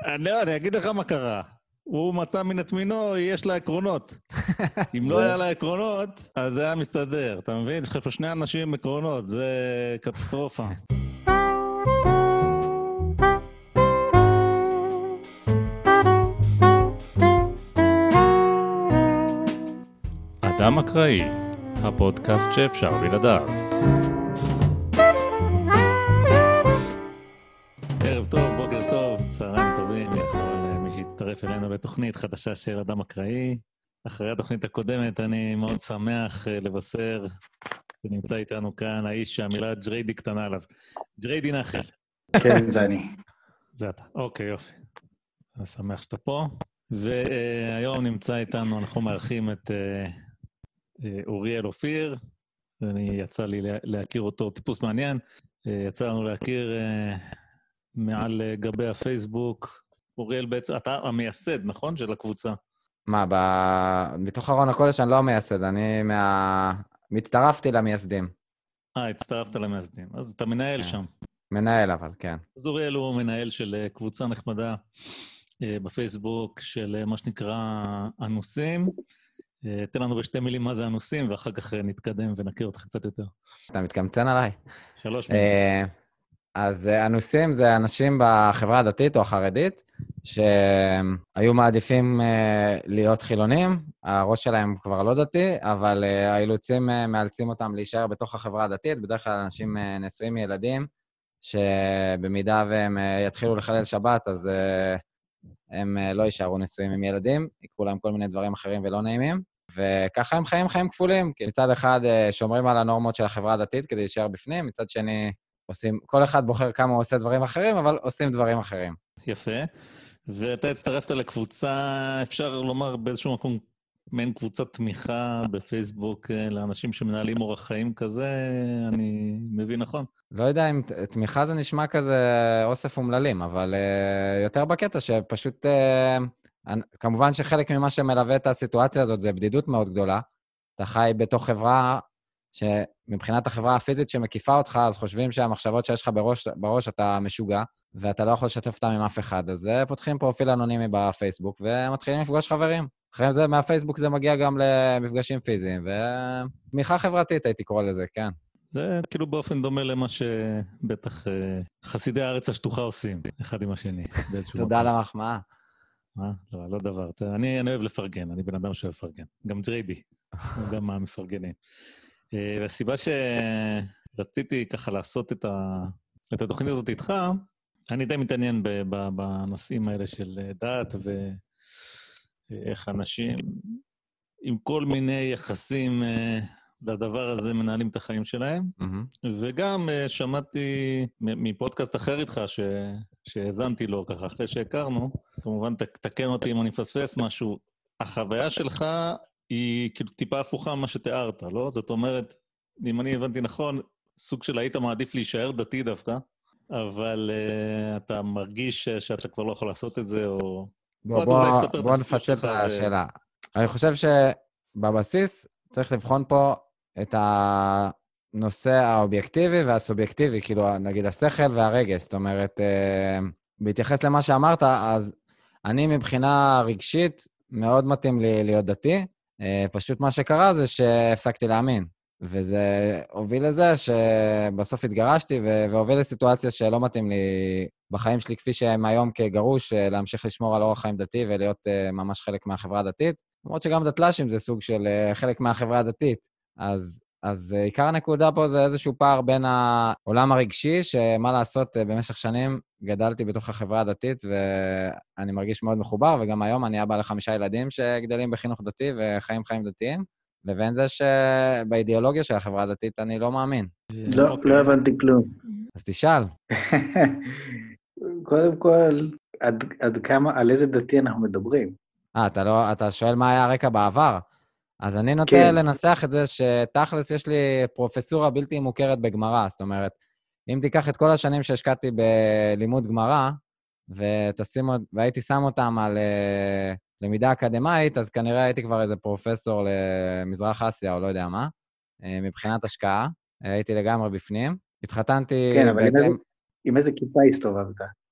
אני אגיד לך מה קרה. הוא מצא מן את מינו, יש לה עקרונות. אם לא היה לה עקרונות, אז זה היה מסתדר. אתה מבין? יש לך פה שני אנשים עם עקרונות, זה קטסטרופה. אדם אקראי, הפודקאסט שאפשר בלעדיו. ערב טוב, בוקר טוב, צהריים טובים, יכול מי שיצטרף אלינו לתוכנית חדשה של אדם אקראי. אחרי התוכנית הקודמת אני מאוד שמח לבשר, ונמצא איתנו כאן האיש שהמילה ג'ריידי קטנה עליו. ג'ריידי נחל. כן, זה אני. זה אתה, אוקיי, יופי. אני שמח שאתה פה. והיום נמצא איתנו, אנחנו מארחים את אוריאל אופיר, ואני יצא לי להכיר אותו, טיפוס מעניין. יצא לנו להכיר מעל גבי הפייסבוק. אוריאל בעצם, אתה המייסד, נכון? של הקבוצה. מה, מתוך ארון הקודש אני לא המייסד, אני מצטרפתי למייסדים. הצטרפת למייסדים, אז אתה מנהל שם. מנהל אבל, כן. אז אוריאל הוא מנהל של קבוצה נחמדה בפייסבוק של מה שנקרא אנוסים. תן לנו בשתי מילים מה זה אנוסים, ואחר כך נתקדם ונכיר אותך קצת יותר. אתה מתקמצן עליי? 3 מילים. אז אנוסים זה אנשים בחברה הדתית או החרדית, שהיו מעדיפים להיות חילונים, הראש שלהם כבר לא דתי, אבל האילוצים מאלצים אותם להישאר בתוך החברה הדתית, בדרך כלל אנשים נשואים מילדים, שבמידה והם יתחילו לחלל שבת, אז הם לא יישארו נשואים עם ילדים, יקרו להם כל מיני דברים אחרים ולא נעימים, וככה הם חיים כפולים, כי מצד אחד שומרים על הנורמות של החברה הדתית כדי להישאר בפנים, מצד שני עושים, כל אחד בוחר כמה הוא עושה דברים אחרים, אבל עושים דברים אחרים. יפה. ואתה הצטרפת לקבוצה, אפשר לומר באיזשהו מקום, מעין קבוצת תמיכה בפייסבוק לאנשים שמנהלים אורח חיים כזה, אני מבין נכון? לא יודע אם תמיכה זה נשמע כזה אוסף אומללים, אבל יותר בקטע שפשוט, כמובן שחלק ממה שמלווה את הסיטואציה הזאת זה בדידות מאוד גדולה. אתה חי בתוך חברה שמבחינת החברה הפיזית שמקיפה אותך, אז חושבים שהמחשבות שיש לך בראש אתה משוגע, ואתה לא יכול לשתף אותם עם אף אחד. אז פותחים פרופיל אנונימי בפייסבוק, ומתחילים לפגוש חברים. אחרי זה, מהפייסבוק זה מגיע גם למפגשים פיזיים, ותמיכה חברתית הייתי קורא לזה, כן. זה כאילו באופן דומה למה שבטח חסידי הארץ השטוחה עושים, אחד עם השני. תודה למחמאה. לא דבר. אני אוהב לפרגן, אני בן אדם שאוהב לפרגן. גם ג'ריידי, גם מהמפרגנים. והסיבה שרציתי ככה לעשות את התוכנית הזאת איתך, אני די מתעניין בנושאים האלה של דת ואיך אנשים עם כל מיני יחסים לדבר הזה מנהלים את החיים שלהם. וגם שמעתי מפודקאסט אחר איתך שהזנתי לו ככה אחרי שהכרנו, כמובן תקן אותי אם אני מפספס משהו, החוויה שלך היא כאילו טיפה הפוכה ממה שתיארת, לא? זאת אומרת, אם אני הבנתי נכון, סוג של היית מעדיף להישאר דתי דווקא, אבל אתה מרגיש שאתה כבר לא יכול לעשות את זה, או... בוא נפשט את השאלה. אני חושב שבבסיס צריך לבחון פה את הנושא האובייקטיבי והסובייקטיבי, כאילו נגיד השכל והרגש, זאת אומרת, בהתייחס למה שאמרת, אז אני מבחינה רגשית מאוד מתאים לי להיות דתי, פשוט מה שקרה זה שהפסקתי להאמין, וזה הוביל לזה שבסוף התגרשתי, והוביל לסיטואציה שלא מתאים לי בחיים שלי כפי שהם היום כגרוש, להמשיך לשמור על אורח חיים דתי ולהיות ממש חלק מהחברה הדתית, למרות שגם דתל"שים זה סוג של חלק מהחברה הדתית, אז עיקר הנקודה פה זה איזשהו פער בין העולם הרגשי, שמה לעשות במשך שנים גדלתי בתוך החברה הדתית, ואני מרגיש מאוד מחובר, וגם היום אני אבא ל5 ילדים שגדלים בחינוך דתי וחיים חיים דתיים, לבין זה שבאידיאולוגיה של החברה הדתית אני לא מאמין. לא הבנתי כלום. אז תשאל. קודם כל, עד כמה, על איזה דתי אנחנו מדברים? אתה שואל מה היה הרקע בעבר? אז אני נוטה לנסח את זה שתכלס יש לי פרופסורה בלתי מוכרת בגמרא, זאת אומרת, אם תיקח את כל השנים שהשקעתי בלימוד גמרא, והייתי שם אותם על למידה אקדמית, אז כנראה הייתי כבר איזה פרופסור למזרח אסיה, או לא יודע מה, מבחינת השקעה, הייתי לגמרי בפנים, התחתנתי... כן, אבל עם איזה כיפה הסתובבת?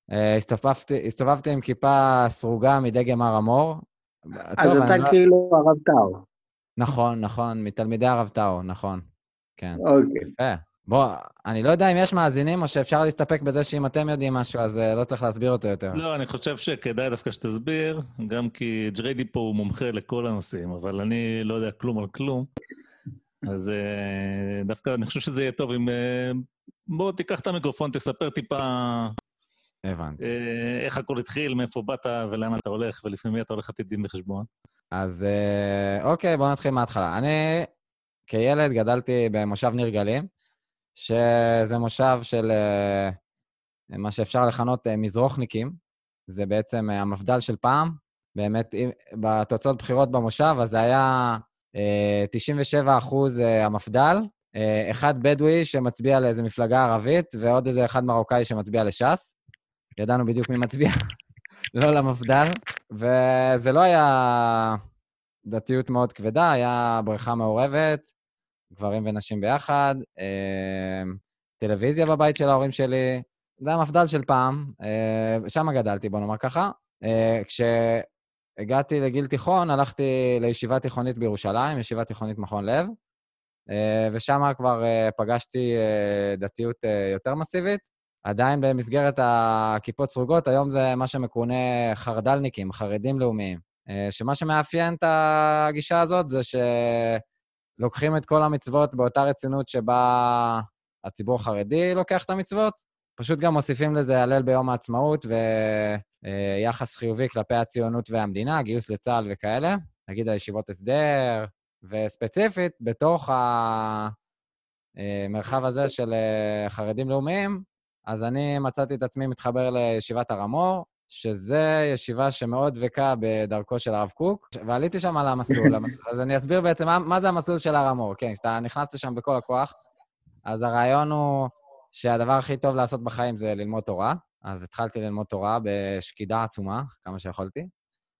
הסתובבתי עם כיפה סרוגה מדגם הר המור. אז טוב, אתה כאילו הרב טאו. נכון, נכון, מתלמידי הרב טאו, נכון. כן. אוקיי. יפה. בוא, אני לא יודע אם יש מאזינים, או שאפשר להסתפק בזה שאם אתם יודעים משהו, אז לא צריך להסביר אותו יותר. לא, אני חושב שכדאי דווקא שתסביר, גם כי ג'ריידי פה הוא מומחה לכל הנושאים, אבל אני לא יודע כלום על כלום, אז דווקא אני חושב שזה יהיה טוב אם... בוא, תיקח את המיקרופון, תספר טיפה... הבנתי. איך הכל התחיל, מאיפה באת ולאן אתה הולך, ולפני מי אתה הולך לתת דין בחשבון. אז אוקיי, בואו נתחיל מההתחלה. אני כילד גדלתי במושב ניר גלים, שזה מושב של מה שאפשר לכנות מזרוחניקים. זה בעצם המפד"ל של פעם. באמת, בתוצאות בחירות במושב, אז זה היה 97% המפד"ל, אחד בדואי שמצביע לאיזו מפלגה ערבית, ועוד איזה אחד מרוקאי שמצביע לש"ס. ידענו בדיוק מי מצביע, לא למפד"ל. וזה לא היה דתיות מאוד כבדה, היה בריכה מעורבת, גברים ונשים ביחד, טלוויזיה בבית של ההורים שלי, זה המפד"ל של פעם, שם גדלתי, בוא נאמר ככה. כשהגעתי לגיל תיכון, הלכתי לישיבה תיכונית בירושלים, ישיבה תיכונית מכון לב, ושם כבר פגשתי דתיות יותר מסיבית, עדיין במסגרת הכיפות סרוגות, היום זה מה שמכונה חרדלניקים, חרדים לאומיים, שמה שמאפיין את הגישה הזאת זה שלוקחים את כל המצוות באותה רצינות שבה הציבור החרדי לוקח את המצוות, פשוט גם מוסיפים לזה הלל ביום העצמאות ויחס חיובי כלפי הציונות והמדינה, גיוס לצה"ל וכאלה, נגיד הישיבות הסדר, וספציפית בתוך המרחב הזה של חרדים לאומיים, אז אני מצאתי את עצמי מתחבר לישיבת הר המור, שזה ישיבה שמאוד דבקה בדרכו של הרב קוק, ועליתי שם על המסלול, אז אני אסביר בעצם מה זה המסלול של הר המור. כן, כשאתה נכנס לשם בכל הכוח, אז הרעיון הוא שהדבר הכי טוב לעשות בחיים זה ללמוד תורה, אז התחלתי ללמוד תורה בשקידה עצומה, כמה שיכולתי.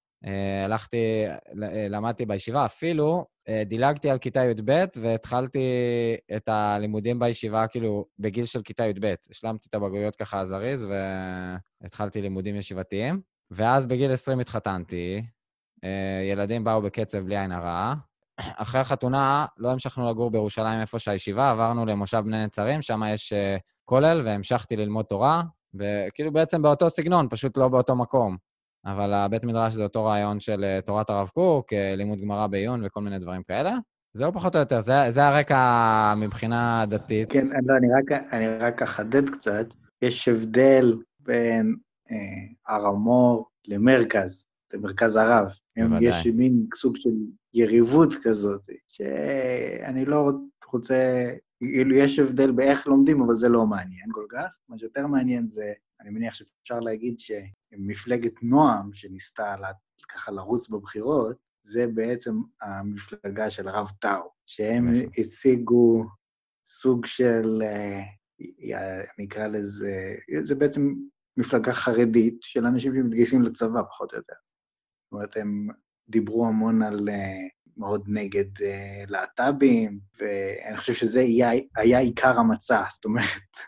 למדתי בישיבה, אפילו דילגתי על כיתה י"ב, והתחלתי את הלימודים בישיבה כאילו בגיל של כיתה י"ב. השלמתי את הבגרויות ככה זריז, והתחלתי לימודים ישיבתיים. ואז בגיל 20 התחתנתי, ילדים באו בקצב בלי עין הרע. אחרי החתונה לא המשכנו לגור בירושלים איפה שהישיבה, עברנו למושב בני נצרים, שם יש כולל, והמשכתי ללמוד תורה, וכאילו בעצם באותו סגנון, פשוט לא באותו מקום. אבל הבית מדרש זה אותו רעיון של תורת הרב קוק, לימוד גמרא בעיון וכל מיני דברים כאלה. זהו פחות או יותר, זה הרקע מבחינה דתית. כן, לא, אני רק אחדד קצת. יש הבדל בין הר המור למרכז, למרכז הרב. יש מין סוג של יריבות כזאת, שאני לא רוצה, יש הבדל באיך לומדים, אבל זה לא מעניין כל כך. מה שיותר מעניין זה, אני מניח שאפשר להגיד שמפלגת נועם, שניסתה ככה לרוץ בבחירות, זה בעצם המפלגה של הרב טאו, שהם הציגו סוג של, נקרא לזה, זה בעצם מפלגה חרדית של אנשים שמתגייסים לצבא, פחות או יותר. זאת אומרת, הם דיברו המון על מאוד נגד להט"בים, ואני חושב שזה היה עיקר המצע, זאת אומרת,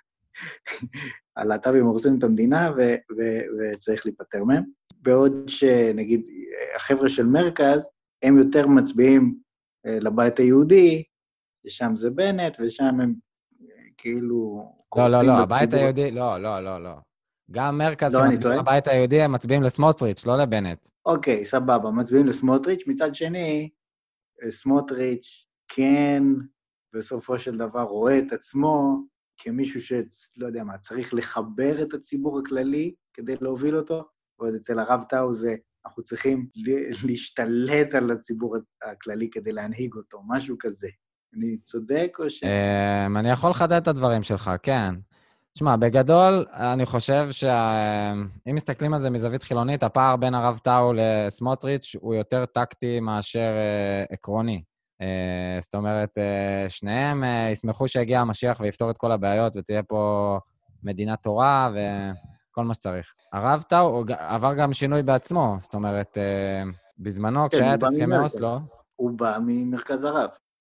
הלהט"בים הורסים את המדינה וצריך להיפטר מהם. בעוד שנגיד החבר'ה של מרכז, הם יותר מצביעים לבית היהודי, ששם זה בנט, ושם הם כאילו... לא, הבית היהודי, לא. גם מרכז שמצביעים לבית היהודי, הם מצביעים לסמוטריץ', לא לבנט. אוקיי, סבבה, מצביעים לסמוטריץ'. מצד שני, סמוטריץ' כן, בסופו של דבר רואה את עצמו כמישהו שלא יודע מה, צריך לחבר את הציבור הכללי כדי להוביל אותו, ועוד אצל הרב טאו זה, אנחנו צריכים להשתלט על הציבור הכללי כדי להנהיג אותו, משהו כזה. אני צודק או ש... אני יכול לחדד את הדברים שלך, כן. תשמע, בגדול, אני חושב שאם מסתכלים על זה מזווית חילונית, הפער בין הרב טאו לסמוטריץ' הוא יותר טקטי מאשר עקרוני. זאת אומרת, שניהם ישמחו שהגיע המשיח ויפתור את כל הבעיות, ותהיה פה מדינת תורה וכל מה שצריך. הרב טאו עבר גם שינוי בעצמו, זאת אומרת, בזמנו, כשהיה את הסכמי אוסלו... הוא בא ממרכז הרב.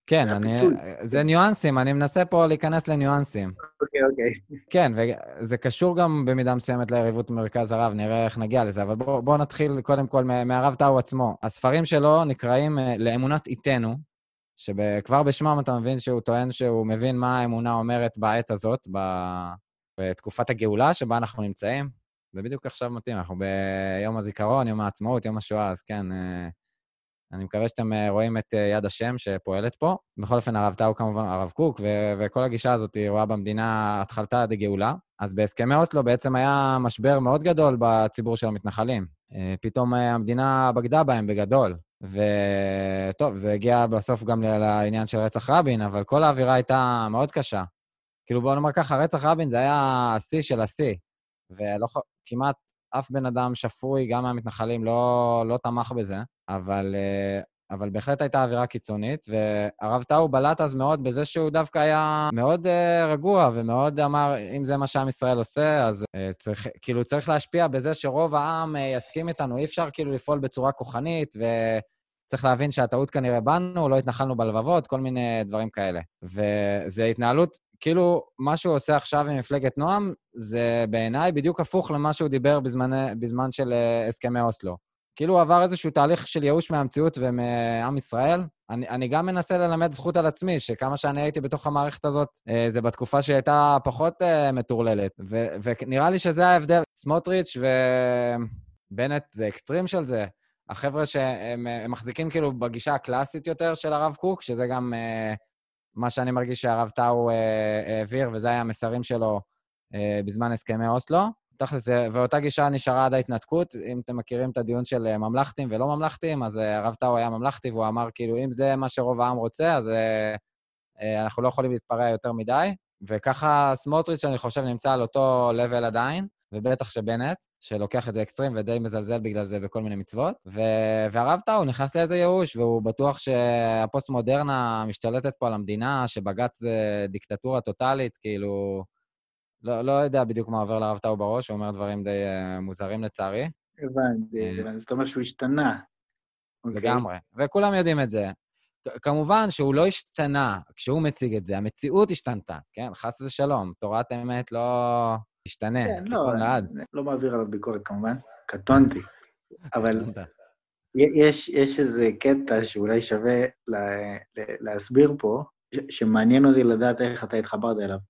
כן, זה ניואנסים, אני מנסה פה להיכנס לניואנסים. אוקיי. כן, וזה קשור גם במידה מסוימת ליריבות מרכז הרב, נראה איך נגיע לזה, אבל בואו נתחיל קודם כל מהרב טאו עצמו. הספרים שלו נקראים לאמונת איתנו, שכבר בשמם אתה מבין שהוא טוען שהוא מבין מה האמונה אומרת בעת הזאת, בתקופת הגאולה שבה אנחנו נמצאים. זה בדיוק עכשיו מתאים, אנחנו ביום הזיכרון, יום העצמאות, יום השואה, אז כן, אני מקווה שאתם רואים את יד השם שפועלת פה. בכל אופן, הרב טאו כמובן, הרב קוק, וכל הגישה הזאת היא רואה במדינה התחלתה עד הגאולה. אז בהסכמי אוסלו בעצם היה משבר מאוד גדול בציבור של המתנחלים. פתאום המדינה בגדה בהם בגדול. וטוב, זה הגיע בסוף גם לעניין של רצח רבין, אבל כל האווירה הייתה מאוד קשה. כאילו בואו נאמר ככה, רצח רבין זה היה השיא של השיא. וכמעט אף בן אדם שפוי, גם מהמתנחלים, לא תמך בזה, אבל בהחלט הייתה אווירה קיצונית, והרב טאו בלט אז מאוד בזה שהוא דווקא היה מאוד רגוע, ומאוד אמר, אם זה מה שעם ישראל עושה, אז צריך להשפיע בזה שרוב העם יסכים איתנו, אי אפשר כאילו לפעול בצורה כוחנית, וצריך להבין שהטעות כנראה בנו, לא התנחלנו בלבבות, כל מיני דברים כאלה. וזה התנהלות, כאילו, מה שהוא עושה עכשיו עם מפלגת נועם, זה בעיניי בדיוק הפוך למה שהוא דיבר בזמן של הסכמי אוסלו. כאילו הוא עבר איזשהו תהליך של ייאוש מהמציאות ומעם ישראל. אני גם מנסה ללמד זכות על עצמי, שכמה שאני הייתי בתוך המערכת הזאת, זה בתקופה שהייתה פחות מטורללת. ונראה לי שזה ההבדל. סמוטריץ' ובנט זה אקסטרים של זה. החבר'ה שהם מחזיקים כאילו בגישה הקלאסית יותר של הרב קוק, שזה גם מה שאני מרגיש שהרב טאו העביר, וזה היה המסרים שלו בזמן הסכמי אוסלו. ואותה גישה נשארה עד ההתנתקות. אם אתם מכירים את הדיון של ממלכתים ולא ממלכתים, אז הרב טאו היה ממלכתי, והוא אמר כאילו, אם זה מה שרוב העם רוצה, אז אנחנו לא יכולים להתפרע יותר מדי. וככה סמוטריץ' אני חושב נמצא על אותו לבל עדיין, ובטח שבנט, שלוקח את זה אקסטרים ודי מזלזל בגלל זה בכל מיני מצוות. והרב טאו נכנס לאיזה ייאוש, והוא בטוח שהפוסט-מודרנה משתלטת פה על המדינה, שבג"ץ זה דיקטטורה טוטלית, כאילו לא יודע בדיוק מה עובר לרב טאו בראש, הוא אומר דברים די מוזרים לצערי. הבנתי, זאת אומרת שהוא השתנה. לגמרי, וכולם יודעים את זה. כמובן שהוא לא השתנה כשהוא מציג את זה, המציאות השתנתה, כן? חס ושלום, תורת האמת לא השתנה, תיקון לעד. לא מעביר עליו ביקורת כמובן, קטונתי, אבל יש איזה קטע שאולי שווה להסביר פה, שמעניין אותי לדעת איך אתה התחברת אליו.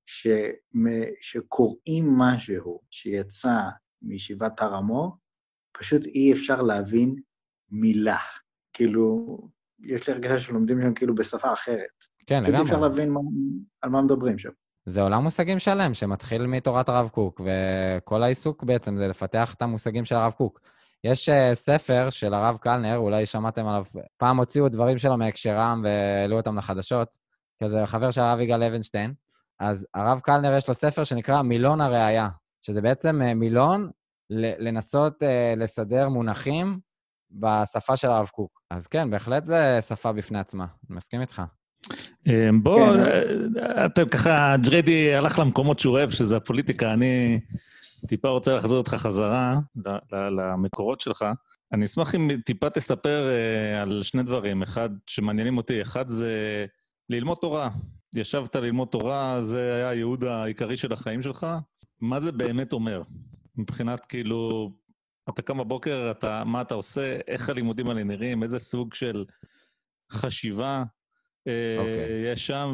שקוראים משהו שיצא מישיבת הר המור, פשוט אי אפשר להבין מילה. כאילו, יש לי הרגשה שלומדים שם כאילו בשפה אחרת. כן, לגמרי. פשוט אי אפשר להבין על מה מדברים שם. זה עולם מושגים שלם שמתחיל מתורת הרב קוק, וכל העיסוק בעצם זה לפתח את המושגים של הרב קוק. יש ספר של הרב קלנר, אולי שמעתם עליו, פעם הוציאו דברים שלו מהקשרם והעלו אותם לחדשות, כזה חבר של הרב יגאל לוינשטיין, אז הרב קלנר יש לו ספר שנקרא מילון הראייה, שזה בעצם מילון לנסות לסדר מונחים בשפה של הרב קוק. אז כן, בהחלט זה שפה בפני עצמה. אני מסכים איתך. בוא, אתם ככה, ג'ריידי הלך למקומות שהוא אוהב, שזה הפוליטיקה. אני טיפה רוצה לחזור אותך חזרה למקורות שלך. אני אשמח אם טיפה תספר על שני דברים. אחד שמעניינים אותי, אחד זה ללמוד תורה. ישבת ללמוד תורה, זה היה הייעוד העיקרי של החיים שלך. מה זה באמת אומר? מבחינת כאילו, אתה קם בבוקר, מה אתה עושה, איך הלימודים האלה נראים, איזה סוג של חשיבה יש שם,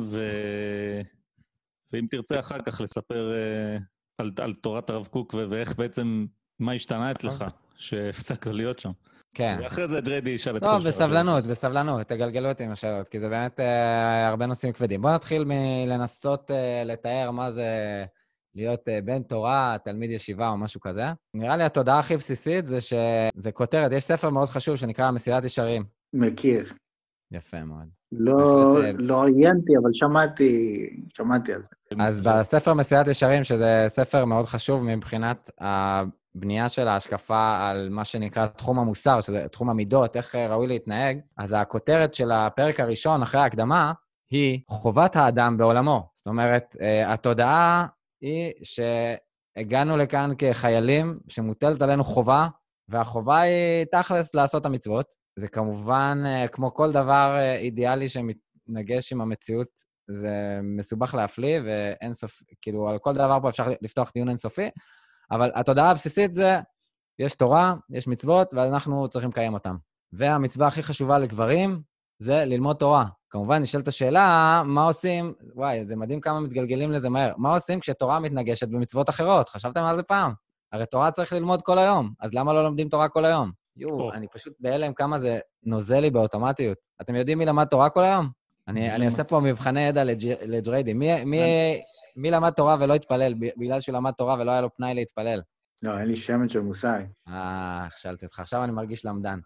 ואם תרצה אחר כך לספר על תורת הרב קוק, ואיך בעצם, מה השתנה אצלך, שהפסקת להיות שם. כן. ואחרי זה ג'ריידי ישאל את כל שאלות. טוב, בסבלנות, תגלגלו אותי עם השאלות, כי זה באמת הרבה נושאים כבדים. בואו נתחיל מלנסות לתאר מה זה להיות בן תורה, תלמיד ישיבה או משהו כזה. נראה לי התודעה הכי בסיסית זה שזה כותרת, יש ספר מאוד חשוב שנקרא מסילת ישרים. מכיר. יפה מאוד. לא עיינתי, אבל שמעתי על זה. אז בספר מסילת ישרים, שזה ספר מאוד חשוב מבחינת הבנייה של ההשקפה על מה שנקרא תחום המוסר, שזה תחום המידות, איך ראוי להתנהג, אז הכותרת של הפרק הראשון אחרי ההקדמה היא חובת האדם בעולמו. זאת אומרת, התודעה היא שהגענו לכאן כחיילים, שמוטלת עלינו חובה, והחובה היא תכלס לעשות המצוות. זה כמובן, כמו כל דבר אידיאלי להתנגש עם המציאות, זה מסובך להפליא, ואין סוף, כאילו, על כל דבר פה אפשר לפתוח דיון אינסופי, אבל התודעה הבסיסית זה, יש תורה, יש מצוות, ואנחנו צריכים לקיים אותם. והמצווה הכי חשובה לגברים, זה ללמוד תורה. כמובן, נשאלת השאלה, מה עושים, וואי, זה מדהים כמה מתגלגלים לזה מהר, מה עושים כשתורה מתנגשת במצוות אחרות? חשבתם על זה פעם? הרי תורה צריך ללמוד כל היום, אז למה לא לומדים תורה כל היום? אני פשוט בהלם כמה זה נוזל לי באוטומטיות. אתם יודעים מי למד תורה כל היום? אני עושה פה מבחני ידע לג'ריידי. מי למד תורה ולא התפלל, בגלל שהוא למד תורה ולא היה לו פנאי להתפלל? לא, אין לי שמן של מושג. שאלתי אותך, עכשיו אני מרגיש למדן.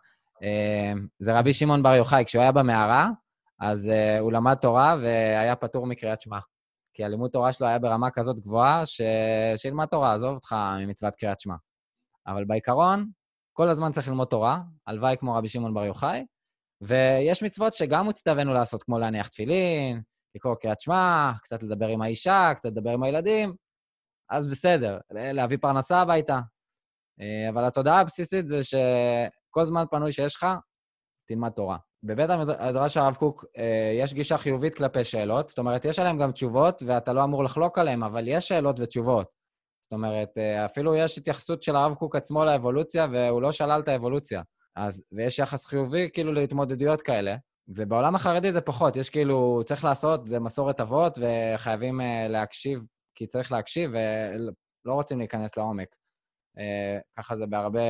זה רבי שמעון בר יוחאי, כשהוא היה במערה, אז הוא למד תורה והיה פטור מקריאת שמע. כי הלימוד תורה שלו היה ברמה כזאת גבוהה, שילמד תורה, עזוב אותך ממצוות קריאת שמע. אבל בעיקרון, כל הזמן צריך ללמוד תורה, הלוואי כמו רבי שמעון בר יוחאי, ויש מצוות שגם מצטווינו לעשות, כמו להניח תפילין, לקרוא קריאת שמע, קצת לדבר עם האישה, קצת לדבר עם הילדים, אז בסדר, להביא פרנסה הביתה. אבל התודעה הבסיסית זה שכל זמן פנוי שיש לך, תלמד תורה. בבית המדרש הרב קוק יש גישה חיובית כלפי שאלות, זאת אומרת, יש עליהם גם תשובות, ואתה לא אמור לחלוק עליהם, אבל יש שאלות ותשובות. זאת אומרת, אפילו יש התייחסות של הרב קוק עצמו לאבולוציה, והוא לא שלל את האבולוציה. ויש יחס חיובי כאילו להתמודדויות כאלה, ובעולם החרדי זה פחות, יש כאילו, צריך לעשות, זה מסורת אבות, וחייבים להקשיב, כי צריך להקשיב, ולא רוצים להיכנס לעומק. ככה זה בהרבה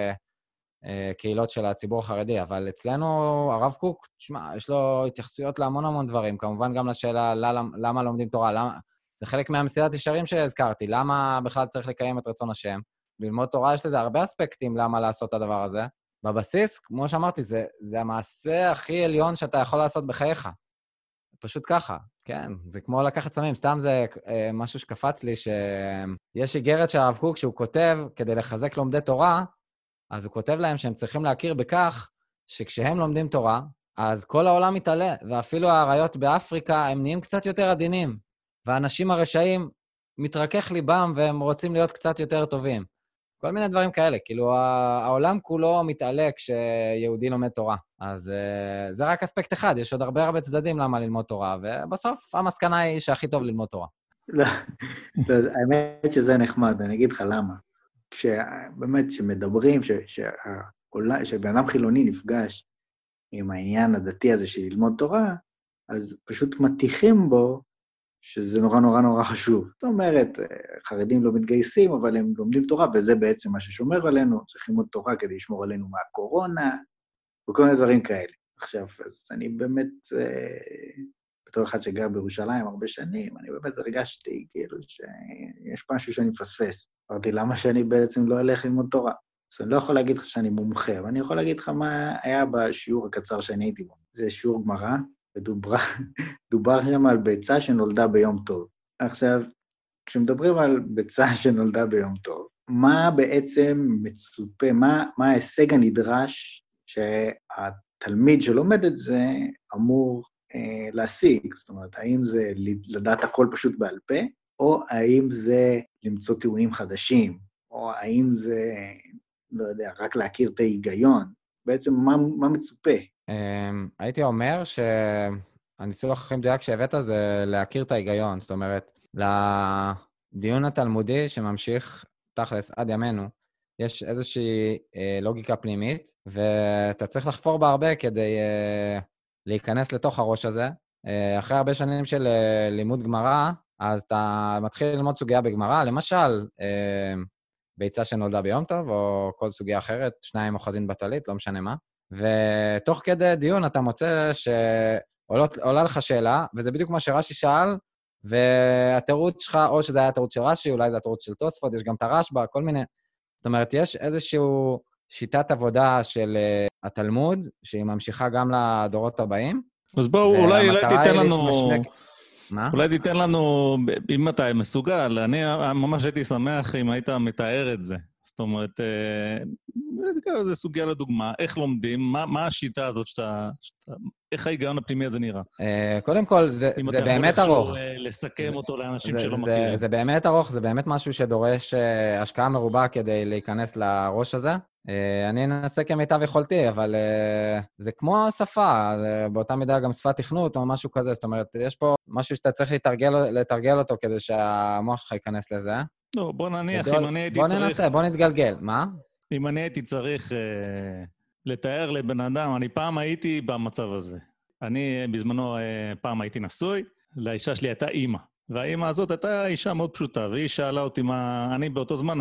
קהילות של הציבור החרדי, אבל אצלנו הרב קוק, תשמע, יש לו התייחסויות להמון המון דברים, כמובן גם לשאלה למה לומדים תורה, זה חלק מהמסילת ישרים שהזכרתי, למה בכלל צריך לקיים את רצון השם, ללמוד תורה יש לזה הרבה אספקטים למה לעשות את הדבר הזה, בבסיס, כמו שאמרתי, זה המעשה הכי עליון שאתה יכול לעשות בחייך. פשוט ככה, כן. זה כמו לקחת סמים. סתם זה משהו שקפץ לי, שיש איגרת של הרב קוק שהוא כותב, כדי לחזק לומדי תורה, אז הוא כותב להם שהם צריכים להכיר בכך, שכשהם לומדים תורה, אז כל העולם מתעלה, ואפילו האריות באפריקה הם נהיים קצת יותר עדינים, והאנשים הרשעים מתרכך ליבם, והם רוצים להיות קצת יותר טובים. כל מיני דברים כאלה, כאילו העולם כולו מתעלה כשיהודי לומד תורה. אז זה רק אספקט אחד, יש עוד הרבה צדדים למה ללמוד תורה, ובסוף המסקנה היא שהכי טוב ללמוד תורה. לא, האמת שזה נחמד, ואני אגיד לך למה. באמת שמדברים, שבן אדם חילוני נפגש עם העניין הדתי הזה של ללמוד תורה, אז פשוט מתיחים בו שזה נורא נורא נורא חשוב. זאת אומרת, חרדים לא מתגייסים, אבל הם לומדים תורה, וזה בעצם מה ששומר עלינו, צריכים ללמוד תורה כדי לשמור עלינו מהקורונה, וכל מיני דברים כאלה. עכשיו, אז אני באמת, בתור אחד שגר בירושלים הרבה שנים, אני באמת הרגשתי כאילו שיש משהו שאני מפספס. אמרתי, למה שאני בעצם לא אלך ללמוד תורה? אז אני לא יכול להגיד לך שאני מומחה, אבל אני יכול להגיד לך מה היה בשיעור הקצר שאני הייתי בו. זה שיעור גמרא, ודובר שם על ביצה שנולדה ביום טוב. עכשיו, כשמדברים על ביצה שנולדה ביום טוב, מה בעצם מצופה, מה ההישג הנדרש שהתלמיד שלומד את זה אמור להשיג? זאת אומרת, האם זה לדעת הכל פשוט בעל פה, או האם זה למצוא טיעונים חדשים, או האם זה, לא יודע, רק להכיר את ההיגיון? בעצם מה מצופה? הייתי אומר שהניסוח הכי מדויק שהבאת זה להכיר את ההיגיון, זאת אומרת, לדיון התלמודי שממשיך תכלס עד ימינו, יש איזושהי לוגיקה פנימית, ואתה צריך לחפור בה הרבה כדי להיכנס לתוך הראש הזה. אחרי הרבה שנים של לימוד גמרא, אז אתה מתחיל ללמוד סוגיה בגמרא, למשל, ביצה שנולדה ביום טוב, או כל סוגיה אחרת, שניים אוחזין בטלית, לא משנה מה. ותוך כדי דיון אתה מוצא שעולה לך שאלה, וזה בדיוק מה שרש"י שאל, והתירוץ שלך, או שזה היה התירוץ של רש"י, אולי זה התירוץ של תוספות, יש גם את הרשב"א, כל מיני. זאת אומרת, יש איזושהי שיטת עבודה של התלמוד, שהיא ממשיכה גם לדורות הבאים. אז בואו, אולי תיתן לנו... מה? אולי תיתן לנו, אם אתה מסוגל, אני ממש הייתי שמח אם היית מתאר את זה. זאת אומרת, זה סוגיה לדוגמה, איך לומדים, מה השיטה הזאת איך ההיגיון הפנימי הזה נראה? קודם כל, זה באמת ארוך. אם אתה יכול לסכם אותו לאנשים שלא מכירים. זה באמת ארוך, זה באמת משהו שדורש השקעה מרובה כדי להיכנס לראש הזה. אני אנסה כמיטב יכולתי, אבל זה כמו שפה, באותה מידה גם שפת תכנות או משהו כזה, זאת אומרת, יש פה משהו שאתה צריך לתרגל אותו כדי שהמוח שלך ייכנס לזה. לא, בוא נניח, אם אני הייתי צריך... בוא ננסה, בוא נתגלגל. מה? אם אני הייתי צריך לתאר לבן אדם, אני פעם הייתי במצב הזה. אני בזמנו פעם הייתי נשוי, לאישה שלי הייתה אימא. והאימא הזאת הייתה אישה מאוד פשוטה, והיא שאלה אותי מה... אני באותו זמן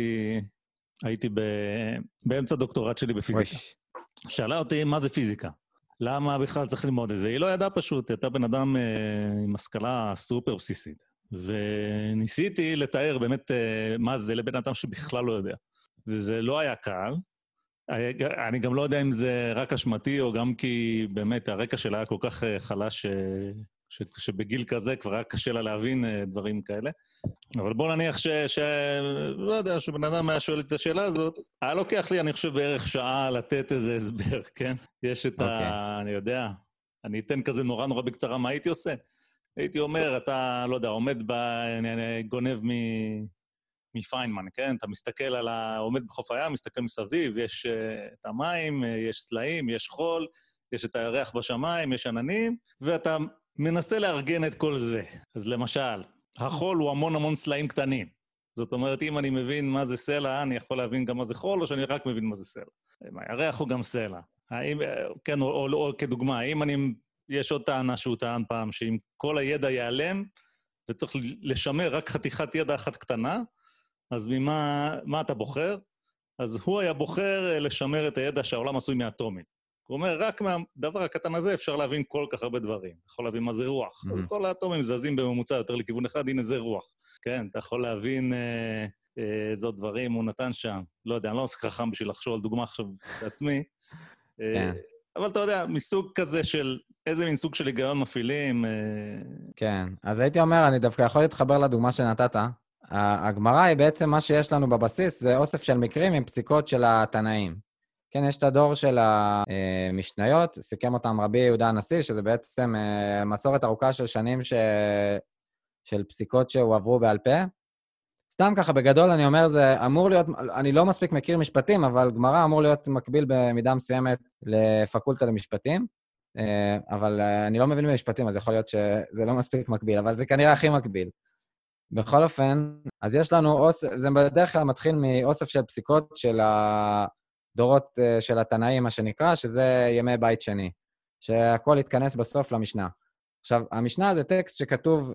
הייתי באמצע דוקטורט שלי בפיזיקה. שאלה אותי מה זה פיזיקה. למה בכלל צריך ללמוד את זה? היא לא ידעה פשוט, הייתה בן אדם עם השכלה סופר בסיסית. וניסיתי לתאר באמת מה זה לבן אדם שבכלל לא יודע. וזה לא היה קל. אני גם לא יודע אם זה רק אשמתי, או גם כי באמת הרקע שלה היה כל כך חלש, שבגיל כזה כבר היה קשה לה להבין דברים כאלה. אבל בוא נניח לא יודע, שבן אדם היה שואל את השאלה הזאת, היה לוקח לי, אני חושב, בערך שעה לתת איזה הסבר, כן? יש את אני יודע, אני אתן כזה נורא נורא בקצרה, מה הייתי עושה? הייתי אומר, אתה, לא יודע, עומד גונב מפיינמן, כן? אתה מסתכל עומד בחוף הים, מסתכל מסביב, יש את המים, יש סלעים, יש חול, יש את הירח בשמיים, יש עננים, ואתה מנסה לארגן את כל זה. אז למשל, החול הוא המון המון סלעים קטנים. זאת אומרת, אם אני מבין מה זה סלע, אני יכול להבין גם מה זה חול, או שאני רק מבין מה זה סלע. הירח הוא גם סלע. כן, או כדוגמה, יש עוד טענה שהוא טען פעם, שאם כל הידע ייעלם, וצריך לשמר רק חתיכת ידע אחת קטנה, אז מה אתה בוחר? אז הוא היה בוחר לשמר את הידע שהעולם עשוי מאטומים. הוא אומר, רק מהדבר הקטן הזה אפשר להבין כל כך הרבה דברים. אתה יכול להבין מה זה רוח. אז כל האטומים זזים בממוצע יותר לכיוון אחד, הנה זה רוח. כן, אתה יכול להבין זאת דברים, הוא נתן שם. לא יודע, אני לא עושה חכם בשביל לחשוב על דוגמה עכשיו בעצמי. אבל אתה יודע, מסוג כזה של איזה מין סוג של היגיון מפעילים. כן, אז הייתי אומר, אני דווקא יכול להתחבר לדוגמה שנתת. הגמרא היא בעצם מה שיש לנו בבסיס, זה אוסף של מקרים עם פסיקות של התנאים. כן, יש את הדור של המשניות, סיכם אותם רבי יהודה הנשיא, שזה בעצם מסורת ארוכה של שנים של פסיקות שהועברו בעל פה. סתם ככה, בגדול אני אומר, זה אמור להיות, אני לא מספיק מכיר משפטים, אבל גמרא אמור להיות מקביל במידה מסוימת לפקולטה למשפטים, אבל אני לא מבין במשפטים, אז יכול להיות שזה לא מספיק מקביל, אבל זה כנראה הכי מקביל. בכל אופן, אז יש לנו זה בדרך כלל מתחיל מאוסף של פסיקות של הדורות של התנאים, מה שנקרא, שזה ימי בית שני, שהכל יתכנס בסוף למשנה. עכשיו, המשנה זה טקסט שכתוב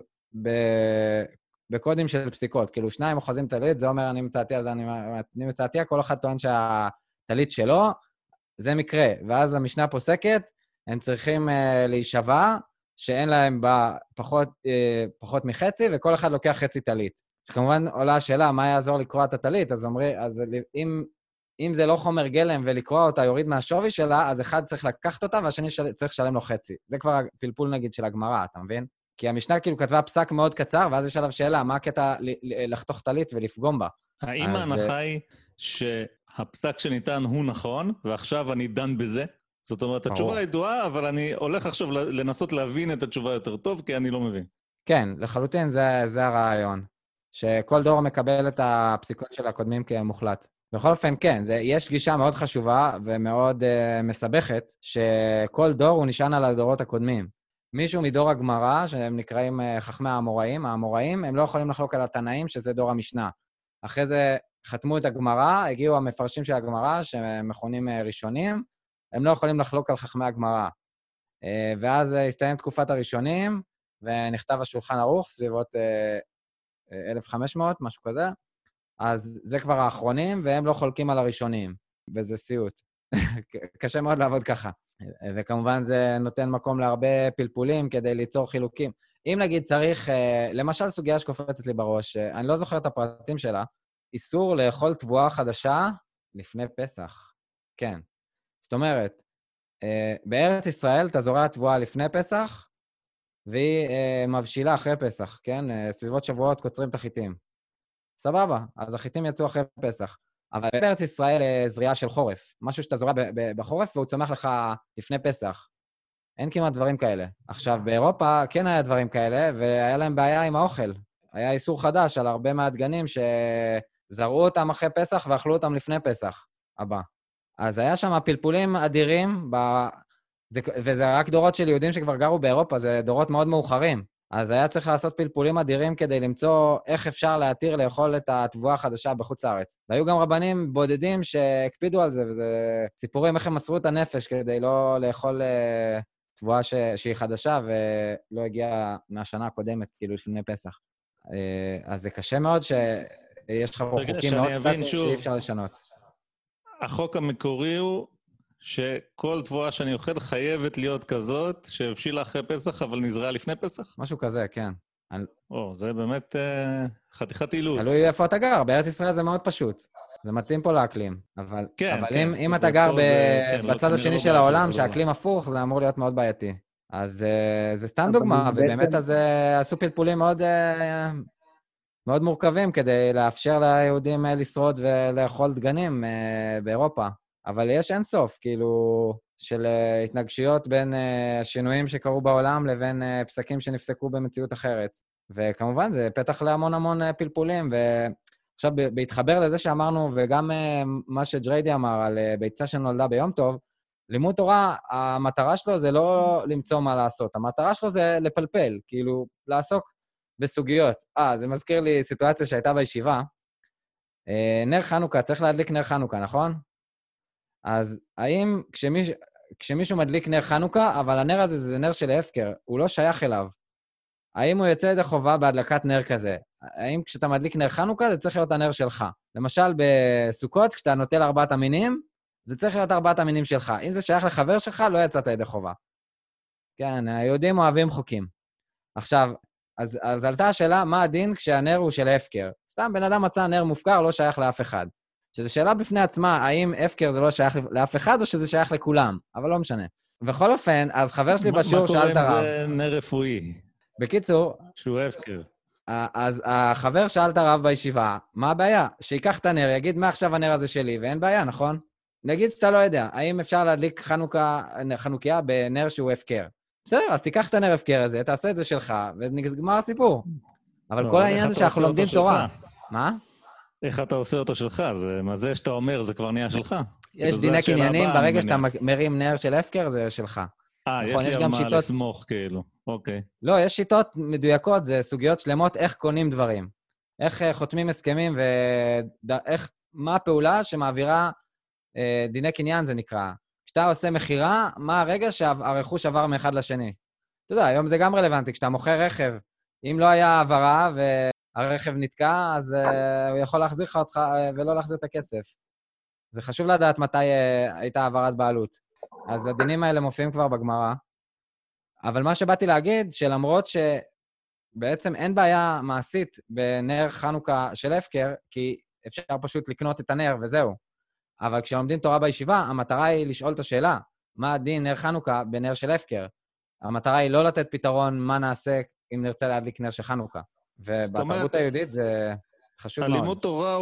בקודים של פסיקות, כאילו שניים אוחזים טלית, זה אומר אני מצאתי, אז אני מצאתי, כל אחד טוען שהטלית שלו, זה מקרה, ואז המשנה פוסקת, הם צריכים להישבע, שאין להם בה פחות מחצי, וכל אחד לוקח חצי טלית. כמובן עולה השאלה, מה יעזור לקרוא את הטלית? אז אם זה לא חומר גלם ולקרוא אותה יוריד מהשווי שלה, אז אחד צריך לקחת אותה, והשני צריך לשלם לו חצי. זה כבר הפלפול נגיד של הגמרא, אתה מבין? כי המשנה כאילו כתבה פסק מאוד קצר, ואז יש עליו שאלה, מה הקטע לחתוך טלית ולפגום בה? האם ההנחה היא שהפסק שניתן הוא נכון, ועכשיו אני דן בזה? זאת אומרת, התשובה ידועה, אבל אני הולך עכשיו לנסות להבין את התשובה יותר טוב, כי אני לא מבין. כן, לחלוטין זה הרעיון. שכל דור מקבל את הפסיקות של הקודמים כמוחלט. בכל אופן, כן, יש גישה מאוד חשובה ומאוד מסבכת, שכל דור הוא נשען על הדורות הקודמים. מישהו מדור הגמרא, שהם נקראים חכמי האמוראים, הם לא יכולים לחלוק על התנאים, שזה דור המשנה. אחרי זה חתמו את הגמרא, הגיעו המפרשים של הגמרא, שמכונים ראשונים, הם לא יכולים לחלוק על חכמי הגמרא. ואז הסתיים תקופת הראשונים, ונכתב השולחן ערוך, סביבות 1500, משהו כזה. אז זה כבר האחרונים, והם לא חולקים על הראשונים, וזה סיוט. קשה מאוד לעבוד ככה. וכמובן זה נותן מקום להרבה פלפולים כדי ליצור חילוקים. אם נגיד צריך, למשל סוגיה שקופצת לי בראש, אני לא זוכר את הפרטים שלה, איסור לאכול תבואה חדשה לפני פסח. כן. זאת אומרת, בארץ ישראל אתה זורע תבואה לפני פסח, והיא מבשילה אחרי פסח, כן? סביבות שבועות קוצרים את החיטים. סבבה, אז החיטים יצאו אחרי פסח. אבל בארץ ישראל זריעה של חורף. משהו שאתה זורע בחורף והוא צומח לך לפני פסח. אין כמעט דברים כאלה. עכשיו, באירופה כן היה דברים כאלה, והיה להם בעיה עם האוכל. היה איסור חדש על הרבה מהדגנים שזרעו אותם אחרי פסח ואכלו אותם לפני פסח הבא. אז היה שם פלפולים אדירים, וזה רק דורות של יהודים שכבר גרו באירופה, זה דורות מאוד מאוחרים. אז היה צריך לעשות פלפולים אדירים כדי למצוא איך אפשר להתיר לאכול את התבואה החדשה בחוץ לארץ. והיו גם רבנים בודדים שהקפידו על זה, וזה סיפורים איך הם מסרו את הנפש כדי לא לאכול תבואה שהיא חדשה ולא הגיעה מהשנה הקודמת, כאילו לפני פסח. אז זה קשה מאוד שיש לך פה חוקים מאוד סטטיים שאי אפשר לשנות. החוק המקורי הוא שכל תבואה שאני אוכל חייבת להיות כזאת, שהבשילה אחרי פסח, אבל נזרעה לפני פסח? משהו כזה, כן. זה באמת חתיכת אילוץ. תלוי איפה אתה גר, בארץ ישראל זה מאוד פשוט. זה מתאים פה לאקלים. אבל אם אתה גר בצד השני של העולם, שהאקלים הפוך, זה אמור להיות מאוד בעייתי. אז זה סתם דוגמה, ובאמת אז עשו פלפולים מאוד מורכבים כדי לאפשר ליהודים לשרוד ולאכול דגנים באירופה. אבל יש אינסוף, כאילו, של התנגשויות בין השינויים שקרו בעולם לבין פסקים שנפסקו במציאות אחרת. וכמובן, זה פתח להמון המון פלפולים, ועכשיו, בהתחבר לזה שאמרנו, וגם מה שג'ריידי אמר על ביצה שנולדה ביום טוב, לימוד תורה, המטרה שלו זה לא למצוא מה לעשות, המטרה שלו זה לפלפל, כאילו, לעסוק בסוגיות. זה מזכיר לי סיטואציה שהייתה בישיבה, נר חנוכה, צריך להדליק נר חנוכה, נכון? אז האם כשמישהו מדליק נר חנוכה, אבל הנר הזה זה נר של הפקר, הוא לא שייך אליו. האם הוא יוצא ידי חובה בהדלקת נר כזה? האם כשאתה מדליק נר חנוכה, זה צריך להיות הנר שלך? למשל, בסוכות, כשאתה נוטל 4 המינים, זה צריך להיות 4 המינים שלך. אם זה שייך לחבר שלך, לא יצאת ידי חובה. כן, היהודים אוהבים חוקים. עכשיו, אז עלתה השאלה, מה הדין כשהנר הוא של הפקר? סתם בן אדם מצא נר מופקר, לא שייך לאף אחד. שזו שאלה בפני עצמה, האם הפקר זה לא שייך לאף אחד, או שזה שייך לכולם, אבל לא משנה. בכל אופן, אז חבר שלי בשיעור שאל את הרב. מה קורה אם זה נר רפואי? בקיצור, שהוא הפקר. אז החבר שאל את הרב בישיבה, מה הבעיה? שיקח את הנר, יגיד מה עכשיו הנר הזה שלי, ואין בעיה, נכון? נגיד שאתה לא יודע, האם אפשר להדליק חנוכיה בנר שהוא הפקר? בסדר, אז תיקח את הנר הפקר הזה, תעשה את זה שלך, ונגמר הסיפור. אבל כל העניין זה שאנחנו לומדים תורה. מה? איך אתה עושה אותו שלך? מה זה שאתה אומר, זה כבר נהיה שלך. יש דיני קניינים, ברגע שאתה מרים נר של הפקר, זה שלך. יש לי על מה לסמוך, כאילו. אוקיי. לא, יש שיטות מדויקות, זה סוגיות שלמות, איך קונים דברים. איך חותמים הסכמים, מה הפעולה שמעבירה דיני קניין, זה נקרא. כשאתה עושה מחירה, מה הרגע שהרכוש עבר מאחד לשני? אתה יודע, היום זה גם רלוונטי, כשאתה מוכר רכב, אם לא היה העברה והרכב נתקע, אז הוא יכול להחזיר לך אותך ולא להחזיר את הכסף. זה חשוב לדעת מתי הייתה העברת בעלות. אז הדינים האלה מופיעים כבר בגמרא. אבל מה שבאתי להגיד, שלמרות שבעצם אין בעיה מעשית בנר חנוכה של הפקר, כי אפשר פשוט לקנות את הנר וזהו. אבל כשלומדים תורה בישיבה, המטרה היא לשאול את השאלה, מה הדין נר חנוכה בנר של הפקר? המטרה היא לא לתת פתרון מה נעשה אם נרצה להדליק נר של חנוכה. ובתרבות היהודית זה חשוב מאוד. הלימוד תורה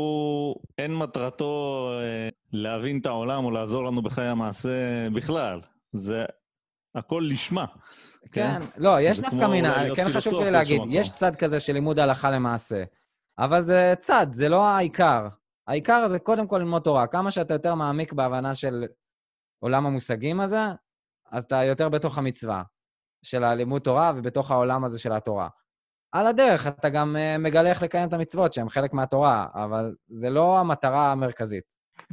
אין מטרתו להבין את העולם או לעזור לנו בחיי המעשה בכלל. זה הכל לשמה. כן, לא, יש נפקא מינה, כן חשוב לי להגיד, יש צד כזה של לימוד ההלכה למעשה, אבל זה צד, זה לא העיקר. העיקר זה קודם כל ללמוד תורה. כמה שאתה יותר מעמיק בהבנה של עולם המושגים הזה, אז אתה יותר בתוך המצווה של הלימוד תורה ובתוך העולם הזה של התורה. על הדרך אתה גם מגלה איך לקיים את המצוות שהן חלק מהתורה, אבל זה לא המטרה המרכזית.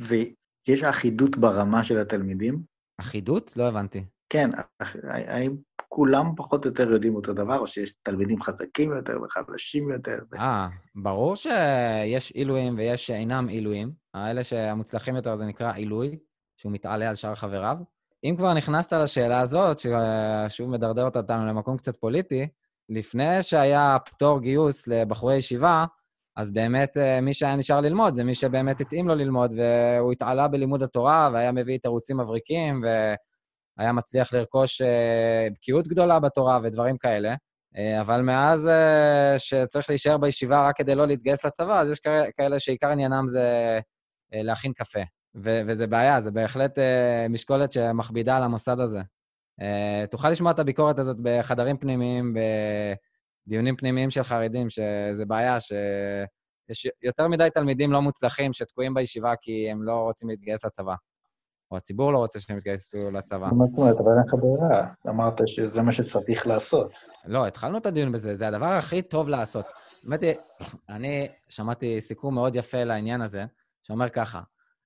ויש אחידות ברמה של התלמידים? אחידות? לא הבנתי. כן, האם כולם פחות או יותר יודעים אותו דבר, או שיש תלמידים חזקים יותר וחלשים יותר? ברור שיש עילויים ויש אינם עילויים. האלה שהמוצלחים יותר זה נקרא עילוי, שהוא מתעלה על שאר חבריו. אם כבר נכנסת לשאלה הזאת, ששוב מדרדר אותנו למקום קצת פוליטי, לפני שהיה פטור גיוס לבחורי ישיבה, אז באמת מי שהיה נשאר ללמוד, זה מי שבאמת התאים לו ללמוד, והוא התעלה בלימוד התורה, והיה מביא תירוצים מבריקים, והיה מצליח לרכוש בקיאות גדולה בתורה ודברים כאלה. אבל מאז שצריך להישאר בישיבה רק כדי לא להתגייס לצבא, אז יש כאלה שעיקר עניינם זה להכין קפה. וזה בעיה, זה בהחלט משקולת שמכבידה על המוסד הזה. תוכל לשמוע את הביקורת הזאת בחדרים פנימיים, בדיונים פנימיים של חרדים, שזה בעיה שיש יותר מדי תלמידים לא מוצלחים שתקועים בישיבה כי הם לא רוצים להתגייס לצבא. או הציבור לא רוצה שהם יתגייסו לצבא. אבל אין לך ברירה. אמרת שזה מה שצריך לעשות. לא, התחלנו את הדיון בזה, זה הדבר הכי טוב לעשות. באמת, אני שמעתי סיכום מאוד יפה לעניין הזה, שאומר ככה,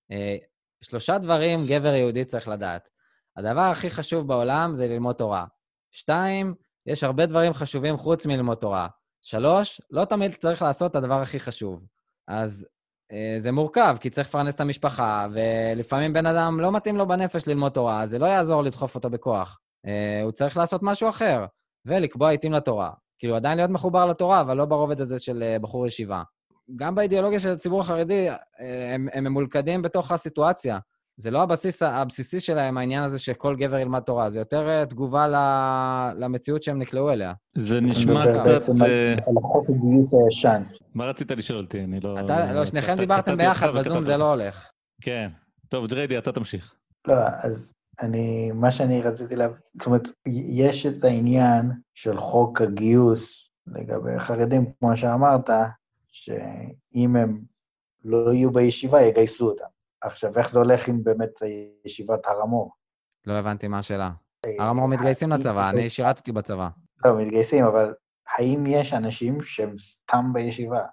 3 דברים גבר יהודי צריך לדעת. הדבר הכי חשוב בעולם זה ללמוד תורה. 2, יש הרבה דברים חשובים חוץ מללמוד תורה. 3, לא תמיד צריך לעשות את הדבר הכי חשוב. אז זה מורכב, כי צריך לפרנס את המשפחה, ולפעמים בן אדם לא מתאים לו בנפש ללמוד תורה, אז זה לא יעזור לדחוף אותו בכוח. הוא צריך לעשות משהו אחר, ולקבוע עיתים לתורה. כאילו, עדיין להיות מחובר לתורה, אבל לא ברובד הזה של בחור ישיבה. גם באידיאולוגיה של הציבור החרדי, הם ממולכדים בתוך הסיטואציה. זה לא הבסיס הבסיסי שלהם, העניין הזה שכל גבר ילמד תורה, זה יותר תגובה למציאות שהם נקלעו אליה. זה נשמע קצת... על החוק הגיוס הישן. מה רצית לשאול אותי? אני לא... לא, שניכם דיברתם ביחד, בזום זה לא הולך. כן. טוב, ג'ריידי, אתה תמשיך. לא, אז מה שאני רציתי להבין, זאת אומרת, יש את העניין של חוק הגיוס לגבי חרדים, כמו שאמרת, שאם הם לא יהיו בישיבה, יגייסו אותם. עכשיו, איך זה הולך עם באמת ישיבת הר המור? לא הבנתי מה השאלה. הר המור מתגייסים לצבא, אני שירתתי בצבא. לא, מתגייסים, אבל האם יש אנשים שהם סתם בישיבה?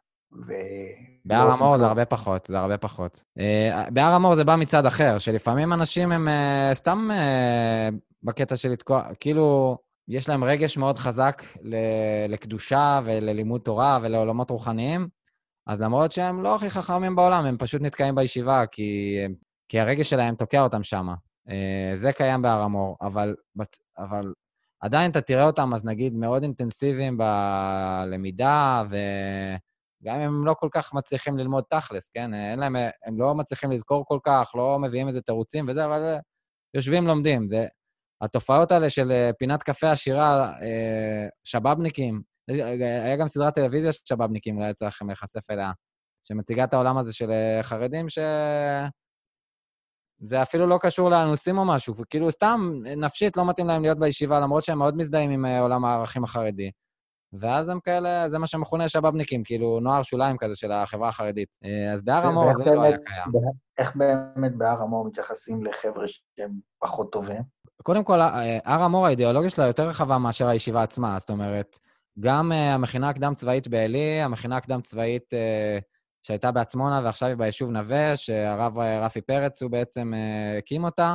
בהר המור זה הרבה פחות, זה הרבה פחות. בהר המור זה בא מצד אחר, שלפעמים אנשים הם סתם בקטע של לתקוע, כאילו יש להם רגש מאוד חזק לקדושה וללימוד תורה ולעולמות רוחניים, אז למרות שהם לא הכי חכמים בעולם, הם פשוט נתקעים בישיבה, כי הרגש שלהם תוקע אותם שם. זה קיים בהר המור, אבל עדיין אתה תראה אותם, אז נגיד, מאוד אינטנסיביים בלמידה, וגם אם הם לא כל כך מצליחים ללמוד תכלס, כן? הם לא מצליחים לזכור כל כך, לא מביאים איזה תירוצים וזה, אבל יושבים לומדים. התופעות האלה של פינת קפה עשירה, שבאבניקים, היה גם סדרת טלוויזיה של שבאבניקים, אולי יצא לכם להיחשף אליה, שמציגה את העולם הזה של חרדים, זה אפילו לא קשור לאנוסים או משהו, כאילו סתם נפשית לא מתאים להם להיות בישיבה, למרות שהם מאוד מזדהים עם עולם הערכים החרדי. ואז הם כאלה, זה מה שמכונה שבאבניקים, כאילו נוער שוליים כזה של החברה החרדית. אז בהר המור זה לא היה קיים. איך באמת בהר המור מתייחסים לחבר'ה שהם פחות טובים? קודם כל, הר המור האידיאולוגיה שלה יותר רחבה מאשר הישיבה עצמה, זאת אומרת, גם המכינה הקדם צבאית בעלי, המכינה הקדם צבאית שהייתה בעצמונה ועכשיו היא ביישוב נווה, שהרב רפי פרץ הוא בעצם הקים אותה,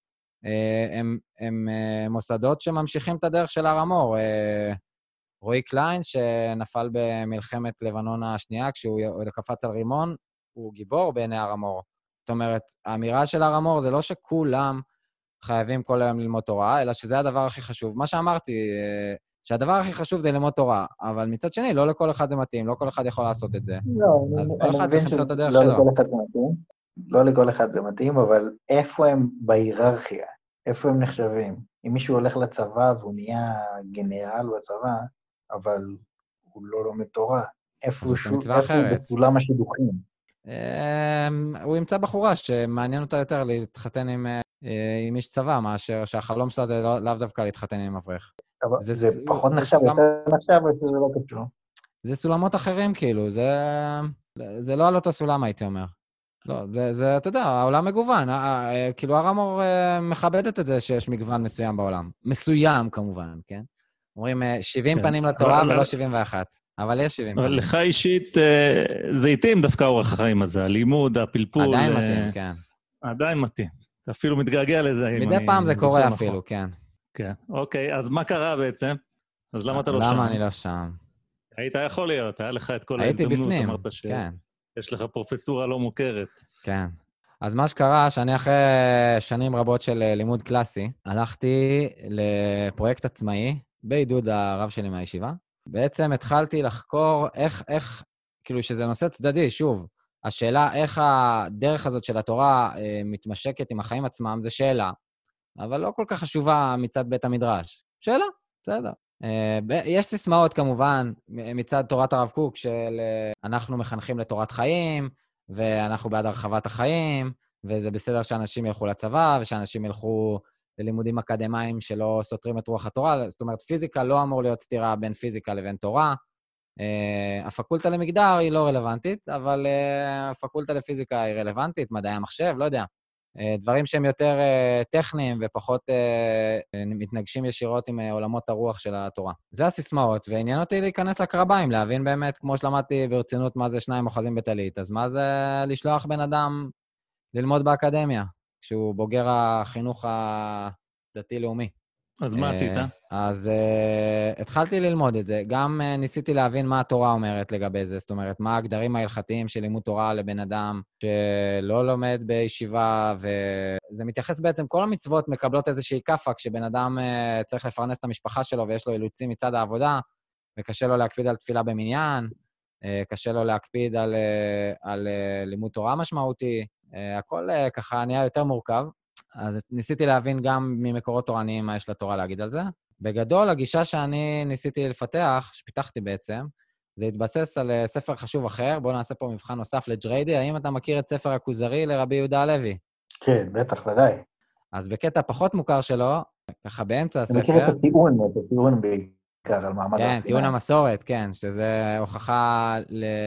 הם מוסדות שממשיכים את הדרך של הר המור. רועי קליין, שנפל במלחמת לבנון השנייה, כשהוא קפץ על רימון, הוא גיבור בעיני הר המור. זאת אומרת, האמירה של הר המור זה לא שכולם חייבים כל היום ללמוד תורה, אלא שזה הדבר הכי חשוב. מה שאמרתי, שהדבר הכי חשוב זה ללמוד תורה, אבל מצד שני, לא לכל אחד זה מתאים, לא כל אחד יכול לעשות את זה. לא, אז כל אחד צריך למצוא את הדרך שלו. לא לכל אחד זה מתאים, אבל איפה הם בהיררכיה? איפה הם נחשבים? אם מישהו הולך לצבא והוא נהיה גנרל בצבא, אבל הוא לא לומד תורה, איפה הוא בסולם השידוכים? הוא ימצא בחורה שמעניין אותה יותר להתחתן עם איש צבא, מאשר שהחלום שלה זה לאו דווקא להתחתן עם אברך. זה פחות נחשב, יותר נחשב, או שזה לא קשור? זה סולמות אחרים, כאילו, זה לא על אותו סולם, הייתי אומר. לא, זה, אתה יודע, העולם מגוון, כאילו הר המור מכבדת את זה שיש מגוון מסוים בעולם. מסוים, כמובן, כן? אומרים 70 פנים לתורה ולא 71, אבל יש 70 פנים. לך אישית, זה התאים דווקא אורח החיים הזה, הלימוד, הפלפול. עדיין מתאים, כן. עדיין מתאים. אתה אפילו מתגעגע לזה. מדי פעם זה קורה אפילו, כן. כן, אוקיי, אז מה קרה בעצם? אז למה אתה לא שם? למה אני לא שם? היית יכול להיות, היה לך את כל ההזדמנות. הייתי בפנים, אמרת כן. יש לך פרופסורה לא מוכרת. כן. אז מה שקרה, שאני אחרי שנים רבות של לימוד קלאסי, הלכתי לפרויקט עצמאי, בעידוד הרב שלי מהישיבה. בעצם התחלתי לחקור איך, כאילו שזה נושא צדדי, שוב, השאלה איך הדרך הזאת של התורה מתמשקת עם החיים עצמם, זה שאלה, אבל לא כל כך חשובה מצד בית המדרש. שאלה, בסדר. יש סיסמאות כמובן מצד תורת הרב קוק של אנחנו מחנכים לתורת חיים, ואנחנו בעד הרחבת החיים, וזה בסדר שאנשים ילכו לצבא, ושאנשים ילכו ללימודים אקדמיים שלא סותרים את רוח התורה. זאת אומרת, פיזיקה לא אמור להיות סתירה בין פיזיקה לבין תורה. הפקולטה למגדר היא לא רלוונטית, אבל הפקולטה לפיזיקה היא רלוונטית, מדעי המחשב, לא יודע. דברים שהם יותר טכניים ופחות מתנגשים ישירות עם עולמות הרוח של התורה. זה הסיסמאות, ועניין אותי להיכנס לקרביים, להבין באמת, כמו שלמדתי ברצינות מה זה שניים אוחזים בטלית, אז מה זה לשלוח בן אדם ללמוד באקדמיה, כשהוא בוגר החינוך הדתי-לאומי. אז מה עשית? אז התחלתי ללמוד את זה. גם ניסיתי להבין מה התורה אומרת לגבי זה, זאת אומרת, מה הגדרים ההלכתיים של לימוד תורה לבן אדם שלא לומד בישיבה, וזה מתייחס בעצם, כל המצוות מקבלות איזושהי כפה, כשבן אדם צריך לפרנס את המשפחה שלו ויש לו אילוצים מצד העבודה, וקשה לו להקפיד על תפילה במניין, קשה לו להקפיד על לימוד תורה משמעותי, הכל ככה נהיה יותר מורכב. אז ניסיתי להבין גם ממקורות תורניים מה יש לתורה להגיד על זה. בגדול, הגישה שאני ניסיתי לפתח, שפיתחתי בעצם, זה התבסס על ספר חשוב אחר. בואו נעשה פה מבחן נוסף לג'ריידי. האם אתה מכיר את ספר הכוזרי לרבי יהודה הלוי? כן, בטח, ודאי. אז בקטע פחות מוכר שלו, ככה באמצע הספר... אני מכיר את הטיעון בעיקר על מעמד הר סיני. כן, טיעון המסורת, כן, שזה הוכחה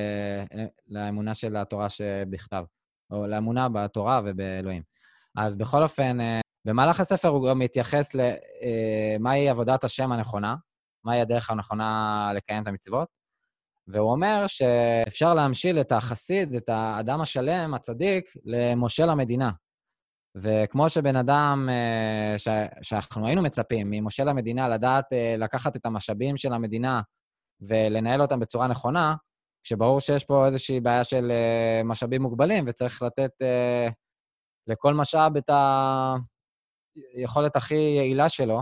לאמונה של התורה שבכתב, או לאמונה בתורה ובאלוהים. אז בכל אופן, במהלך הספר הוא גם מתייחס למהי עבודת השם הנכונה, מהי הדרך הנכונה לקיים את המצוות, והוא אומר שאפשר להמשיל את החסיד, את האדם השלם, הצדיק, למושל המדינה. וכמו שבן אדם, שאנחנו היינו מצפים ממושל המדינה לדעת לקחת את המשאבים של המדינה ולנהל אותם בצורה נכונה, כשברור שיש פה איזושהי בעיה של משאבים מוגבלים, וצריך לתת לכל משאב את היכולת הכי יעילה שלו,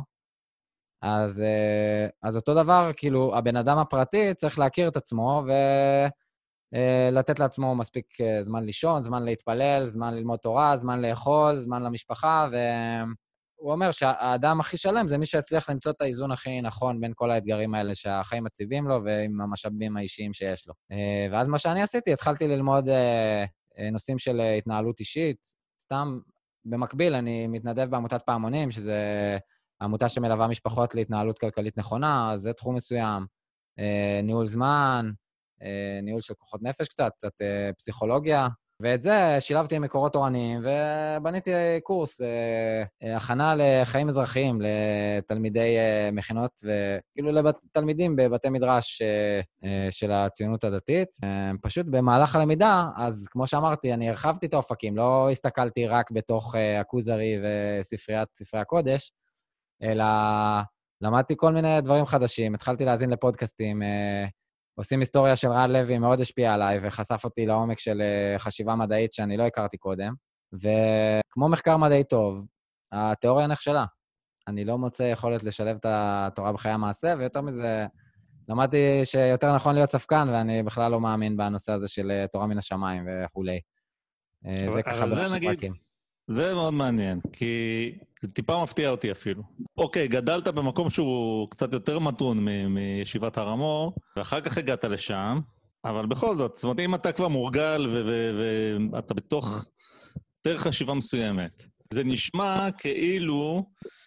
אז אותו דבר, כאילו, הבן אדם הפרטי צריך להכיר את עצמו, ולתת לעצמו מספיק זמן לישון, זמן להתפלל, זמן ללמוד תורה, זמן לאכול, זמן למשפחה, והוא אומר שהאדם הכי שלם זה מי שהצליח למצוא את האיזון הכי נכון בין כל האתגרים האלה שהחיים מציבים לו, ועם המשאבים האישיים שיש לו. ואז מה שאני עשיתי, התחלתי ללמוד נושאים של התנהלות אישית, סתם, במקביל, אני מתנדב בעמותת פעמונים, שזה עמותה שמלווה משפחות להתנהלות כלכלית נכונה, אז זה תחום מסוים, ניהול זמן, ניהול של כוחות נפש קצת פסיכולוגיה, ואת זה שילבתי עם מקורות תורניים, ובניתי קורס, הכנה לחיים אזרחיים, לתלמידי מכינות, וכאילו לתלמידים בבתי מדרש של הציונות הדתית. פשוט במהלך הלמידה, אז כמו שאמרתי, אני הרחבתי את האופקים, לא הסתכלתי רק בתוך הכוזרי וספריית ספרי הקודש, אלא למדתי כל מיני דברים חדשים, התחלתי להאזין לפודקאסטים, עושים היסטוריה של רן לוי, מאוד השפיע עליי, וחשף אותי לעומק של חשיבה מדעית שאני לא הכרתי קודם. וכמו מחקר מדעי טוב, התיאוריה נכשלה. אני לא מוצא יכולת לשלב את התורה בחיי המעשה, ויותר מזה, למדתי שיותר נכון להיות ספקן, ואני בכלל לא מאמין בנושא הזה של תורה מן השמיים וכולי. זה ככה בראשי פרקים. זה מאוד מעניין, כי זה טיפה מפתיע אותי אפילו. אוקיי, גדלת במקום שהוא קצת יותר מתון מישיבת הר המור, ואחר כך הגעת לשם, אבל בכל זאת, זאת אומרת, אם אתה כבר מורגל ואתה בתוך יותר חשיבה מסוימת, זה נשמע כאילו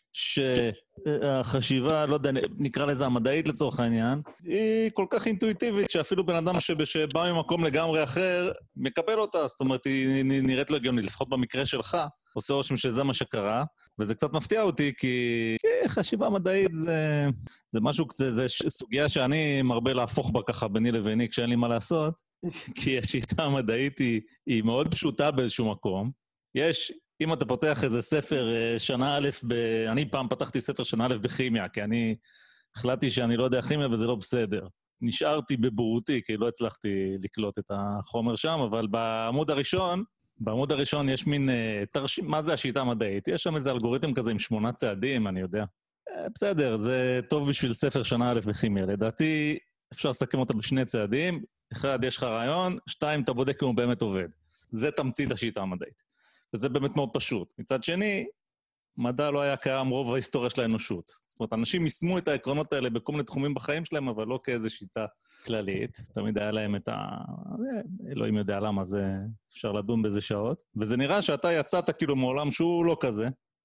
שהחשיבה, לא יודע, נקרא לזה המדעית לצורך העניין, היא כל כך אינטואיטיבית שאפילו בן אדם שבא ממקום לגמרי אחר, מקבל אותה, זאת אומרת, היא נראית לו הגיונית, לפחות במקרה שלך, עושה רושם שזה מה שקרה, וזה קצת מפתיע אותי, כי חשיבה מדעית זה משהו, זה סוגיה שאני מרבה להפוך בה ככה ביני לביני כשאין לי מה לעשות, כי השיטה המדעית היא מאוד פשוטה באיזשהו מקום. אם אתה פותח איזה ספר שנה א', אני פעם פתחתי ספר שנה א' בכימיה, כי אני החלטתי שאני לא יודע כימיה וזה לא בסדר. נשארתי בבורותי, כי לא הצלחתי לקלוט את החומר שם, אבל בעמוד הראשון יש מין תרשים, מה זה השיטה המדעית? יש שם איזה אלגוריתם כזה עם 8 צעדים, אני יודע. בסדר, זה טוב בשביל ספר שנה א' בכימיה. לדעתי, אפשר לסכם אותה בשני צעדים. 1, יש לך רעיון, 2, אתה בודק אם הוא באמת עובד. זה תמצית השיטה המדעית. וזה באמת מאוד פשוט. מצד שני, מדע לא היה קיים רוב ההיסטוריה של האנושות. זאת זאת אומרת, אנשים יישמו את העקרונות האלה בכל מיני תחומים בחיים שלהם, אבל לא כאיזו שיטה כללית. תמיד היה להם את אלוהים יודע למה, זה אפשר לדון בזה שעות. וזה נראה שאתה יצאת כאילו מעולם שהוא לא כזה,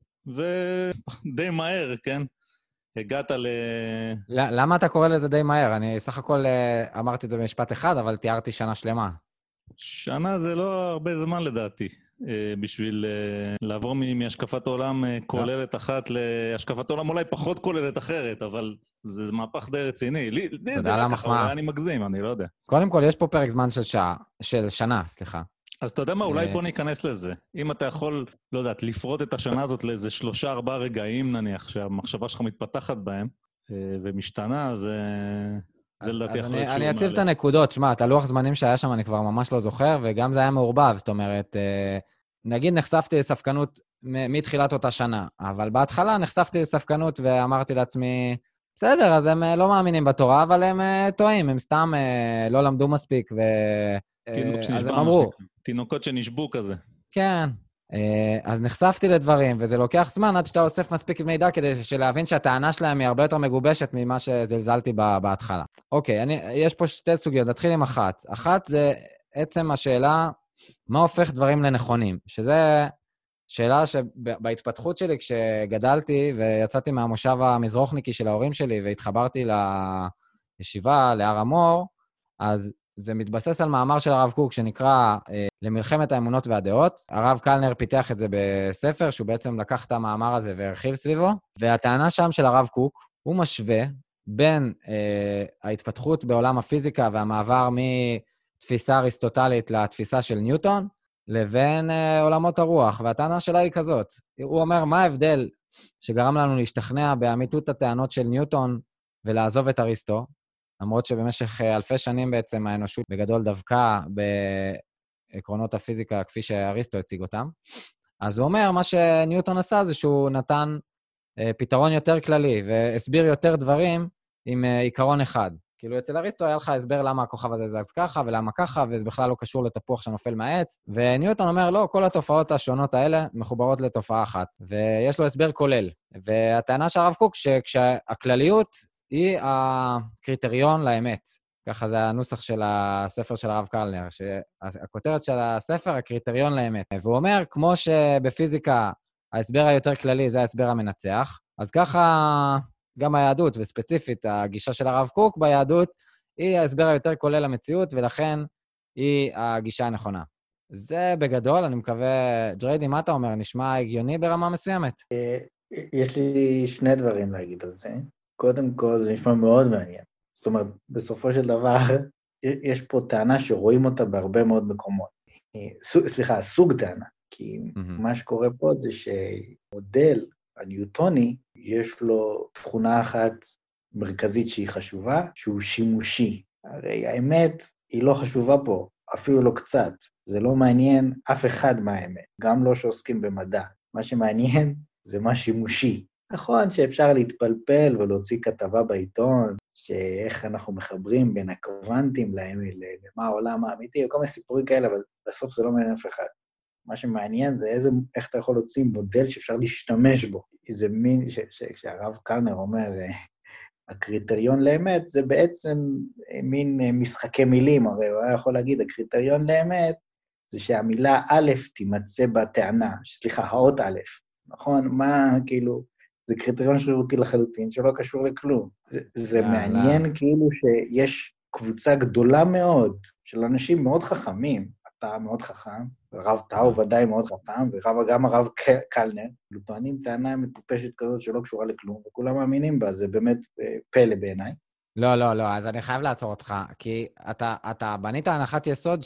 ודי מהר, כן? הגעת למה אתה קורא לזה די מהר? אני סך הכל אמרתי את זה במשפט אחד, אבל תיארתי שנה שלמה. שנה זה לא הרבה זמן לדעתי, בשביל לעבור מהשקפת עולם כוללת אחת להשקפת עולם אולי פחות כוללת אחרת, אבל זה מהפך די רציני. לי זה רק ככה, אולי אני מגזים, אני לא יודע. קודם כל, יש פה פרק זמן של שנה, סליחה. אז אתה יודע מה, אולי בוא ניכנס לזה. אם אתה יכול, לא יודעת, לפרוט את השנה הזאת לאיזה 3-4 רגעים נניח, שהמחשבה שלך מתפתחת בהם, ומשתנה, זה לדעתי יכול להיות אני אציב את הנקודות, שמע, את הלוח זמנים שהיה שם אני כבר ממש לא זוכר, וגם זה היה מעורבב, זאת אומרת, נגיד נחשפתי לספקנות מתחילת אותה שנה, אבל בהתחלה נחשפתי לספקנות ואמרתי לעצמי, בסדר, אז הם לא מאמינים בתורה, אבל הם טועים, הם סתם לא למדו מספיק, אז הם אמרו. תינוקות שנשבו כזה. כן. אז נחשפתי לדברים, וזה לוקח זמן עד שאתה אוסף מספיק מידע כדי להבין שהטענה שלהם היא הרבה יותר מגובשת ממה שזלזלתי בהתחלה. אוקיי, יש פה שתי סוגיות, נתחיל עם אחת. אחת זה עצם השאלה, מה הופך דברים לנכונים? שזה שאלה שבהתפתחות שלי, כשגדלתי ויצאתי מהמושב המזרוחניקי של ההורים שלי, והתחברתי לישיבה, להר המור, אז זה מתבסס על מאמר של הרב קוק, שנקרא למלחמת האמונות והדעות. הרב קלנר פיתח את זה בספר, שהוא בעצם לקח את המאמר הזה והרחיב סביבו, והטענה שם של הרב קוק, הוא משווה בין ההתפתחות בעולם הפיזיקה והמעבר מתפיסה אריסטוטלית לתפיסה של ניוטון, לבין עולמות הרוח, והטענה שלה היא כזאת. הוא אומר, מה ההבדל שגרם לנו להשתכנע באמיתות הטענות של ניוטון ולעזוב את אריסטו, למרות שבמשך אלפי שנים בעצם האנושות בגדול דווקא בעקרונות הפיזיקה כפי שאריסטו הציג אותם. אז הוא אומר, מה שניוטון עשה זה שהוא נתן פתרון יותר כללי, והסביר יותר דברים עם עיקרון אחד. כאילו אצל אריסטו היה לך הסבר למה הכוכב הזה זז ככה ולמה ככה, וזה בכלל לא קשור לתפוח שנופל מהעץ. וניוטון אומר, לא, כל התופעות השונות האלה מחוברות לתופעה אחת, ויש לו הסבר כולל. והטענה של הרב קוק, שהכלליות היא הקריטריון לאמת. ככה זה הנוסח של הספר של הרב קלנר, שהכותרת של הספר, הקריטריון לאמת. והוא אומר, כמו שבפיזיקה ההסבר היותר כללי זה ההסבר המנצח, אז ככה גם היהדות, וספציפית הגישה של הרב קוק ביהדות, היא ההסבר היותר כולל למציאות, ולכן היא הגישה הנכונה. זה בגדול, אני מקווה, ג'ריידי, מה אתה אומר? נשמע הגיוני ברמה מסוימת? יש לי שני דברים להגיד על זה. קודם כל, זה נשמע מאוד מעניין. זאת אומרת, בסופו של דבר, יש פה טענה שרואים אותה בהרבה מאוד מקומות. סליחה, סוג טענה, כי מה שקורה פה זה שמודל הניוטוני, יש לו תכונה אחת מרכזית שהיא חשובה, שהוא שימושי. הרי האמת היא לא חשובה פה, אפילו לא קצת. זה לא מעניין אף אחד מהאמת, גם לא שעוסקים במדע. מה שמעניין זה מה שימושי. נכון שאפשר להתפלפל ולהוציא כתבה בעיתון, שאיך אנחנו מחברים בין הקוונטים למה העולם האמיתי, וכל מיני סיפורים כאלה, אבל בסוף זה לא מעניין אף אחד. מה שמעניין זה איך אתה יכול להוציא מודל שאפשר להשתמש בו. זה מין, כשהרב קלנר אומר, הקריטריון לאמת, זה בעצם מין משחקי מילים, הרי הוא היה יכול להגיד, הקריטריון לאמת, זה שהמילה א' תימצא בטענה, סליחה, האות א', נכון? מה, כאילו, זה קריטריון שרירותי לחלוטין, שלא קשור לכלום. זה מעניין כאילו שיש קבוצה גדולה מאוד של אנשים מאוד חכמים, אתה מאוד חכם, הרב טאו ודאי מאוד חכם, וגם הרב קלנר, טוענים טענה מטופשת כזאת שלא קשורה לכלום, וכולם מאמינים בה, זה באמת פלא בעיניי. לא, אז אני חייב לעצור אותך, כי אתה בנית הנחת יסוד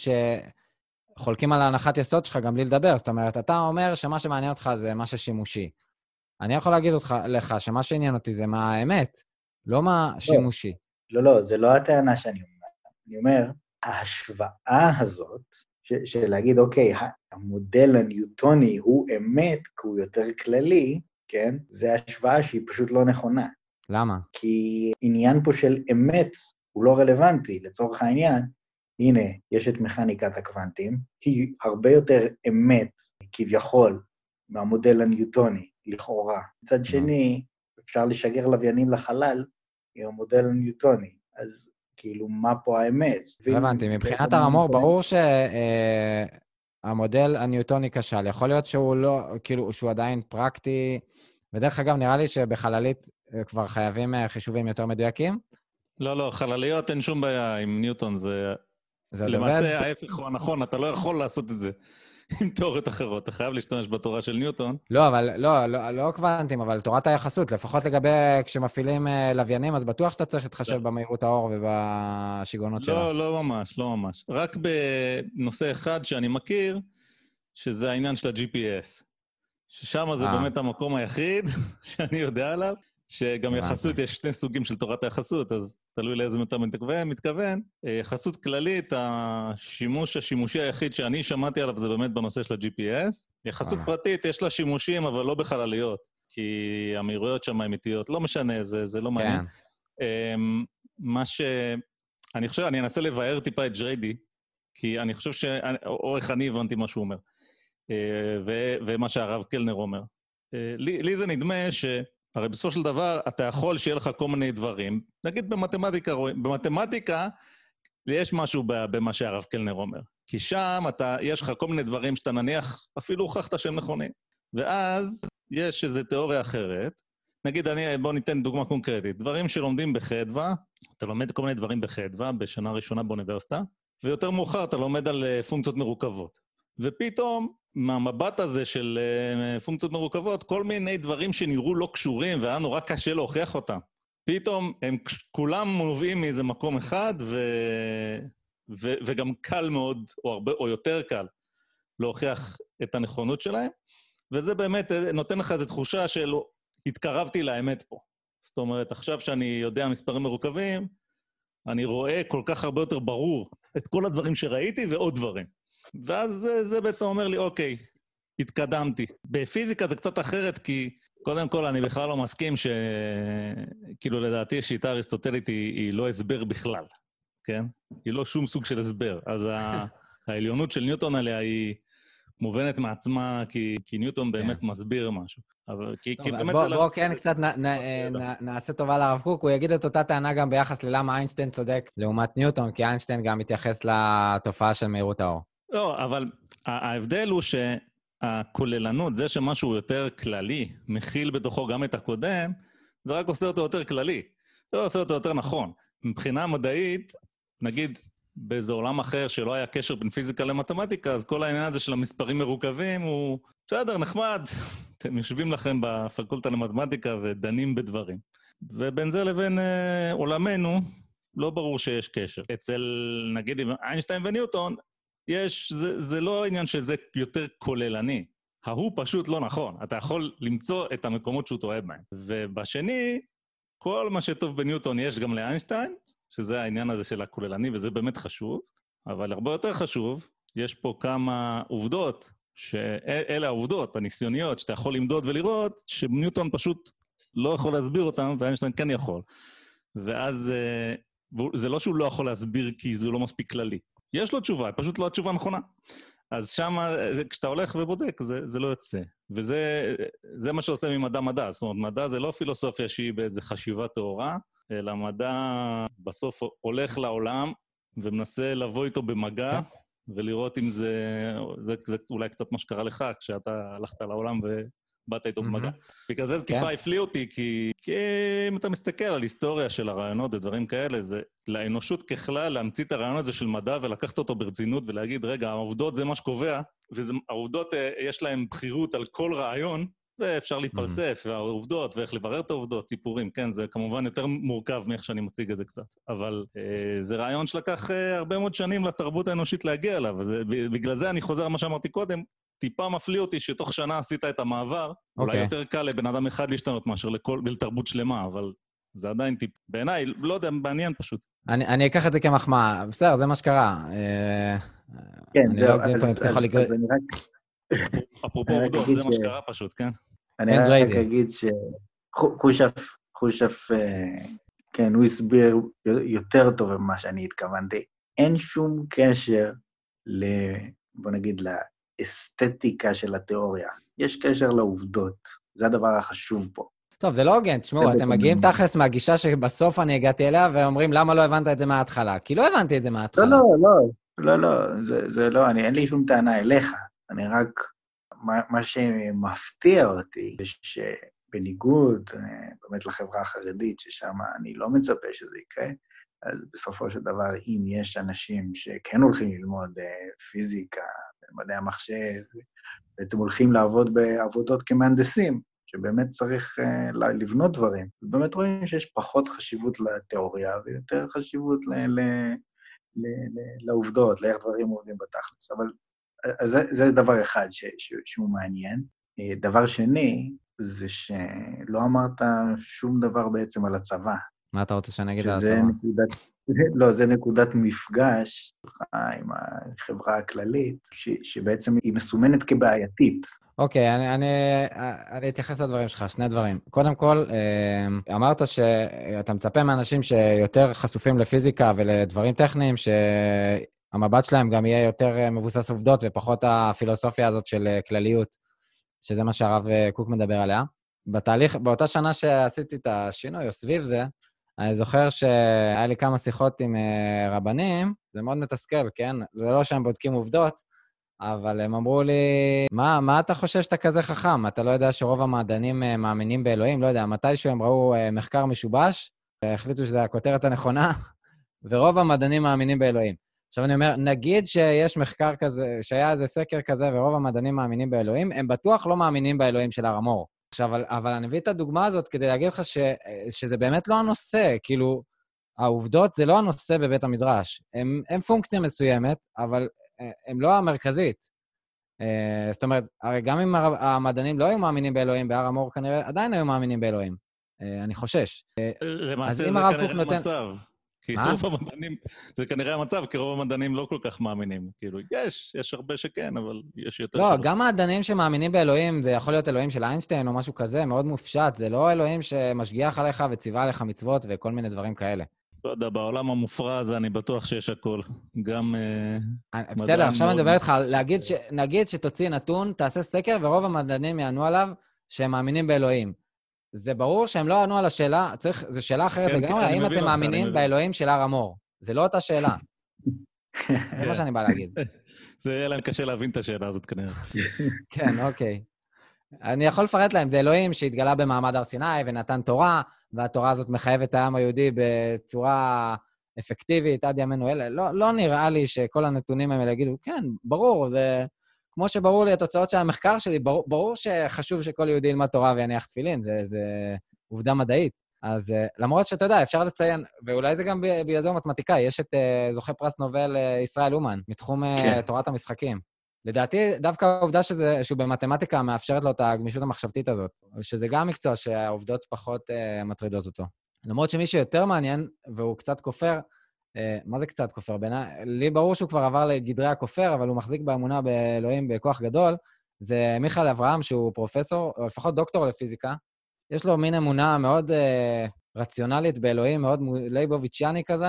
שחולקים על ההנחת יסוד שלך גם בלי לדבר, זאת אומרת, אתה אומר שמה שמעניין אותך זה מה ששימושי. אני יכול להגיד לך שמה שעניין אותי זה מה האמת, לא מה שימושי. לא, זה לא הטענה שאני אומר. אני אומר, ההשוואה הזאת, של להגיד, אוקיי, המודל הניוטוני הוא אמת, כי הוא יותר כללי, כן? זה השוואה שהיא פשוט לא נכונה. למה? כי עניין פה של אמת הוא לא רלוונטי. לצורך העניין, הנה, יש את מכניקת הקוונטים, היא הרבה יותר אמת, כביכול, מהמודל הניוטוני, לכאורה. מצד שני, אפשר לשגר לוויינים לחלל, עם המודל הניוטוני, אז כאילו, מה פה האמת? הבנתי, מבחינת הרמור, ברור שהמודל הניוטוני כשל, יכול להיות שהוא לא, כאילו, שהוא עדיין פרקטי, ודרך אגב, נראה לי שבחללית כבר חייבים חישובים יותר מדויקים. לא, חלליות אין שום בעיה עם ניוטון, זה למעשה ההפך הוא הנכון, אתה לא יכול לעשות את זה עם תיאוריות אחרות, אתה חייב להשתמש בתורה של ניוטון. לא, אבל לא קוונטים, אבל תורת היחסות, לפחות לגבי כשמפעילים לוויינים, אז בטוח שאתה צריך להתחשב במהירות האור ובשיגעונות שלה. לא ממש. רק בנושא אחד שאני מכיר, שזה העניין של ה-GPS, ששם זה באמת המקום היחיד שאני יודע עליו, שגם יחסות, יש שני סוגים של תורת היחסות, אז תלוי לאיזה אתה מתכוון. יחסות כללית, השימושי היחיד שאני שמעתי עליו זה באמת בנושא של ה-GPS. יחסות פרטית, יש לה שימושים, אבל לא בחלליות, כי המהירויות שם אמיתיות, לא משנה, זה לא מעניין. אני אנסה לבאר טיפה את ג'ריידי, כי אני חושב או איך אני הבנתי מה שהוא אומר, ומה שהרב קלנר אומר. לי זה נדמה הרי בסופו של דבר, אתה יכול שיהיה לך כל מיני דברים. נגיד במתמטיקה, יש משהו במה שהרב קלנר אומר. כי שם יש לך כל מיני דברים שאתה נניח, אפילו הוכחת שהם נכונים. ואז יש איזו תיאוריה אחרת. נגיד, בוא ניתן דוגמה קונקרטית. דברים שלומדים בחדווה, אתה לומד כל מיני דברים בחדווה, בשנה ראשונה באוניברסיטה, ויותר מאוחר אתה לומד על פונקציות מרוכבות. ופתאום, מהמבט הזה של פונקציות מרוכבות, כל מיני דברים שנראו לא קשורים, והיה נורא קשה להוכיח אותם. פתאום הם כולם מובאים מאיזה מקום אחד, וגם קל מאוד, או יותר קל, להוכיח את הנכונות שלהם, וזה באמת נותן לך איזו תחושה של התקרבתי לאמת פה. זאת אומרת, עכשיו שאני יודע מספרים מרוכבים, אני רואה כל כך הרבה יותר ברור את כל הדברים שראיתי ועוד דברים. ואז זה בעצם אומר לי, אוקיי, התקדמתי. בפיזיקה זה קצת אחרת, כי קודם כל אני בכלל לא מסכים כאילו לדעתי השיטה האריסטוטלית היא לא הסבר בכלל, כן? היא לא שום סוג של הסבר. אז העליונות של ניוטון עליה היא מובנת מעצמה, כי ניוטון באמת מסביר משהו. בואו כן קצת נעשה טובה לרב קוק, הוא יגיד את אותה טענה גם ביחס ללמה איינשטיין צודק לעומת ניוטון, כי איינשטיין גם מתייחס לתופעה של מהירות האור. לא, אבל ההבדל הוא שהכוללנות, זה שמשהו יותר כללי, מכיל בתוכו גם את הקודם, זה רק עושה אותו יותר כללי. זה לא עושה אותו יותר נכון. מבחינה מדעית, נגיד, באיזה עולם אחר שלא היה קשר בין פיזיקה למתמטיקה, אז כל העניין הזה של המספרים מרוכבים הוא בסדר, נחמד. אתם יושבים לכם בפקולטה למתמטיקה ודנים בדברים. ובין זה לבין עולמנו, לא ברור שיש קשר. אצל, נגיד, איינשטיין וניוטון, זה לא העניין שזה יותר כוללני. ההוא פשוט לא נכון. אתה יכול למצוא את המקומות שהוא טועה בהם. ובשני, כל מה שטוב בניוטון יש גם לאיינשטיין, שזה העניין הזה של הכוללני, וזה באמת חשוב. אבל הרבה יותר חשוב, יש פה כמה עובדות, שאלה העובדות הניסיוניות, שאתה יכול למדוד ולראות, שניוטון פשוט לא יכול להסביר אותם, ואיינשטיין כן יכול. ואז זה לא שהוא לא יכול להסביר כי זה לא מספיק כללי. יש לו תשובה, פשוט לא התשובה נכונה. אז שם, כשאתה הולך ובודק, זה לא יוצא. וזה מה שעושה ממדע מדע. זאת אומרת, מדע זה לא פילוסופיה שהיא באיזו חשיבה תאורה, אלא מדע בסוף הולך לעולם ומנסה לבוא איתו במגע, ולראות אם זה אולי קצת מה שקרה לך, כשאתה הלכת לעולם ובאת איתו במגע. בגלל זה טיפה הפליא אותי, כי אם אתה מסתכל על היסטוריה של הרעיונות ודברים כאלה, זה לאנושות ככלל להמציא את הרעיון הזה של מדע ולקחת אותו ברצינות ולהגיד, רגע, העובדות זה מה שקובע, והעובדות יש להם בחירות על כל רעיון, ואפשר להתפלסף, והעובדות, ואיך לברר את העובדות, סיפורים, כן, זה כמובן יותר מורכב מאיך שאני מציג את זה קצת, אבל זה רעיון שלקח הרבה מאוד שנים לתרבות האנושית להגיע אליו, ובגלל זה אני חוזר על מה שאמרתי קודם, טיפה מפליא אותי שתוך שנה עשית את המעבר, אולי יותר קל לבן אדם אחד להשתנות מאשר לתרבות שלמה, אבל זה עדיין טיפ, בעיניי, לא יודע, מעניין פשוט. אני אקח את זה כמחמאה, בסדר, זה מה שקרה. כן, זהו, אז אני רק... אפרופו עובדות, זה מה שקרה פשוט, כן? אני רק אגיד שחושף, כן, הוא הסביר יותר טוב ממה שאני התכוונתי. אין שום קשר בוא נגיד, לאסתטיקה של התיאוריה. יש קשר לעובדות. זה הדבר החשוב פה. טוב, זה לא הוגן, תשמעו, אתם מגיעים תכלס מהגישה שבסוף אני הגעתי אליה, ואומרים, למה לא הבנת את זה מההתחלה? כי לא הבנתי את זה מההתחלה. זה לא, אין לי שום טענה אליך. אני רק, מה שמפתיע אותי, שבניגוד באמת לחברה החרדית, ששם אני לא מצפה שזה יקרה, אז בסופו של דבר, אם יש אנשים שכן הולכים ללמוד פיזיקה, מדעי המחשב, בעצם הולכים לעבוד בעבודות כמהנדסים, שבאמת צריך לבנות דברים. באמת רואים שיש פחות חשיבות לתיאוריה, ויותר חשיבות לעובדות, לאיך דברים עובדים בתכלס. אבל זה דבר אחד שהוא מעניין. דבר שני, זה שלא אמרת שום דבר בעצם על הצבא. מה אתה רוצה שאני אגיד על הצבא? לא, זה נקודת מפגש עם החברה הכללית, שבעצם היא מסומנת כבעייתית. אוקיי, אני אתייחס לדברים שלך, שני דברים. קודם כל, אמרת שאתה מצפה מאנשים שיותר חשופים לפיזיקה ולדברים טכניים, שהמבט שלהם גם יהיה יותר מבוסס עובדות, ופחות הפילוסופיה הזאת של כלליות, שזה מה שהרב קוק מדבר עליה. בתהליך, באותה שנה שעשיתי את השינוי, או סביב זה, אני זוכר שהיה לי כמה שיחות עם רבנים, זה מאוד מתסכל, כן? זה לא שהם בודקים עובדות, אבל הם אמרו לי, מה אתה חושב שאתה כזה חכם? אתה לא יודע שרוב המדענים מאמינים באלוהים? לא יודע, מתישהו הם ראו מחקר משובש, והחליטו שזו הכותרת הנכונה, ורוב המדענים מאמינים באלוהים. עכשיו אני אומר, נגיד שיש מחקר כזה, שהיה איזה סקר כזה, ורוב המדענים מאמינים באלוהים, הם בטוח לא מאמינים באלוהים של הר המור. עכשיו, אבל אני מביא את הדוגמה הזאת כדי להגיד לך שזה באמת לא הנושא, כאילו, העובדות זה לא הנושא בבית המדרש. הם פונקציה מסוימת, אבל הם לא המרכזית. זאת אומרת, הרי גם אם המדענים לא היו מאמינים באלוהים בהר המור, כנראה עדיין היו מאמינים באלוהים. אני חושש. למעשה זה כנראה המצב. זה כנראה המצב, כי רוב המדענים לא כל כך מאמינים. כאילו, יש הרבה שכן, אבל יש יותר לא, גם המדענים שמאמינים באלוהים, זה יכול להיות אלוהים של איינשטיין או משהו כזה, מאוד מופשט. זה לא אלוהים שמשגיח עליך וציווה עליך מצוות וכל מיני דברים כאלה. לא יודע, בעולם המופרע הזה אני בטוח שיש הכל. גם... בסדר, עכשיו אני מדבר איתך, נגיד שתוציא נתון, תעשה סקר, ורוב המדענים יענו עליו שהם מאמינים באלוהים. זה ברור שהם לא ענו על השאלה, זו שאלה אחרת לגמרי, האם אתם מאמינים באלוהים של הר המור? זה לא אותה שאלה. זה מה שאני בא להגיד. זה יהיה להם קשה להבין את השאלה הזאת כנראה. כן, אוקיי. אני יכול לפרט להם, זה אלוהים שהתגלה במעמד הר סיני ונתן תורה, והתורה הזאת מחייבת את העם היהודי בצורה אפקטיבית עד ימינו אלה. לא נראה לי שכל הנתונים האלה יגידו, כן, ברור, זה... כמו שברור לי התוצאות של המחקר שלי, ברור שחשוב שכל יהודי ילמד תורה ויניח תפילין, זה עובדה מדעית. אז למרות שאתה יודע, אפשר לציין, ואולי זה גם בגלל זה מתמטיקאי, יש את זוכה פרס נובל ישראל אומן, מתחום תורת המשחקים. לדעתי, דווקא העובדה שהוא במתמטיקה מאפשרת לו את הגמישות המחשבתית הזאת, שזה גם מקצוע שהעובדות פחות מטרידות אותו. למרות שמי שיותר מעניין, והוא קצת כופר, מה זה קצת כופר? לי ברור שהוא כבר עבר לגדרי הכופר, אבל הוא מחזיק באמונה באלוהים בכוח גדול, זה מיכאל אברהם, שהוא פרופסור, או לפחות דוקטור לפיזיקה. יש לו מין אמונה מאוד רציונלית באלוהים, מאוד לייבוביץ'יאני כזה,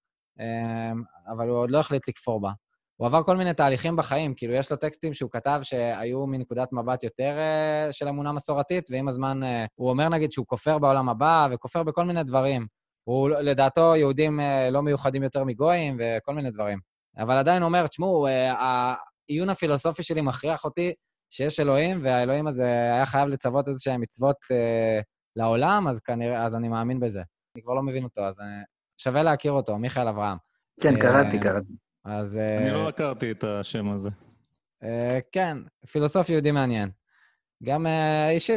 אבל הוא עוד לא החליט לכפור בה. הוא עבר כל מיני תהליכים בחיים, כאילו יש לו טקסטים שהוא כתב שהיו מנקודת מבט יותר של אמונה מסורתית, ועם הזמן הוא אומר נגיד שהוא כופר בעולם הבא, וכופר בכל מיני דברים. הוא לדעתו יהודים לא מיוחדים יותר מגויים וכל מיני דברים. אבל עדיין אומר, תשמעו, העיון הפילוסופי שלי מכריח אותי שיש אלוהים, והאלוהים הזה היה חייב לצוות איזושהי מצוות לעולם, אז אני מאמין בזה. אני כבר לא מבין אותו, אז שווה להכיר אותו, מיכאל אברהם. כן, קראתי. אני לא הכרתי את השם הזה. כן, פילוסוף יהודי מעניין. גם אישית,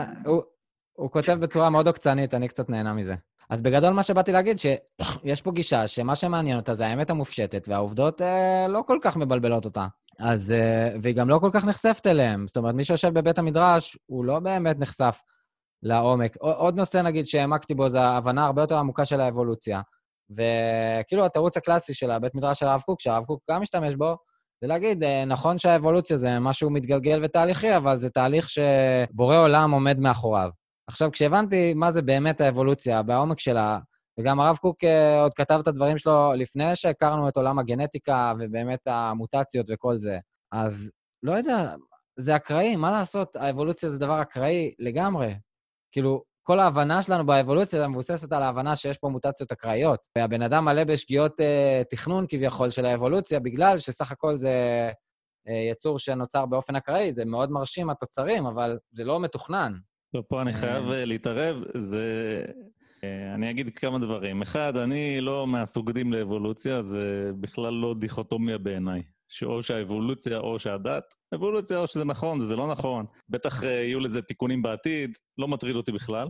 הוא כותב בצורה מאוד עוקצנית, אני קצת נהנה מזה. אז בגדול מה שבאתי להגיד, שיש פה גישה שמה שמעניין אותה זה האמת המופשטת, והעובדות לא כל כך מבלבלות אותה. אז, והיא גם לא כל כך נחשפת אליהם. זאת אומרת, מי שיושב בבית המדרש, הוא לא באמת נחשף לעומק. עוד נושא, נגיד, שהעמקתי בו, זה ההבנה הרבה יותר עמוקה של האבולוציה. וכאילו, התירוץ הקלאסי של הבית מדרש של הרב קוק, שהרב קוק גם משתמש בו, זה להגיד, נכון שהאבולוציה זה משהו מתגלגל ותהליכי, אבל זה תהליך שבורא עולם עומד מאחוריו. עכשיו, כשהבנתי מה זה באמת האבולוציה, בעומק שלה, וגם הרב קוק עוד כתב את הדברים שלו לפני שהכרנו את עולם הגנטיקה, ובאמת המוטציות וכל זה. אז לא יודע, זה אקראי, מה לעשות? האבולוציה זה דבר אקראי לגמרי. כאילו, כל ההבנה שלנו באבולוציה מבוססת על ההבנה שיש פה מוטציות אקראיות, והבן אדם מלא בשגיאות תכנון כביכול של האבולוציה, בגלל שסך הכל זה יצור שנוצר באופן אקראי, זה מאוד מרשים התוצרים, אבל זה לא מתוכנן. טוב, פה אני חייב להתערב, אני אגיד כמה דברים. אחד, אני לא מהסוגדים לאבולוציה, זה בכלל לא דיכוטומיה בעיניי. או שהאבולוציה או שהדת, אבולוציה או שזה נכון, זה לא נכון. בטח יהיו לזה תיקונים בעתיד, לא מטריד אותי בכלל.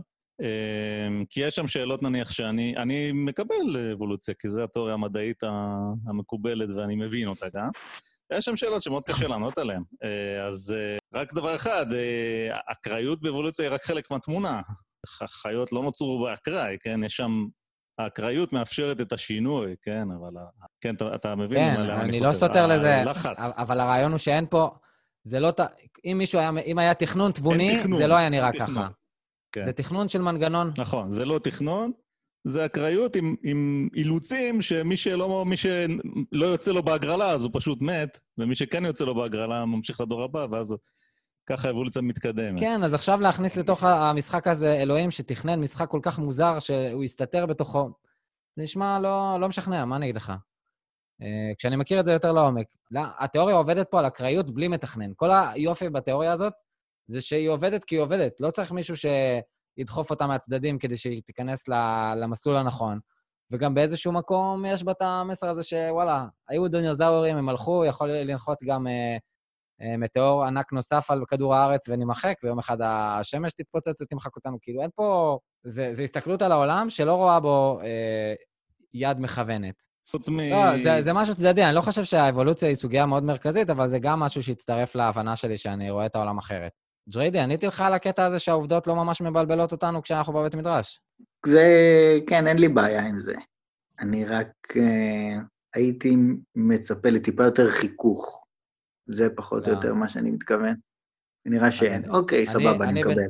כי יש שם שאלות נניח שאני מקבל אבולוציה, כי זו התיאוריה המדעית המקובלת ואני מבין אותה גם. יש שם שאלות שמאוד קשה לענות עליהן. אז רק דבר אחד, האקראיות באבולוציה היא רק חלק מהתמונה. החיות לא נוצרו באקראי, כן? יש שם... האקראיות מאפשרת את השינוי, כן? אבל... כן, אתה מבין? כן, אני לא סותר לזה, אבל הרעיון הוא שאין פה... זה לא... אם היה תכנון תבוני, זה לא היה נראה ככה. זה תכנון של מנגנון. נכון, זה לא תכנון, זה אקראיות עם אילוצים שמי שלא יוצא לו בהגרלה, אז הוא פשוט מת, ומי שכן יוצא לו בהגרלה ממשיך לדור הבא, ואז ככה האבולוציה מתקדמת. כן, אז עכשיו להכניס לתוך המשחק הזה אלוהים שתכנן משחק כל כך מוזר שהוא יסתתר בתוכו, זה נשמע לא משכנע, מה אני אגיד לך? כשאני מכיר את זה יותר לעומק. התיאוריה עובדת פה על אקראיות בלי מתכנן. כל היופי בתיאוריה הזאת זה שהיא עובדת כי היא עובדת. לא צריך מישהו שידחוף אותה מהצדדים כדי שהיא תיכנס למסלול הנכון. וגם באיזשהו מקום יש בה את המסר הזה שוואלה, היו דינוזאורים, הם הלכו, יכול לנחות גם מטאור ענק נוסף על כדור הארץ ונמחק, ויום אחד השמש תתפוצץ ותמחק אותנו. כאילו אין פה... זה הסתכלות על העולם שלא רואה בו יד מכוונת. לא, זה משהו צדדי, אני לא חושב שהאבולוציה היא סוגיה מאוד מרכזית, אבל זה גם משהו שהצטרף להבנה שלי שאני רואה את העולם אחרת. ג'ריידי, עניתי לך על הקטע הזה שהעובדות לא ממש מבלבלות אותנו כשאנחנו בבית מדרש. זה, כן, אין לי בעיה עם זה. אני רק הייתי מצפה לטיפה יותר חיכוך. זה פחות או יותר מה שאני מתכוון. נראה שאין. אוקיי, סבבה, אני מקבל.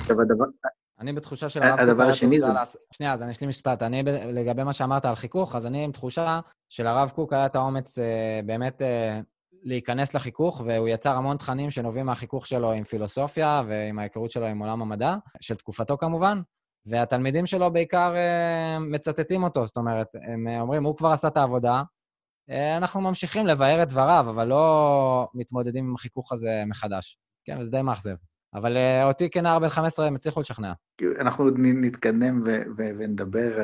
אני בתחושה של הדבר השני זה... שנייה, אז אני אשלים משפט. אני, לגבי מה שאמרת על חיכוך, אז אני עם תחושה של הרב קוק היה את האומץ באמת להיכנס לחיכוך, והוא יצר המון תכנים שנובעים מהחיכוך שלו עם פילוסופיה, ועם ההיכרות שלו עם עולם המדע, של תקופתו כמובן, והתלמידים שלו בעיקר מצטטים אותו, זאת אומרת, הם אומרים, הוא כבר עשה את העבודה, אנחנו ממשיכים לבאר את דבריו, אבל לא מתמודדים עם החיכוך הזה מחדש. כן, וזה די מאכזב. אבל אותי כנער בן 15 הם הצליחו לשכנע. אנחנו נתקדם ונדבר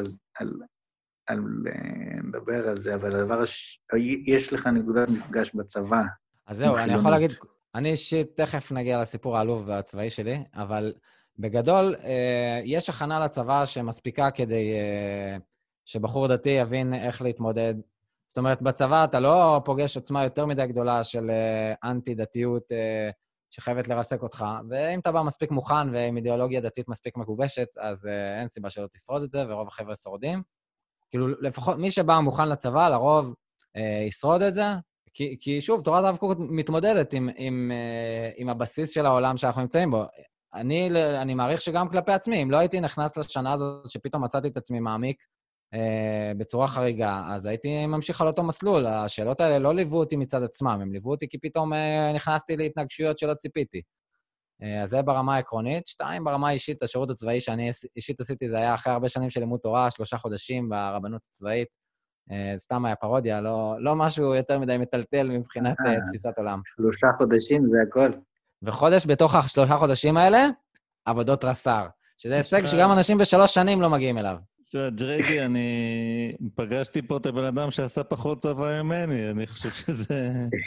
נדבר על זה, אבל הדבר יש לך נקודת מפגש בצבא. אז זהו, אני יכול להגיד, אני אישית תכף נגיע לסיפור העלוב והצבאי שלי, אבל בגדול יש הכנה לצבא שמספיקה כדי שבחור דתי יבין איך להתמודד. זאת אומרת, בצבא אתה לא פוגש עוצמה יותר מדי גדולה של אנטי-דתיות שחייבת לרסק אותך, ואם אתה בא מספיק מוכן ועם אידיאולוגיה דתית מספיק מגובשת, אז אין סיבה שלא תשרוד את זה, ורוב החבר'ה שורדים. כאילו, לפחות מי שבא מוכן לצבא, לרוב ישרוד את זה, כי שוב, תורת הרב קוק מתמודדת עם הבסיס של העולם שאנחנו נמצאים בו. אני מעריך שגם כלפי עצמי, אם לא הייתי נכנס לשנה הזאת שפתאום מצאתי את עצמי מעמיק בצורה חריגה, אז הייתי ממשיך על אותו מסלול. השאלות האלה לא ליוו אותי מצד עצמם, הם ליוו אותי כי פתאום נכנסתי להתנגשויות שלא ציפיתי. אז זה ברמה העקרונית. 2, ברמה האישית, השירות הצבאי שאני אישית עשיתי, זה היה אחרי הרבה שנים של לימוד תורה, 3 חודשים ברבנות הצבאית. סתם היה פרודיה, לא משהו יותר מדי מטלטל מבחינת תפיסת עולם. 3 חודשים זה הכל. וחודש בתוך 3 חודשים האלה, עבודות רס"ר, שזה הישג שגם אנשים ב3 שנים לא מגיעים אליו. ג'ריידי, אני פגשתי פה את הבן אדם שעשה פחות צבא ממני, אני חושב שזה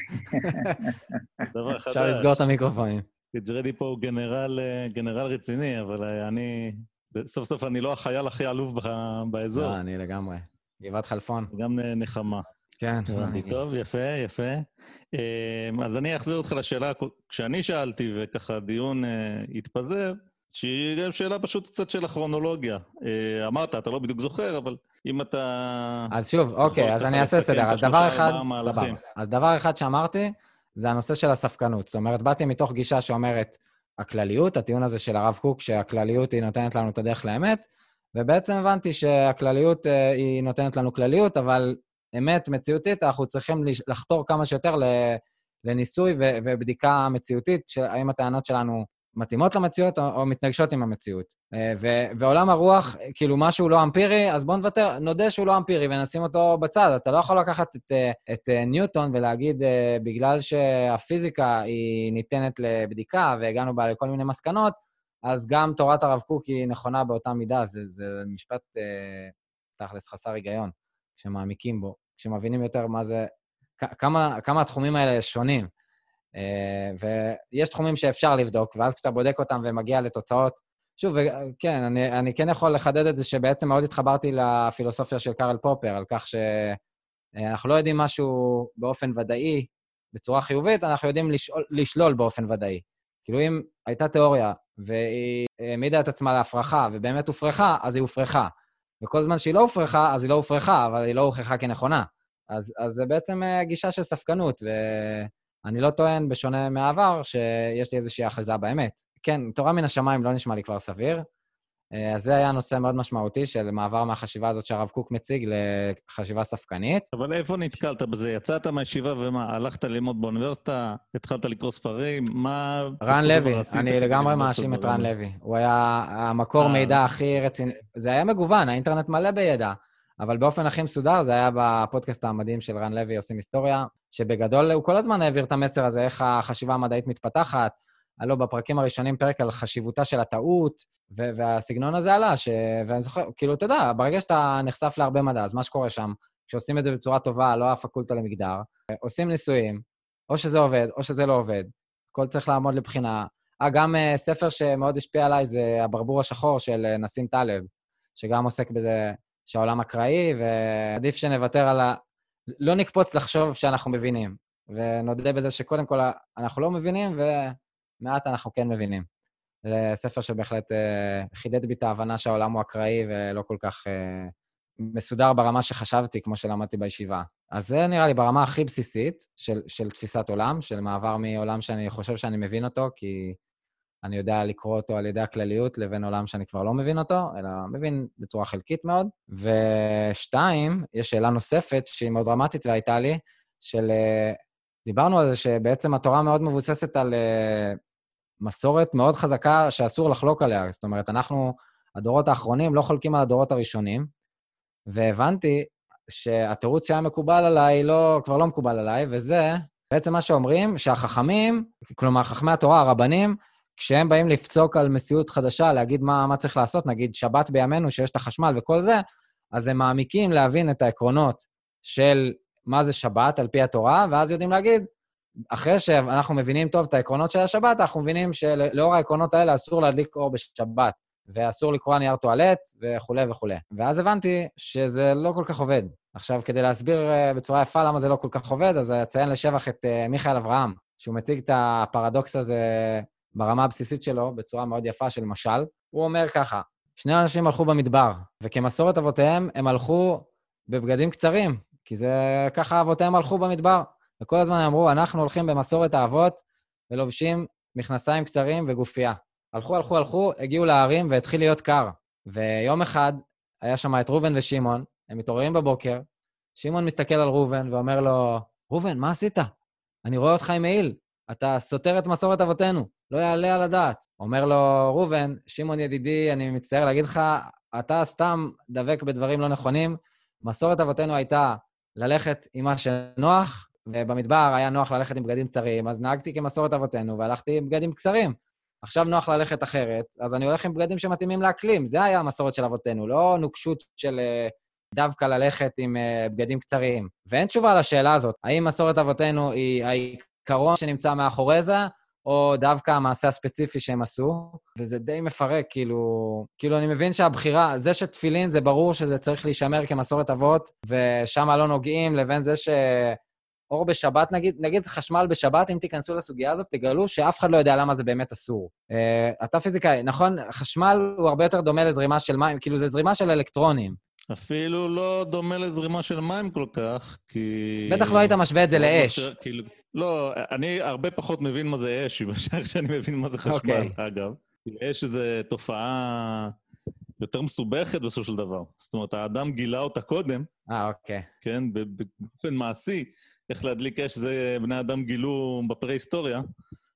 דבר חדש. אפשר לסגור את המיקרופונים. ג'ריידי פה הוא גנרל רציני, אבל סוף סוף אני לא החייל הכי עלוב באזור. לא, אני לגמרי. גבעת חלפון. גם נחמה. כן. טוב, יפה. אז אני אחזיר אותך לשאלה, כשאני שאלתי וככה הדיון התפזר, שהיא גם שאלה פשוט קצת של הכרונולוגיה. אמרת, אתה לא בדיוק זוכר, אבל אם אתה... אז שוב, אוקיי, אז אני אעשה סדר. אז דבר אחד שאמרתי, זה הנושא של הספקנות. זאת אומרת, באתי מתוך גישה שאומרת, הכלליות, הטיעון הזה של הרב קוק, שהכלליות היא נותנת לנו את הדרך לאמת, ובעצם הבנתי שהכלליות היא נותנת לנו כלליות, אבל אמת, מציאותית, אנחנו צריכים לחתור כמה שיותר לניסוי ובדיקה מציאותית, האם הטענות שלנו מתאימות למציאות או מתנגשות עם המציאות. ועולם הרוח, כאילו משהו לא אמפירי, אז בואו נודה שהוא לא אמפירי ונשים אותו בצד. אתה לא יכול לקחת את ניוטון ולהגיד, בגלל שהפיזיקה היא ניתנת לבדיקה והגענו בה לכל מיני מסקנות, אז גם תורת הרב קוק היא נכונה באותה מידה. זה משפט תכלס חסר היגיון, כשמעמיקים בו, כשמבינים יותר מה זה, כמה התחומים האלה שונים. ויש תחומים שאפשר לבדוק, ואז כשאתה בודק אותם ומגיע לתוצאות, שוב, כן, אני כן יכול לחדד את זה שבעצם מאוד התחברתי לפילוסופיה של קארל פופר, על כך שאנחנו לא יודעים משהו באופן ודאי, בצורה חיובית, אנחנו יודעים לשלול באופן ודאי. כאילו אם הייתה תיאוריה, והיא העמידה את עצמה להפרחה, ובאמת הופרחה, אז היא הופרחה. וכל זמן שהיא לא הופרחה, אז היא לא הופרחה, אבל היא לא הוכחה כנכונה. אז זה בעצם גישה של ספקנות, ואני לא טוען, בשונה מהעבר, שיש לי איזושהי אחיזה באמת. כן, תורה מן השמיים לא נשמע לי כבר סביר, אז זה היה נושא מאוד משמעותי של מעבר מהחשיבה הזאת שהרב קוק מציג לחשיבה ספקנית. אבל איפה נתקלת בזה? יצאת מהישיבה ומה? הלכת ללמוד באוניברסיטה? התחלת לקרוא ספרים? מה... רן לוי, אני לגמרי מאשים את רן לוי. הוא היה המקור מידע הכי רציני. זה היה מגוון, האינטרנט מלא בידע, אבל באופן הכי מסודר, זה היה בפודקאסט המדהים של רן לוי, עושים היסטוריה, שבגדול הוא כל הזמן העביר את המסר הזה, איך החשיבה המדעית מתפתחת, עלו בפרקים הראשונים פרק על חשיבותה של הטעות, והסגנון הזה עלה, ואני זוכר, כאילו, אתה יודע, ברגע שאתה נחשף להרבה מדע, אז מה שקורה שם, כשעושים את זה בצורה טובה, לא הפקולטה למגדר, עושים ניסויים, או שזה עובד, או שזה לא עובד, הכל צריך לעמוד לבחינה. גם ספר שמאוד השפיע עליי זה הברבור השחור של נסים טלב, שגם עוסק בזה שהעולם אקראי, ועדיף שנוותר על לא נקפוץ לחשוב שאנחנו מבינים, ונודה בזה שקודם כל אנחנו לא מבינים, מעט אנחנו כן מבינים. זה ספר שבהחלט חידד בי את ההבנה שהעולם הוא אקראי ולא כל כך מסודר ברמה שחשבתי, כמו שלמדתי בישיבה. אז זה נראה לי ברמה הכי בסיסית של תפיסת עולם, של מעבר מעולם שאני חושב שאני מבין אותו, כי אני יודע לקרוא אותו על ידי הכלליות, לבין עולם שאני כבר לא מבין אותו, אלא מבין בצורה חלקית מאוד. ושתיים, יש שאלה נוספת שהיא מאוד דרמטית והייתה לי, דיברנו על זה שבעצם התורה מאוד מבוססת על מסורת מאוד חזקה שאסור לחלוק עליה. זאת אומרת, אנחנו, הדורות האחרונים, לא חולקים על הדורות הראשונים, והבנתי שהתירוץ שהיה מקובל עליי כבר לא מקובל עליי, וזה בעצם מה שאומרים, שהחכמים, כלומר, חכמי התורה, הרבנים, כשהם באים לפסוק על מציאות חדשה, להגיד מה צריך לעשות, נגיד שבת בימינו שיש את החשמל וכל זה, אז הם מעמיקים להבין את העקרונות של מה זה שבת על פי התורה, ואז יודעים להגיד, אחרי שאנחנו מבינים טוב את העקרונות של השבת, אנחנו מבינים שלאור העקרונות האלה אסור להדליק אור בשבת, ואסור לקרוא נייר טואלט וכו' וכו'. ואז הבנתי שזה לא כל כך עובד. עכשיו, כדי להסביר בצורה יפה למה זה לא כל כך עובד, אז אציין לשבח את מיכאל אברהם, שהוא מציג את הפרדוקס הזה ברמה הבסיסית שלו, בצורה מאוד יפה של משל. הוא אומר ככה, שני אנשים הלכו במדבר, וכמסורת אבותיהם הם הלכו בבגדים קצרים, כי זה ככה אבותיהם הלכו במדבר. וכל הזמן אמרו, אנחנו הולכים במסורת האבות, ולובשים מכנסיים קצרים וגופייה. הלכו, הגיעו להרים והתחיל להיות קר. ויום אחד היה שם את רובן ושימון, הם מתעוררים בבוקר, שימון מסתכל על רובן ואומר לו, רובן, מה עשית? אני רואה אותך עם מעיל, אתה סותר את מסורת אבותינו, לא יעלה על הדעת. אומר לו, רובן, שימון ידידי, אני מצטער להגיד לך, אתה סתם דבק בדברים לא נכונים, מסורת אבותינו הייתה ללכת עם מה שנוח, ובמדבר היה נוח ללכת עם בגדים קצרים, אז נהגתי כמסורת אבותינו והלכתי עם בגדים קצרים. עכשיו נוח ללכת אחרת, אז אני הולך עם בגדים שמתאימים לאקלים. זה היה המסורת של אבותינו, לא נוקשות של דווקא ללכת עם בגדים קצרים. ואין תשובה לשאלה הזאת, האם מסורת אבותינו היא העיקרון שנמצא מאחורי זה, או דווקא המעשה הספציפי שהם עשו, וזה די מפרק, כאילו אני מבין שהבחירה, זה שתפילין זה ברור שזה צריך להישמר כמסורת אבות, ושם לא נוגעים, לבין זה אור בשבת, נגיד חשמל בשבת, אם תיכנסו לסוגיה הזאת, תגלו שאף אחד לא יודע למה זה באמת אסור. אתה פיזיקאי, נכון, חשמל הוא הרבה יותר דומה לזרימה של מים, כאילו זה זרימה של אלקטרונים. אפילו לא דומה לזרימה של מים כל כך, כי... בטח לא היית משווה את זה לאש. לא, אני הרבה פחות מבין מה זה אש, בשביל שאני מבין מה זה חשמל, אגב. אש זה תופעה יותר מסובכת בסופו של דבר. זאת אומרת, האדם גילה אותה קודם. אוקיי. כן, באופן מעשי. איך להדליק אש, זה בני אדם גילו בפרה-היסטוריה,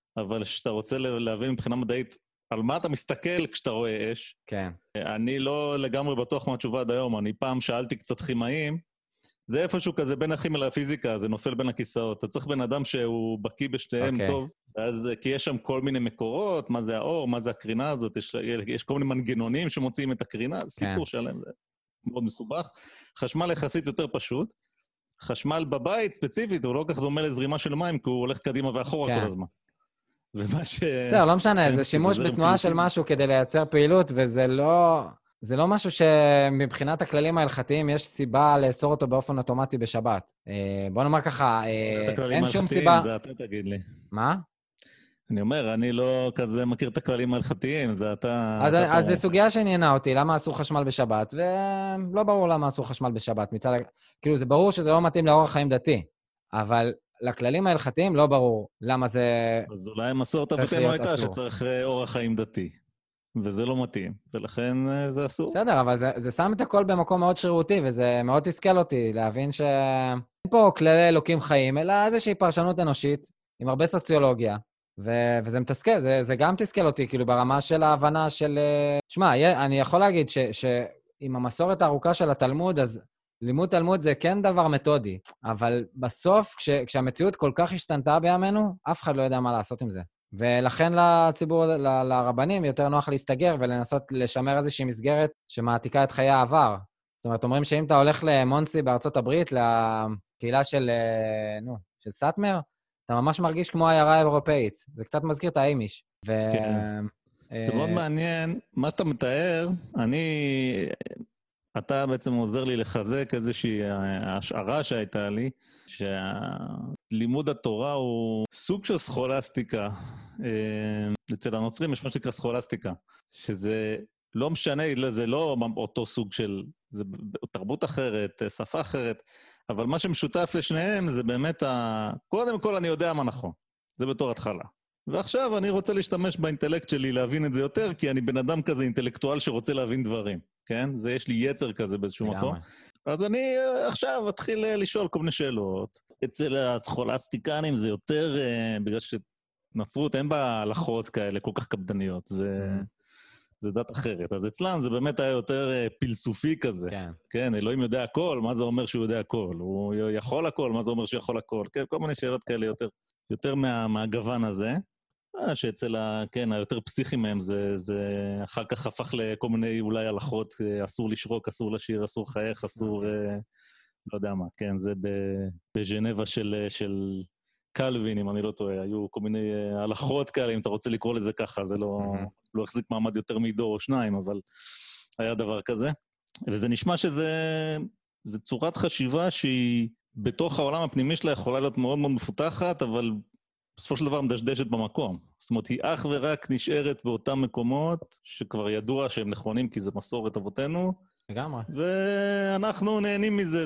אבל כשאתה רוצה להבין מבחינה מדעית, על מה אתה מסתכל כשאתה רואה אש? כן. אני לא לגמרי בטוח מהתשובה עד היום, אני פעם שאלתי קצת כימאים, זה איפשהו כזה בין הכימיה לפיזיקה, זה נופל בין הכיסאות. אתה צריך בן אדם שהוא בקיא בשתיהם טוב, אז כי יש שם כל מיני מקורות, מה זה האור, מה זה הקרינה הזאת, יש כל מיני מנגנונים שמוציאים את הקרינה, זה סיפור שלהם, זה מאוד מסובך. חשמל יחסית יותר פשוט. חשמל בבית ספציפית, הוא לא כך דומה לזרימה של מים, כי הוא הולך קדימה ואחורה כל הזמן. ומה ש... בסדר, לא משנה, זה שימוש בתנועה של משהו כדי לייצר פעילות, וזה לא... זה לא משהו שמבחינת הכללים ההלכתיים יש סיבה לאסור אותו באופן אוטומטי בשבת. בוא נאמר ככה, אין שום סיבה... זה אתה תגיד לי. מה? אני אומר, אני לא כזה מכיר את הכללים ההלכתיים, זה אתה... אז זו סוגיה שעניינה אותי, למה אסור חשמל בשבת, ולא ברור למה אסור חשמל בשבת. כאילו, זה ברור שזה לא מתאים לאורח חיים דתי, אבל לכללים ההלכתיים לא ברור למה זה... אז אולי מסורת אבותינו הייתה שצריך אורח חיים דתי. וזה לא מתאים, ולכן זה אסור. בסדר, אבל זה שם את הכל במקום מאוד שרירותי, וזה מאוד תסכל אותי להבין שאין פה כללי אלוקים חיים, אלא איזושהי פרשנות אנושית, עם הרבה סוציולוגיה, וזה מתסכל, זה גם תסכל אותי, כאילו ברמה של ההבנה של... תשמע, אני יכול להגיד שעם המסורת הארוכה של התלמוד, אז לימוד תלמוד זה כן דבר מתודי, אבל בסוף, כשהמציאות כל כך השתנתה בימינו, אף אחד לא יודע מה לעשות עם זה. ולכן לציבור, לרבנים, יותר נוח להסתגר ולנסות לשמר איזושהי מסגרת שמעתיקה את חיי העבר. זאת אומרת, אומרים שאם אתה הולך למונסי בארצות הברית, לקהילה של סאטמר, אתה ממש מרגיש כמו העיירה האירופאית. זה קצת מזכיר את האימיש. כן. זה מאוד מעניין. מה שאתה מתאר, אתה בעצם עוזר לי לחזק איזושהי השערה שהייתה לי, שלימוד התורה הוא סוג של סכולסטיקה. אצל הנוצרים יש מה שנקרא סכולסטיקה, שזה לא משנה, זה לא אותו סוג של, זה תרבות אחרת, שפה אחרת, אבל מה שמשותף לשניהם זה באמת, קודם כל אני יודע מה נכון, זה בתור התחלה. ועכשיו אני רוצה להשתמש באינטלקט שלי להבין את זה יותר, כי אני בן אדם כזה אינטלקטואל שרוצה להבין דברים, כן? זה יש לי יצר כזה באיזשהו מקום. אז אני עכשיו אתחיל לשאול כל מיני שאלות. אצל הסכולסטיקנים זה יותר, בגלל שנצרות אין בה הלכות כאלה כל כך קפדניות, זה דת אחרת. אז אצלם זה באמת היה יותר פילסופי כזה. כן, אלוהים יודע הכל, מה זה אומר שהוא יודע הכל? הוא יכול הכל, מה זה אומר שהוא יכול הכל? כן, כל מיני שאלות כאלה יותר מהגוון הזה. שאצל היותר פסיכיים מהם, זה אחר כך הפך לכל מיני אולי הלכות, אסור לשרוק, אסור לשיר, אסור חייך, אסור, לא יודע מה, כן, זה בז'נבה של קלווין, אם אני לא טועה, היו כל מיני הלכות כאלה, אם אתה רוצה לקרוא לזה ככה, זה לא החזיק מעמד יותר מדור או שניים, אבל היה דבר כזה. וזה נשמע זה צורת חשיבה שהיא בתוך העולם הפנימי שלה יכולה להיות מאוד מאוד מפותחת, אבל בסופו של דבר מדשדשת במקום. זאת אומרת, היא אך ורק נשארת באותם מקומות שכבר ידוע שהם נכונים, כי זה מסורת אבותינו. לגמרי. ואנחנו נהנים מזה,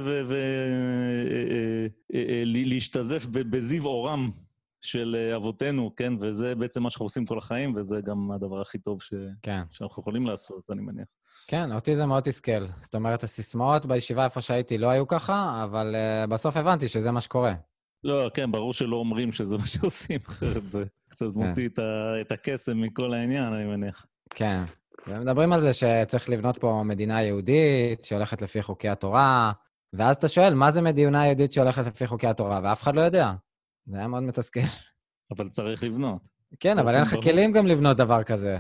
להשתזף בזיו אורם של אבותינו, כן? וזה בעצם מה שאנחנו עושים כל החיים, וזה גם הדבר הכי טוב שאנחנו יכולים לעשות, אני מניח. כן, אותי זה מאוד תסכל. זאת אומרת, הסיסמאות בישיבה איפה שהייתי לא היו ככה, אבל בסוף הבנתי שזה מה שקורה. לא, כן, ברור שלא אומרים שזה מה שעושים, אחרת זה קצת מוציא את הקסם מכל העניין, אני מניח. כן, ומדברים על זה שצריך לבנות פה מדינה יהודית שהולכת לפי חוקי התורה, ואז אתה שואל, מה זה מדינה יהודית שהולכת לפי חוקי התורה? ואף אחד לא יודע. זה היה מאוד מתסכל. אבל צריך לבנות. כן, אבל אין לך כלים גם לבנות דבר כזה,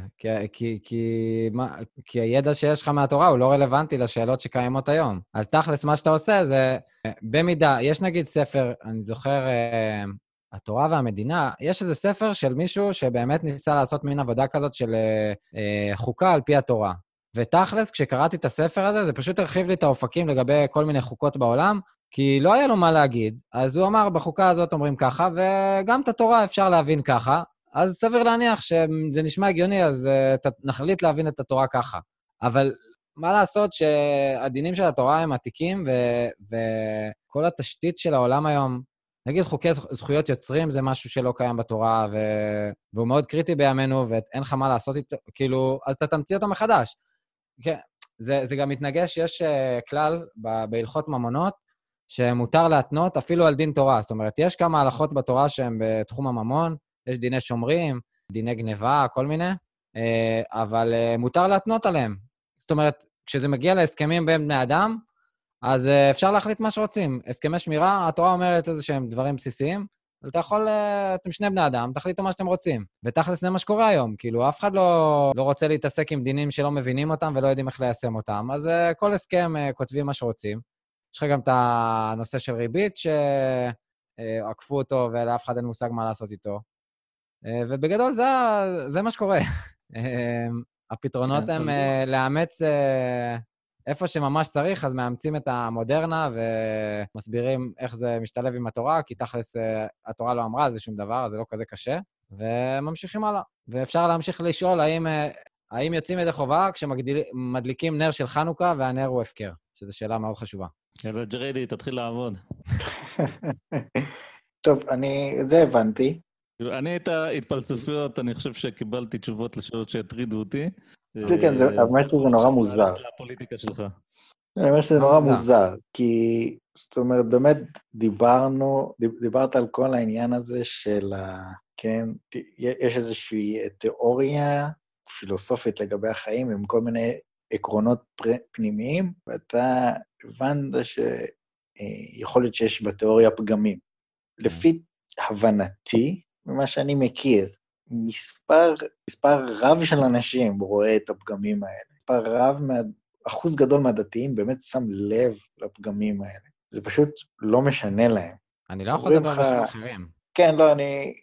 כי הידע שיש לך מהתורה הוא לא רלוונטי לשאלות שקיימות היום. אז תכלס, מה שאתה עושה זה, במידה, יש נגיד ספר, אני זוכר, התורה והמדינה, יש איזה ספר של מישהו שבאמת ניסה לעשות מין עבודה כזאת של חוקה על פי התורה. ותכלס, כשקראתי את הספר הזה, זה פשוט הרחיב לי את האופקים לגבי כל מיני חוקות בעולם, כי לא היה לו מה להגיד, אז הוא אמר, בחוקה הזאת אומרים ככה, וגם את התורה אפשר להבין ככה, אז סביר להניח שזה נשמע הגיוני, אז נחליט להבין את התורה ככה. אבל מה לעשות שהדינים של התורה הם עתיקים, וכל התשתית של העולם היום, נגיד חוקי זכויות יוצרים, זה משהו שלא קיים בתורה, והוא מאוד קריטי בימינו, ואין לך מה לעשות איתו, כאילו, אז אתה תמציא אותו מחדש. כן, זה גם מתנגש, יש כלל בהלכות ממונות, שמותר להתנות אפילו על דין תורה. זאת אומרת, יש כמה הלכות בתורה שהן בתחום הממון, יש דיני שומרים, דיני גניבה, כל מיני, אבל מותר להתנות עליהם. זאת אומרת, כשזה מגיע להסכמים בין בני אדם, אז אפשר להחליט מה שרוצים. הסכמי שמירה, התורה אומרת איזה שהם דברים בסיסיים, אבל אתה יכול, אתם שני בני אדם, תחליטו מה שאתם רוצים. ותכלס זה מה שקורה היום, כאילו אף אחד לא רוצה להתעסק עם דינים שלא מבינים אותם ולא יודעים איך ליישם אותם, אז כל הסכם כותבים מה שרוצים. יש לך גם את הנושא של ריבית, שעקפו אותו ולאף אחד אין מושג מה לעשות איתו. ובגדול זה מה שקורה. הפתרונות הם לאמץ איפה שממש צריך, אז מאמצים את המודרנה ומסבירים איך זה משתלב עם התורה, כי תכלס התורה לא אמרה, זה שום דבר, זה לא כזה קשה, וממשיכים הלאה. ואפשר להמשיך לשאול האם יוצאים ידי חובה כשמדליקים נר של חנוכה והנר הוא הפקר, שזו שאלה מאוד חשובה. יאללה, ג'ריידי, תתחיל לעבוד. טוב, את זה הבנתי. אני את ההתפלספויות, אני חושב שקיבלתי תשובות לשאלות שהטרידו אותי. זה כן, האמת שזה נורא מוזר. זה הפוליטיקה שלך. אני אומר שזה נורא מוזר, כי, זאת אומרת, באמת דיברת על כל העניין הזה של, כן, יש איזושהי תיאוריה פילוסופית לגבי החיים, עם כל מיני עקרונות פנימיים, ואתה הבנת שיכול להיות שיש בתיאוריה פגמים. לפי הבנתי, ממה שאני מכיר, מספר רב של אנשים רואה את הפגמים האלה. אחוז גדול מהדתיים באמת שם לב לפגמים האלה. זה פשוט לא משנה להם. אני לא יכול לדבר בשביל אחרים. כן, לא, אני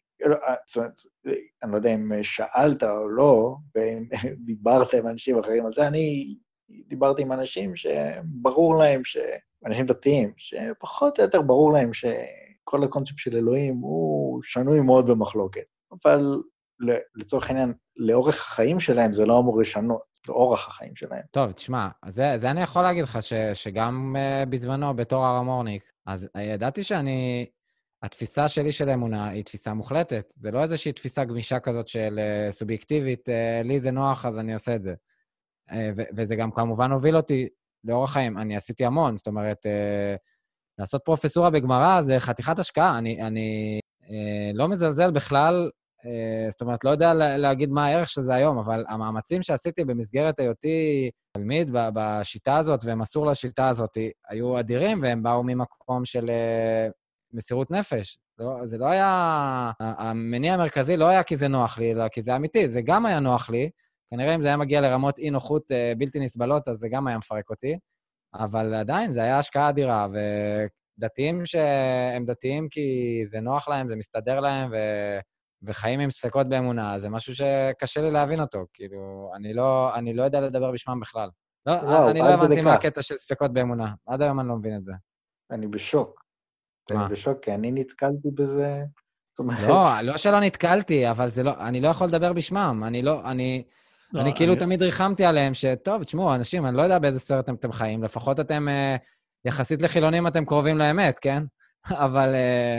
לא יודע אם שאלת או לא, ואם דיברת עם אנשים אחרים, אז אני דיברתי עם אנשים שברור להם, אנשים דתיים, שפחות או יותר ברור להם כל הקונספט של אלוהים הוא שנוי מאוד במחלוקת. אבל לצורך העניין, לאורך החיים שלהם זה לא אמור לשנות, לאורך החיים שלהם. טוב, תשמע, זה אני יכול להגיד לך שגם בזמנו, בתור הרמורניק, אז ידעתי התפיסה שלי של אמונה היא תפיסה מוחלטת. זה לא איזושהי תפיסה גמישה כזאת של סובייקטיבית, לי זה נוח, אז אני עושה את זה. וזה גם כמובן הוביל אותי לאורך החיים. אני עשיתי המון, זאת אומרת, לעשות פרופסורה בגמרא זה חתיכת השקעה. אני לא מזלזל בכלל, זאת אומרת, לא יודע להגיד מה הערך שזה היום, אבל המאמצים שעשיתי במסגרת היותי תלמיד בשיטה הזאת, והם אסור לשיטה הזאת, היו אדירים, והם באו ממקום של מסירות נפש. זה לא היה, המניע המרכזי לא היה כי זה נוח לי, אלא כי זה אמיתי, זה גם היה נוח לי, כנראה אם זה היה מגיע לרמות אי נוחות בלתי נסבלות, אז זה גם היה מפרק אותי, אבל עדיין זה היה השקעה אדירה, ודתיים שהם דתיים כי זה נוח להם, זה מסתדר להם, וחיים עם ספקות באמונה, זה משהו שקשה לי להבין אותו, כאילו, אני לא יודע לדבר בשמם בכלל. אני לא הבנתי מה הקטע של ספקות באמונה, עד היום אני לא מבין את זה. אני בשוק. אני בשוק, כי אני נתקלתי בזה, לא שלא נתקלתי, אבל אני לא יכול לדבר בשמם, אני כאילו תמיד ריחמתי עליהם, שטוב, תשמעו, אנשים, אני לא יודע באיזה סרט אתם חיים, לפחות אתם, יחסית לחילונים אתם קרובים לאמת, כן? אבל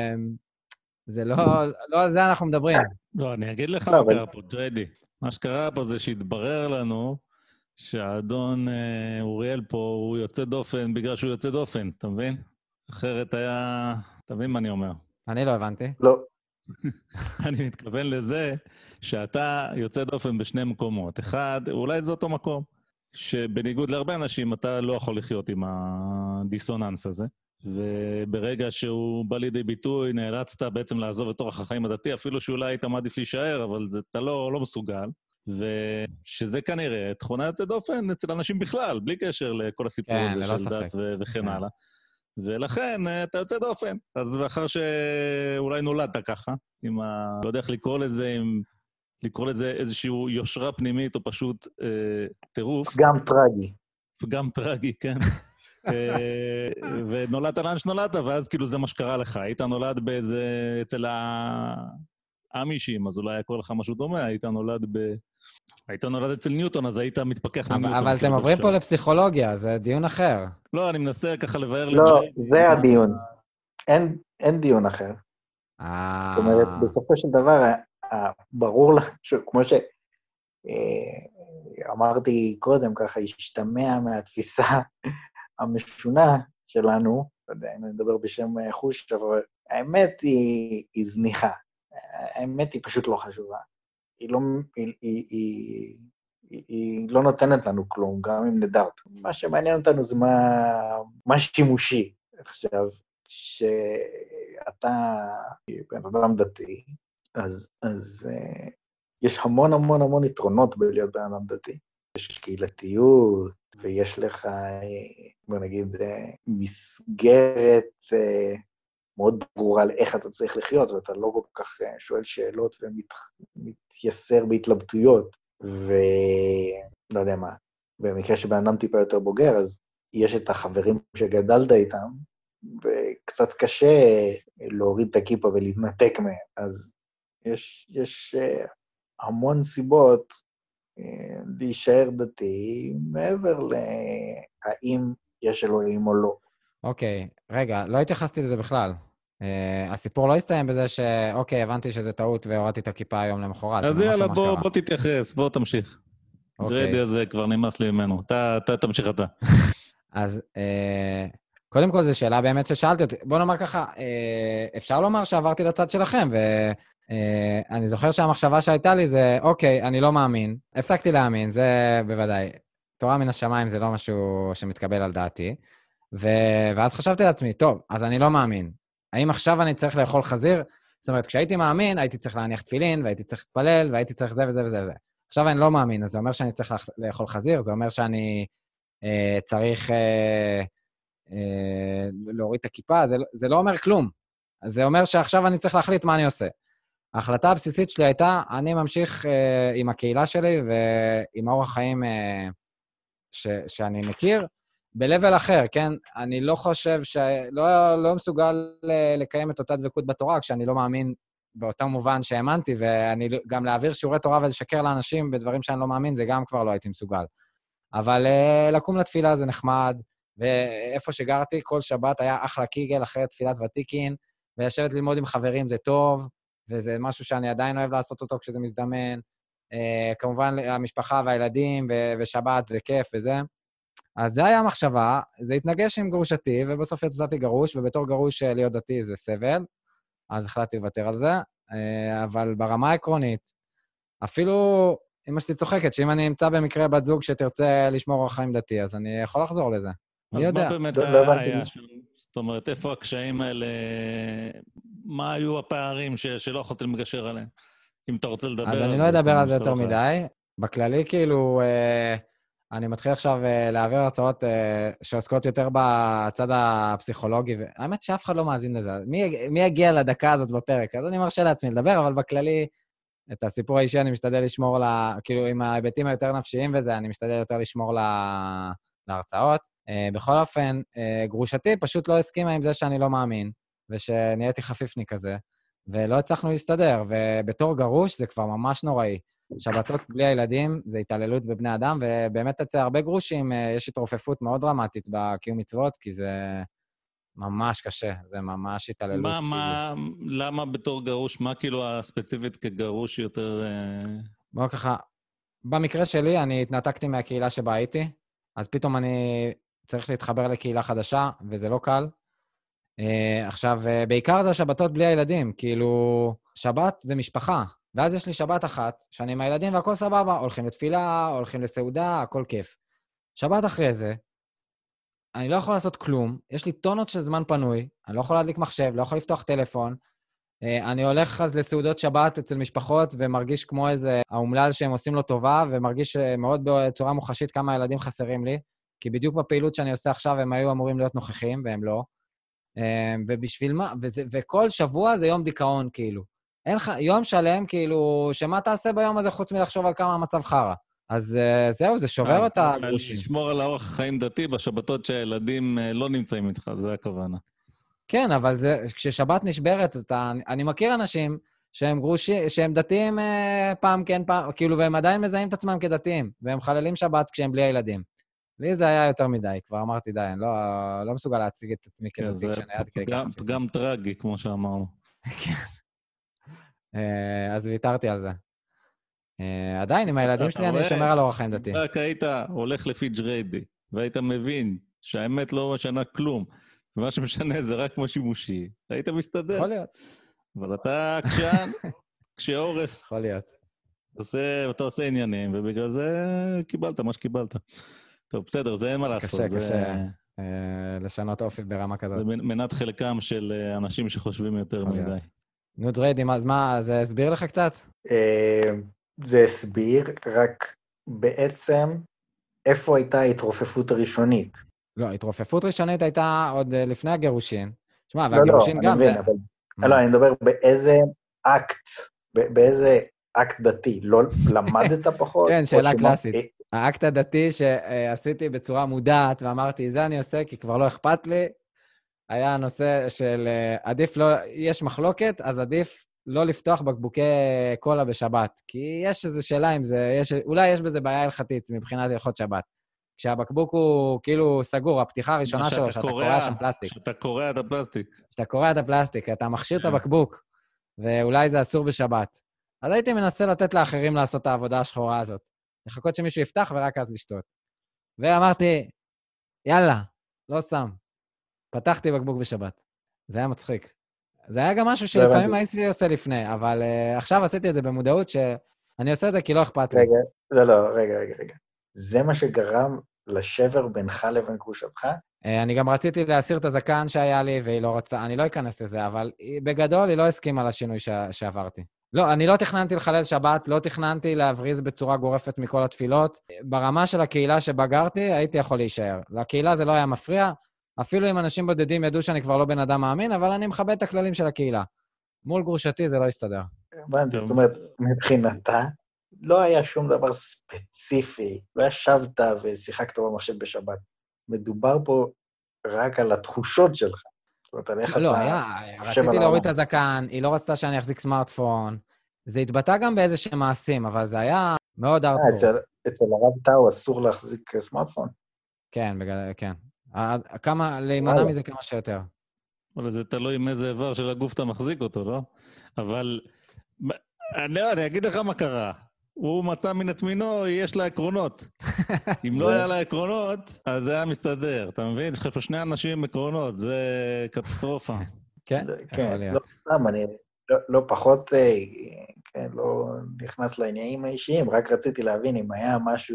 זה לא על זה אנחנו מדברים. לא, אני אגיד לך מה קרה פה, ג'ריידי. מה שקרה פה זה שהתברר לנו שהאדון אוריאל פה הוא יוצא דופן בגלל שהוא יוצא דופן, אתה מבין? אחרת היה... אתה מבין מה אני אומר? אני לא הבנתי. לא. אני מתכוון לזה שאתה יוצא דופן בשני מקומות. אחד, אולי זה אותו מקום, שבניגוד להרבה אנשים אתה לא יכול לחיות עם הדיסוננס הזה, וברגע שהוא בא לידי ביטוי, נאלצת בעצם לעזוב את אורח החיים הדתי, אפילו שאולי היית מעדיף להישאר, אבל אתה לא מסוגל. ושזה כנראה תכונה יוצא דופן אצל אנשים בכלל, בלי קשר לכל הסיפור הזה של דת וכן הלאה. ולכן אתה יוצא דופן. אז לאחר שאולי נולדת ככה, לא יודע איך לקרוא לזה איזושהי יושרה פנימית, או פשוט טירוף. גם טרגי. גם טרגי, כן. ונולדת לאן שנולדת, ואז כאילו זה מה שקרה לך. היית נולד אצל האמישים, אז אולי יקור לך משהו דומה, היית נולד אצל ניוטון, אז היית מתפכח מניוטון. אבל אתם עוברים פה לפסיכולוגיה, זה דיון אחר. לא, אני מנסה ככה לבאר... לא, זה הדיון. אין דיון אחר. זאת אומרת, בסופו של דבר, ברור לך, כמו שאמרתי קודם, ככה השתמע מהתפיסה המשונה שלנו, לא יודע אם נדבר בשם חוש, אבל האמת היא זניחה. האמת היא פשוט לא חשובה. היא לא נותנת לנו כלום, גם אם נדע אותו. מה שמעניין אותנו זה מה שימושי. עכשיו, שאתה בן אדם דתי, אז יש המון המון המון יתרונות בלהיות בן אדם דתי. יש קהילתיות, ויש לך, בוא נגיד, מסגרת מאוד ברורה לאיך אתה צריך לחיות, ואתה לא כל כך שואל שאלות ומתייסר בהתלבטויות, ולא יודע מה. במקרה שבן אדם טיפה יותר בוגר, אז יש את החברים שגדלת איתם, וקצת קשה להוריד את הכיפה ולהתנתק מהם. אז יש המון סיבות להישאר דתי, מעבר להאם יש אלוהים או לא. אוקיי, רגע, לא התייחסתי לזה בכלל. הסיפור לא הסתיים בזה שאוקיי, הבנתי שזה טעות והורדתי את הכיפה היום למחרת. אז יאללה, בוא תתייחס, בוא תמשיך. ג'ריידי הזה כבר נמאס לי ממנו. אתה תמשיך אתה. אז קודם כל זו שאלה באמת ששאלתי אותי. בוא נאמר ככה, אפשר לומר שעברתי לצד שלכם, ואני זוכר שהמחשבה שהייתה לי זה, אוקיי, אני לא מאמין. הפסקתי להאמין, זה בוודאי. תורה מן השמיים זה לא משהו שמתקבל על דעתי. ואז חשבתי לעצמי, טוב, אז אני לא מאמין. האם עכשיו אני צריך לאכול חזיר? זאת אומרת, כשהייתי מאמין, הייתי צריך להניח תפילין, והייתי צריך להתפלל, והייתי צריך זה וזה וזה וזה. עכשיו אני לא מאמין, אז זה אומר שאני צריך לאכול חזיר, זה אומר שאני צריך להוריד את הכיפה, זה לא אומר כלום. אז זה אומר שעכשיו אני צריך להחליט מה אני עושה. ההחלטה הבסיסית שלי הייתה, אני ממשיך עם הקהילה שלי, ועם האורח חיים שאני מכיר, בלבל אחר, כן? אני לא חושב לא מסוגל לקיים את אותה דבקות בתורה, כשאני לא מאמין באותם מובן שהאמנתי, ואני גם להעביר שיעורי תורה ולשקר לאנשים בדברים שאני לא מאמין, זה גם כבר לא הייתי מסוגל. אבל לקום לתפילה זה נחמד, ואיפה שגרתי, כל שבת היה אחלה קיגל אחרי תפילת ותיקין, ולשבת ללמוד עם חברים זה טוב, וזה משהו שאני עדיין אוהב לעשות אותו כשזה מזדמן. כמובן, המשפחה והילדים, ושבת זה כיף וזה. אז זה היה המחשבה, זה התנגש עם גרושתי, ובסוף יצאתי גרוש, ובתור גרוש להיות דתי זה סבל, אז החלטתי לוותר על זה, אבל ברמה העקרונית, אפילו אמא שלי צוחקת, שאם אני אמצא במקרה בת זוג שתרצה לשמור אורח חיים דתי, אז אני יכול לחזור לזה. מי יודע? אז מה באמת היה שם? זאת אומרת, איפה הקשיים האלה, מה היו הפערים שלא יכולתם לגשר עליהם? אם אתה רוצה לדבר על זה. אז אני לא אדבר על זה יותר מדי. בכללי, כאילו, אני מתחיל עכשיו להעביר הרצאות שעוסקות יותר בצד הפסיכולוגי, והאמת שאף אחד לא מאזין לזה. מי יגיע לדקה הזאת בפרק? אז אני מרשה לעצמי לדבר, אבל בכללי, את הסיפור האישי אני משתדל לשמור כאילו, עם ההיבטים היותר נפשיים וזה, אני משתדל יותר לשמור להרצאות. בכל אופן, גרושתי פשוט לא הסכימה עם זה שאני לא מאמין, ושנהייתי חפיפני כזה, ולא הצלחנו להסתדר, ובתור גרוש זה כבר ממש נוראי. שבתות בלי הילדים זה התעללות בבני אדם, ובאמת אצל הרבה גרושים יש התרופפות מאוד דרמטית בקיום מצוות, כי זה ממש קשה, זה ממש התעללות. למה בתור גרוש? מה כאילו הספציפית כגרוש יותר... בואו ככה, במקרה שלי אני התנתקתי מהקהילה שבה הייתי, אז פתאום אני צריך להתחבר לקהילה חדשה, וזה לא קל. עכשיו, בעיקר זה השבתות בלי הילדים, כאילו, שבת זה משפחה. ואז יש לי שבת אחת, שאני עם הילדים והכל סבבה, הולכים לתפילה, הולכים לסעודה, הכל כיף. שבת אחרי זה, אני לא יכול לעשות כלום, יש לי טונות של זמן פנוי, אני לא יכול להדליק מחשב, לא יכול לפתוח טלפון, אני הולך אז לסעודות שבת אצל משפחות, ומרגיש כמו איזה האומלל שהם עושים לו טובה, ומרגיש מאוד בצורה מוחשית כמה ילדים חסרים לי, כי בדיוק בפעילות שאני עושה עכשיו, הם היו אמורים להיות נוכחים, והם לא. ובשביל מה? וכל שבוע זה יום דיכאון, כאילו. אין לך, יום שלם, כאילו, שמה תעשה ביום הזה חוץ מלחשוב על כמה המצב חרה? אז זהו, זה שובר את הגרושים. לשמור על האורח חיים דתי בשבתות שהילדים לא נמצאים איתך, זה הכוונה. כן, אבל כששבת נשברת, אני מכיר אנשים שהם גרושים, שהם דתיים פעם כן פעם, כאילו, והם עדיין מזהים את עצמם כדתיים, והם חללים שבת כשהם בלי הילדים. לי זה היה יותר מדי, כבר אמרתי די, אני לא מסוגל להציג את עצמי כדתי כשנייד ככה. זה פגם טרגי, כמו שאמרנו. כן. אז ויתרתי על זה. עדיין, עם הילדים שלי אני אשמר על אורח חיים דתי. רק היית הולך לפי ג'ריידי, והיית מבין שהאמת לא משנה כלום, ומה שמשנה זה רק כמו שימושי, היית מסתדר. יכול להיות. אבל אתה עקשן, קשה עורף. יכול להיות. אתה עושה עניינים, ובגלל זה קיבלת מה שקיבלת. טוב, בסדר, זה אין מה לעשות. קשה לשנות אופי ברמה כזאת. זה מנת חלקם של אנשים שחושבים יותר מדי. נו, דריידי, אז מה, זה הסביר לך קצת? זה הסביר, רק בעצם איפה הייתה ההתרופפות הראשונית? לא, ההתרופפות ראשונית הייתה עוד לפני הגירושין. שמע, והגירושין גם... לא, אני מבין, אבל... לא, אני מדבר באיזה אקט דתי. לא למדת פחות? כן, שאלה קלאסית. האקט הדתי שעשיתי בצורה מודעת, ואמרתי, זה אני עושה כי כבר לא אכפת לי, היה הנושא של עדיף לא... יש מחלוקת, אז עדיף לא לפתוח בקבוקי קולה בשבת. כי יש איזו שאלה אם זה... אולי יש בזה בעיה הלכתית מבחינת הלכות שבת. כשהבקבוק הוא כאילו סגור, הפתיחה הראשונה שלו, שאתה קורא שם פלסטיק. שאתה קורא את הפלסטיק. שאתה קורא את הפלסטיק, אתה מכשיר את הבקבוק, ואולי זה אסור בשבת. אז הייתי מנסה לתת לאחרים לעשות את העבודה השחורה הזאת. לחכות שמישהו יפתח ורק אז לשתות. ואמרתי, יאללה, לא שם. פתחתי בקבוק בשבת. זה היה מצחיק. זה היה גם משהו שלפעמים הייתי עושה לפני, אבל עכשיו עשיתי את זה במודעות שאני עושה את זה כי לא אכפת לי. רגע. זה מה שגרם לשבר בינך לבין גרושתך? אני גם רציתי להסיר את הזקן שהיה לי, והיא לא רצתה, אני לא אכנס לזה, אבל בגדול היא לא הסכימה לשינוי שעברתי. לא, אני לא תכננתי לחלל שבת, לא תכננתי להבריז בצורה גורפת מכל התפילות. ברמה של הקהילה שבגרתי, הייתי יכול להישאר. לקהילה זה לא היה מפריע, אפילו אם אנשים בודדים ידעו שאני כבר לא בן אדם מאמין, אבל אני מכבד את הכללים של הקהילה. מול גרושתי זה לא יסתדר. הבנתי, זאת אומרת, מבחינתה, לא היה שום דבר ספציפי, לא ישבת ושיחקת במחשב בשבת. מדובר פה רק על התחושות שלך. זאת אומרת, על איך לא, אתה... רציתי להוריד את הזקן, היא לא רצתה שאני אחזיק סמארטפון. זה התבטא גם באיזשהם מעשים, אבל זה היה מאוד ארטקור. אצל הרב טאו אסור להחזיק סמארטפון? כן, כן. להימנע מזה כמה שיותר. אבל זה תלוי עם איזה איבר של הגוף אתה מחזיק אותו, לא? אבל אני אגיד לך מה קרה. הוא מצא מן את מינו, יש לה עקרונות. אם לא היה לה עקרונות, אז זה היה מסתדר. אתה מבין? יש לך פה שני אנשים עם עקרונות, זה קטסטרופה. כן, יכול להיות. אני לא פחות, כן, לא נכנס לעניינים האישיים, רק רציתי להבין אם היה משהו...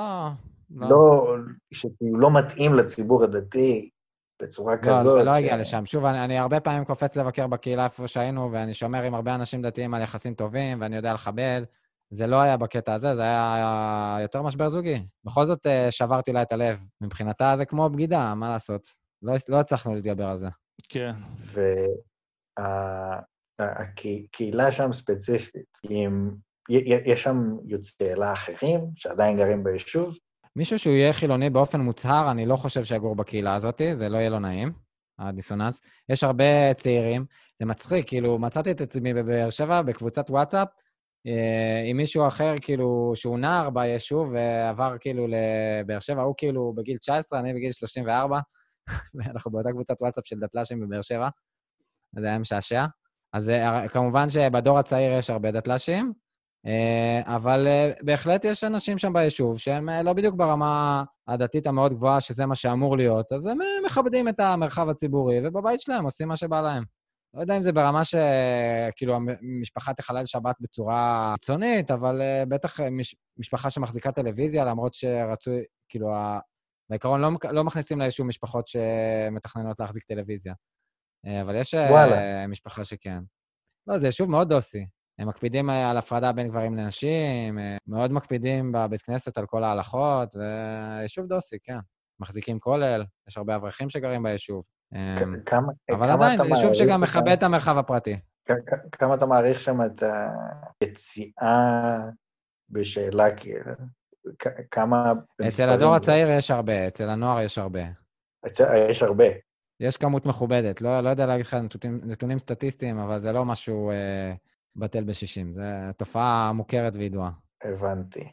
לא, שהוא לא מתאים לציבור הדתי בצורה כזאת. לא, זה לא הגיע לשם. שוב, אני הרבה פעמים קופץ לבקר בקהילה איפה שהיינו, ואני שומר עם הרבה אנשים דתיים על יחסים טובים, ואני יודע לכבד. זה לא היה בקטע הזה, זה היה יותר משבר זוגי. בכל זאת שברתי לה את הלב. מבחינתה זה כמו בגידה, מה לעשות? לא הצלחנו להתגבר על זה. כן. והקהילה שם ספציפית, יש שם יוצאי אלה אחרים שעדיין גרים ביישוב? מישהו שהוא יהיה חילוני באופן מוצהר, אני לא חושב שיגור בקהילה הזאת, זה לא יהיה לו נעים, הדיסוננס. יש הרבה צעירים, זה מצחיק, כאילו מצאתי את עצמי בבאר שבע, בקבוצת וואטסאפ, עם מישהו אחר, כאילו, שהוא נער ביישוב, ועבר כאילו לבאר שבע, הוא כאילו בגיל 19, אני בגיל 34, ואנחנו באותה קבוצת וואטסאפ של דתל"שים בבאר שבע, זה היה משעשע. אז כמובן שבדור הצעיר יש הרבה דתל"שים, אבל בהחלט יש אנשים שם ביישוב, שהם לא בדיוק ברמה הדתית המאוד גבוהה, שזה מה שאמור להיות, אז הם מכבדים את המרחב הציבורי, ובבית שלהם עושים מה שבא להם. לא יודע אם זה ברמה שכאילו המשפחה תחלל שבת בצורה קיצונית, אבל בטח משפחה שמחזיקה טלוויזיה, למרות שרצו, כאילו, בעיקרון לא מכניסים ליישוב משפחות שמתכננות להחזיק טלוויזיה. אבל יש משפחה שכן. לא, זה יישוב מאוד דוסי. הם מקפידים על הפרדה בין גברים לנשים, מאוד מקפידים בבית כנסת על כל ההלכות, ויישוב דוסי, כן. מחזיקים כולל, יש הרבה אברכים שגרים ביישוב. אבל עדיין, זה יישוב שגם מכבד את המרחב הפרטי. כמה אתה מעריך שם את היציאה בשאלה, כמה... אצל הדור הצעיר יש הרבה, אצל הנוער יש הרבה. יש הרבה. יש כמות מכובדת, לא יודע להגיד לך נתונים סטטיסטיים, אבל זה לא משהו בטל ב-60, זו תופעה מוכרת וידועה. הבנתי.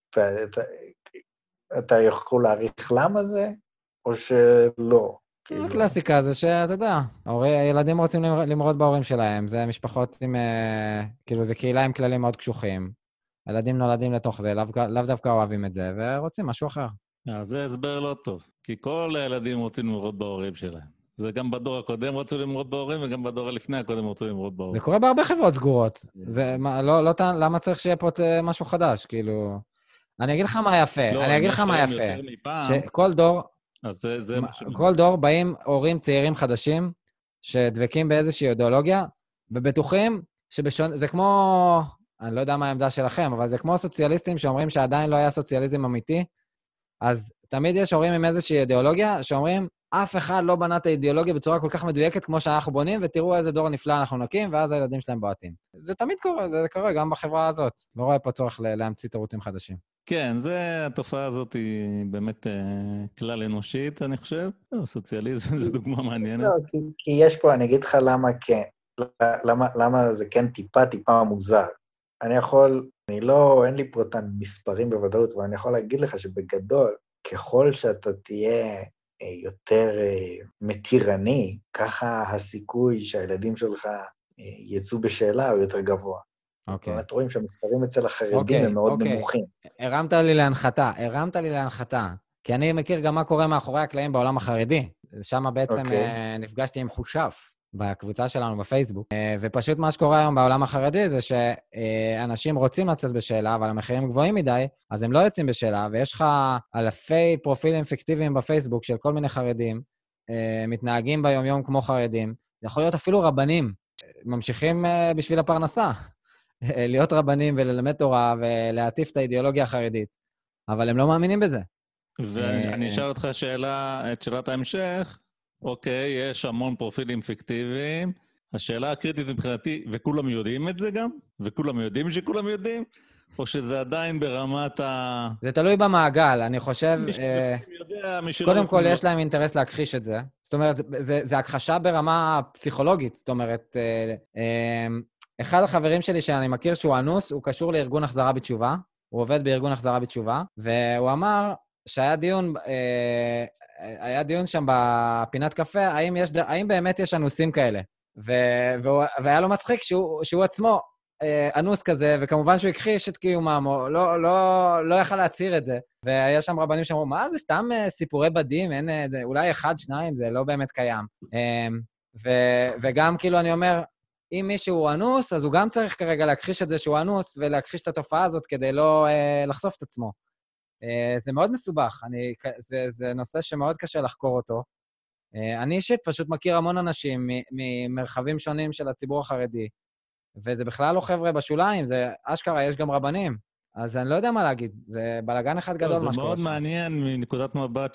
אתה יכול להעריך למה זה, או שלא? הקלאסיקה זה שאתה יודע, ילדים רוצים למרוד בהורים שלהם, זה משפחות עם, כאילו זה קהילה עם כללים מאוד קשוחים. ילדים נולדים לתוך זה, לאו דווקא אוהבים את זה, ורוצים משהו אחר. זה הסבר לא טוב, כי כל הילדים רוצים למרוד בהורים שלהם. זה גם בדור הקודם רצו למרוד בהורים, וגם בדור הלפני הקודם רצו למרוד בהורים. זה קורה בהרבה חברות סגורות. למה צריך שיהיה פה משהו חדש? כאילו... אני אגיד לך מה יפה. לא, אני אגיד לך מה יפה. שכל דור... אז זה מה כל דור באים הורים צעירים חדשים, שדבקים באיזושהי אידיאולוגיה, ובטוחים זה כמו... אני לא יודע מה העמדה שלכם, אבל זה כמו סוציאליסטים שאומרים שעדיין לא היה סוציאליזם אמיתי, אז תמיד יש הורים עם איזושהי אידיאולוגיה שאומרים, אף אחד לא בנה את האידיאולוגיה בצורה כל כך מדויקת כמו שאנחנו בונים, ותראו איזה דור נפלא אנחנו נקים, ואז הילדים שלהם בועטים. זה תמיד קורה, זה קורה גם בחברה הזאת. לא רואה פה צורך להמציא תירוצים חדשים. כן, התופעה הזאת היא באמת כלל אנושית, אני חושב. סוציאליזם זה דוגמה מעניינת. לא, כי יש פה, אני אגיד לך למה כן. למה זה כן טיפה מוזר. אין לי פה את המספרים בוודאות, אבל אני יכול להגיד לך שבגדול, ככל שאתה תהיה יותר מתירני, ככה הסיכוי שהילדים שלך יצאו בשאלה הוא יותר גבוה. אוקיי. באמת רואים שהמספרים אצל החרדים הם מאוד נמוכים. הרמת לי להנחתה, כי אני מכיר גם מה קורה מאחורי הקלעים בעולם החרדי. שם בעצם נפגשתי עם חושף. בקבוצה שלנו בפייסבוק, ופשוט מה שקורה היום בעולם החרדי זה שאנשים רוצים לצאת בשאלה, אבל המחירים גבוהים מדי, אז הם לא יוצאים בשאלה, ויש לך אלפי פרופילים פיקטיביים בפייסבוק של כל מיני חרדים, מתנהגים ביום-יום כמו חרדים, זה יכול להיות אפילו רבנים, ממשיכים בשביל הפרנסה, להיות רבנים וללמד תורה ולהטיף את האידיאולוגיה החרדית, אבל הם לא מאמינים בזה. ואני אשאל אותך את שאלת ההמשך, אוקיי, יש המון פרופילים פיקטיביים. השאלה הקריטית מבחינתי, וכולם יודעים את זה גם? וכולם יודעים שכולם יודעים? או שזה עדיין ברמת ה... זה תלוי במעגל, אני חושב... קודם כל, יש להם אינטרס להכחיש את זה. זאת אומרת, זה הכחשה ברמה פסיכולוגית. זאת אומרת, אחד החברים שלי שאני מכיר שהוא אנוס, הוא קשור לארגון החזרה בתשובה. הוא עובד בארגון החזרה בתשובה, והוא אמר שהיה דיון... היה דיון שם בפינת קפה, האם באמת יש אנוסים כאלה? והיה לו מצחיק שהוא עצמו אנוס כזה, וכמובן שהוא הכחיש את קיומם, לא יכל להצהיר את זה. והיה שם רבנים שאמרו, מה זה סתם סיפורי בדים, אולי אחד, שניים, זה לא באמת קיים. וגם כאילו אני אומר, אם מישהו אנוס, אז הוא גם צריך כרגע להכחיש את זה שהוא אנוס, ולהכחיש את התופעה הזאת כדי לא לחשוף את עצמו. זה מאוד מסובך, זה נושא שמאוד קשה לחקור אותו. אני אישית פשוט מכיר המון אנשים ממרחבים שונים של הציבור החרדי, וזה בכלל לא חבר'ה בשוליים, זה אשכרה, יש גם רבנים. אז אני לא יודע מה להגיד, זה בלגן אחד גדול מה שקורה. זה מאוד מעניין מנקודת מבט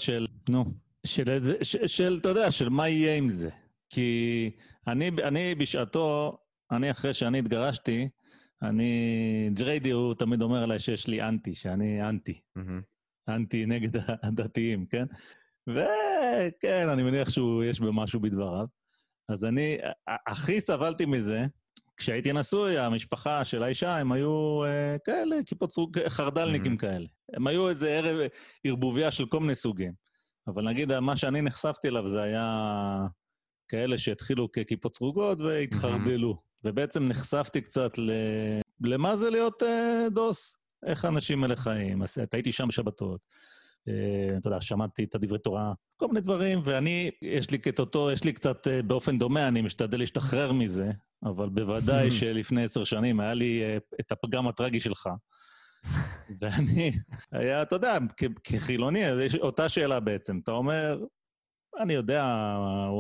אתה יודע, של מה יהיה עם זה. כי אני בשעתו, אחרי שאני התגרשתי, ג'ריידי הוא תמיד אומר עליי שיש לי אנטי, שאני אנטי. אנטי נגד הדתיים, כן? וכן, אני מניח שיש במשהו בדבריו. אז אני הכי סבלתי מזה, כשהייתי נשוי, המשפחה של האישה, הם היו כאלה, כיפות חרדלניקים כאלה. הם היו איזה ערב ערבוביה של כל מיני סוגים. אבל נגיד, מה שאני נחשפתי אליו זה היה כאלה שהתחילו ככיפות סרוגות והתחרדלו. ובעצם נחשפתי קצת למה זה להיות דוס, איך האנשים האלה חיים, הייתי שם בשבתות, אתה יודע, שמעתי את הדברי תורה, כל מיני דברים, ואני, יש לי קצת באופן דומה, אני משתדל להשתחרר מזה, אבל בוודאי שלפני 10 שנים היה לי את הפגם הטרגי שלך, ואני, אתה יודע, כחילוני, יש אותה שאלה בעצם, אתה אומר, אני יודע,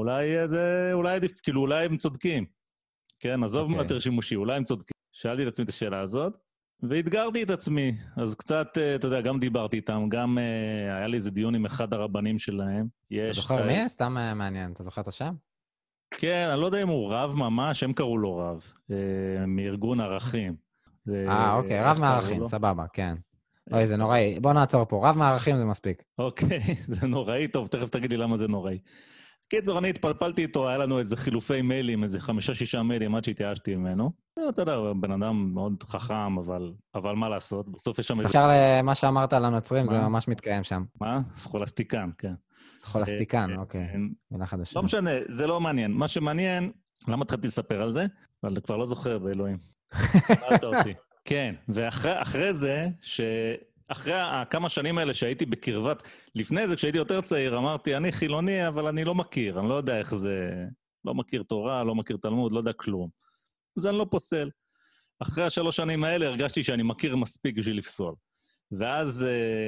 אולי הם צודקים, כן, עזוב יותר שימושי, אולי הם צודקים. שאלתי את עצמי את השאלה הזאת, והתגרתי את עצמי. אז קצת, אתה יודע, גם דיברתי איתם, גם היה לי איזה דיון עם אחד הרבנים שלהם. אתה זוכר מי? סתם מעניין. אתה זוכר את השם? כן, אני לא יודע אם הוא רב ממש, הם קראו לו רב, מארגון ערכים. אוקיי, רב מערכים, סבבה, כן. אוי, זה נוראי. בוא נעצור פה, רב מערכים זה מספיק. אוקיי, זה נוראי, טוב, תכף תגיד לי למה זה נוראי. קיצור, אני התפלפלתי איתו, היה לנו איזה חילופי מיילים, איזה 5-6 מיילים עד שהתייאשתי ממנו. אתה יודע, הוא בן אדם מאוד חכם, אבל מה לעשות? בסוף יש שם איזה... אפשר למה שאמרת על הנוצרים, זה ממש מתקיים שם. מה? סכולסטיקן, כן. סכולסטיקן, אוקיי. מילה חדשה. לא משנה, זה לא מעניין. מה שמעניין, למה התחלתי לספר על זה? אבל כבר לא זוכר, באלוהים. שאלת אותי. כן, ואחרי זה, אחרי כמה שנים האלה שהייתי בקרבת, לפני זה כשהייתי יותר צעיר, אמרתי, אני חילוני, אבל אני לא מכיר, אני לא יודע איך זה, לא מכיר תורה, לא מכיר תלמוד, לא יודע כלום. אז אני לא פוסל. אחרי 3 שנים האלה הרגשתי שאני מכיר מספיק בשביל לפסול. ואז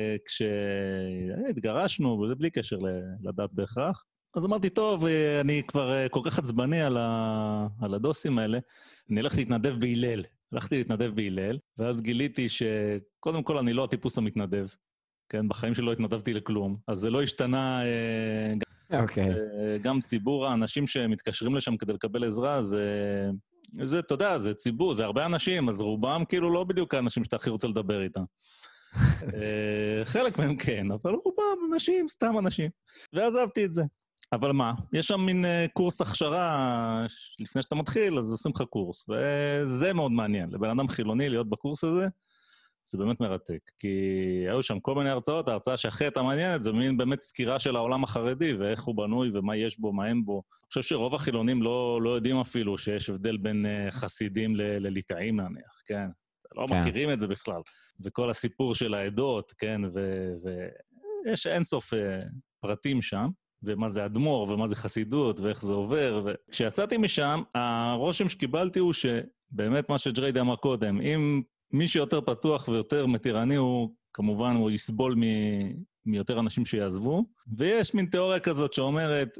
כשהתגרשנו, וזה בלי קשר לדת בהכרח, אז אמרתי, טוב, אני כבר כל כך עצבני על הדוסים האלה, אני אלך להתנדב בהילל. הלכתי להתנדב בהילל, ואז גיליתי שקודם כל אני לא הטיפוס המתנדב, כן? בחיים שלי לא התנדבתי לכלום, אז זה לא השתנה, גם ציבור האנשים שמתקשרים לשם כדי לקבל עזרה, זה, אתה יודע, זה ציבור, זה הרבה אנשים, אז רובם כאילו לא בדיוק האנשים שאתה הכי רוצה לדבר איתם. חלק מהם כן, אבל רובם אנשים, סתם אנשים. ועזבתי את זה. אבל מה? יש שם מין קורס הכשרה, לפני שאתה מתחיל, אז עושים לך קורס, וזה מאוד מעניין. לבן אדם חילוני להיות בקורס הזה, זה באמת מרתק. כי היו שם כל מיני הרצאות, ההרצאה שהכי הייתה מעניינת, זה מין באמת סקירה של העולם החרדי, ואיך הוא בנוי, ומה יש בו, מה אין בו. אני חושב שרוב החילונים לא יודעים אפילו שיש הבדל בין חסידים לליטאים נניח, כן? לא מכירים את זה בכלל. וכל הסיפור של העדות, כן? ויש אינסוף פרטים שם. ומה זה אדמו"ר, ומה זה חסידות, ואיך זה עובר. וכשיצאתי משם, הרושם שקיבלתי הוא שבאמת מה שג'ריידי אמר קודם, אם מי שיותר פתוח ויותר מתירני, הוא כמובן, הוא יסבול מיותר אנשים שיעזבו. ויש מין תיאוריה כזאת שאומרת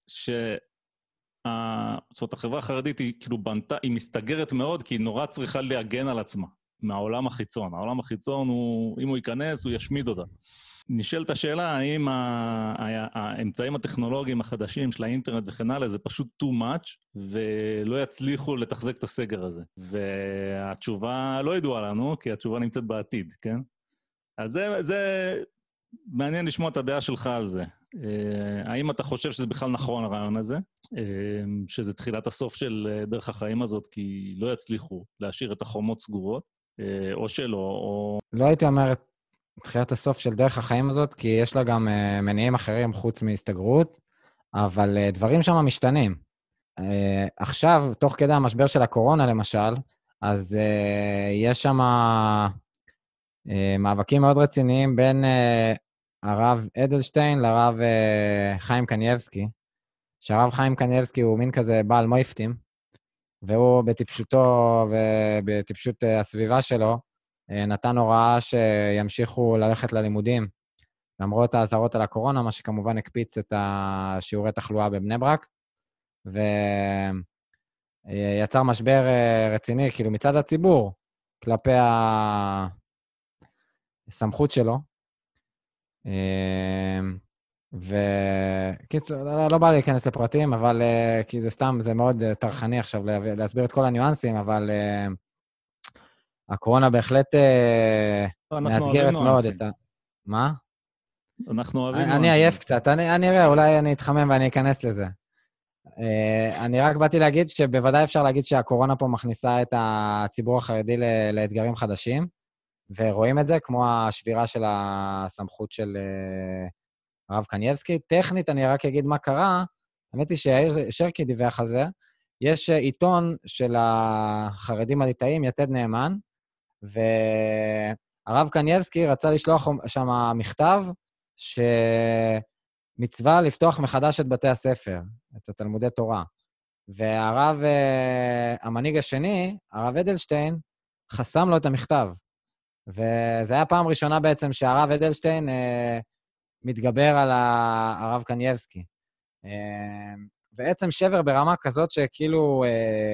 זאת אומרת, החברה החרדית היא כאילו בנתה, היא מסתגרת מאוד, כי היא נורא צריכה להגן על עצמה מהעולם החיצון. העולם החיצון, אם הוא ייכנס, הוא ישמיד אותה. נשאלת השאלה, האם האמצעים הטכנולוגיים החדשים של האינטרנט וכן הלאה, זה פשוט too much, ולא יצליחו לתחזק את הסגר הזה. והתשובה לא ידועה לנו, כי התשובה נמצאת בעתיד, כן? אז זה מעניין לשמוע את הדעה שלך על זה. האם אתה חושב שזה בכלל נכון הרעיון הזה? שזה תחילת הסוף של דרך החיים הזאת, כי לא יצליחו להשאיר את החומות סגורות, או שלא, או... לא הייתי אומר תחילת הסוף של דרך החיים הזאת, כי יש לה גם מניעים אחרים חוץ מהסתגרות, אבל דברים שם משתנים. עכשיו, תוך כדי המשבר של הקורונה למשל, אז יש שם מאבקים מאוד רציניים בין הרב אדלשטיין לרב חיים קניאבסקי, שהרב חיים קניאבסקי הוא מין כזה בעל מויפטים, והוא בטיפשותו ובטיפשות הסביבה שלו, נתן הוראה שימשיכו ללכת ללימודים, למרות האזהרות על הקורונה, מה שכמובן הקפיץ את השיעורי תחלואה בבני ברק, ויצר משבר רציני, כאילו מצד הציבור, כלפי הסמכות שלו. וקיצור, לא בא להיכנס לפרטים, אבל כי זה סתם, זה מאוד תרחני עכשיו להסביר את כל הניואנסים, אבל הקורונה בהחלט מאתגרת מאוד את ה... מה? אנחנו אוהבים... אני עייף קצת, אני אראה, אולי אני אתחמם ואני אכנס לזה. אני רק באתי להגיד שבוודאי אפשר להגיד שהקורונה פה מכניסה את הציבור החרדי לאתגרים חדשים, ורואים את זה כמו השבירה של הסמכות של הרב קניאבסקי. טכנית, אני רק אגיד מה קרה, האמת היא שיאיר שרקי דיווח על זה, יש עיתון של החרדים הליטאים, יתד נאמן, והרב קניאבסקי רצה לשלוח שם מכתב שמצווה לפתוח מחדש את בתי הספר, את התלמודי תורה. והרב, המנהיג השני, הרב אדלשטיין, חסם לו את המכתב. וזה היה פעם ראשונה בעצם שהרב אדלשטיין מתגבר על הרב קניאבסקי. בעצם שבר ברמה כזאת שכאילו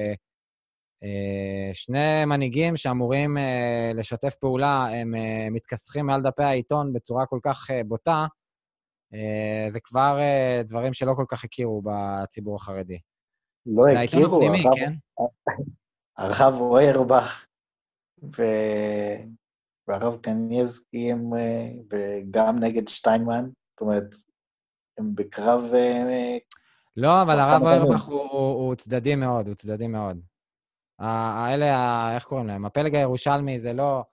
שני מנהיגים שאמורים לשתף פעולה, הם מתכסחים מעל דפי העיתון בצורה כל כך בוטה, זה כבר דברים שלא כל כך הכירו בציבור החרדי. לא הכירו, הרב אוירבך והרב קניאבסקי הם גם נגד שטיינמן, זאת אומרת, הם בקרב... לא, אבל הרב אוירבך הוא צדדי מאוד, הוא צדדי מאוד. האלה, איך קוראים להם? הפלג הירושלמי זה לא...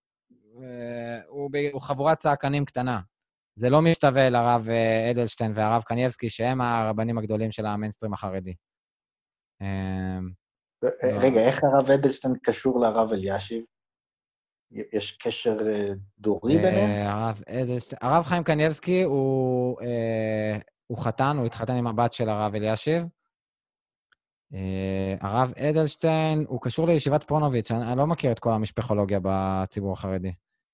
הוא חבורת צעקנים קטנה. זה לא משתווה לרב אדלשטיין והרב קניאבסקי, שהם הרבנים הגדולים של המיינסטרים החרדי. רגע, איך הרב אדלשטיין קשור לרב אלישיב? יש קשר דורי ביניהם? הרב חיים קניבסקי הוא חתן, הוא התחתן עם הבת של הרב אלישיב. הרב אדלשטיין, הוא קשור לישיבת פונוביץ', אני לא מכיר את כל המשפחולוגיה בציבור החרדי.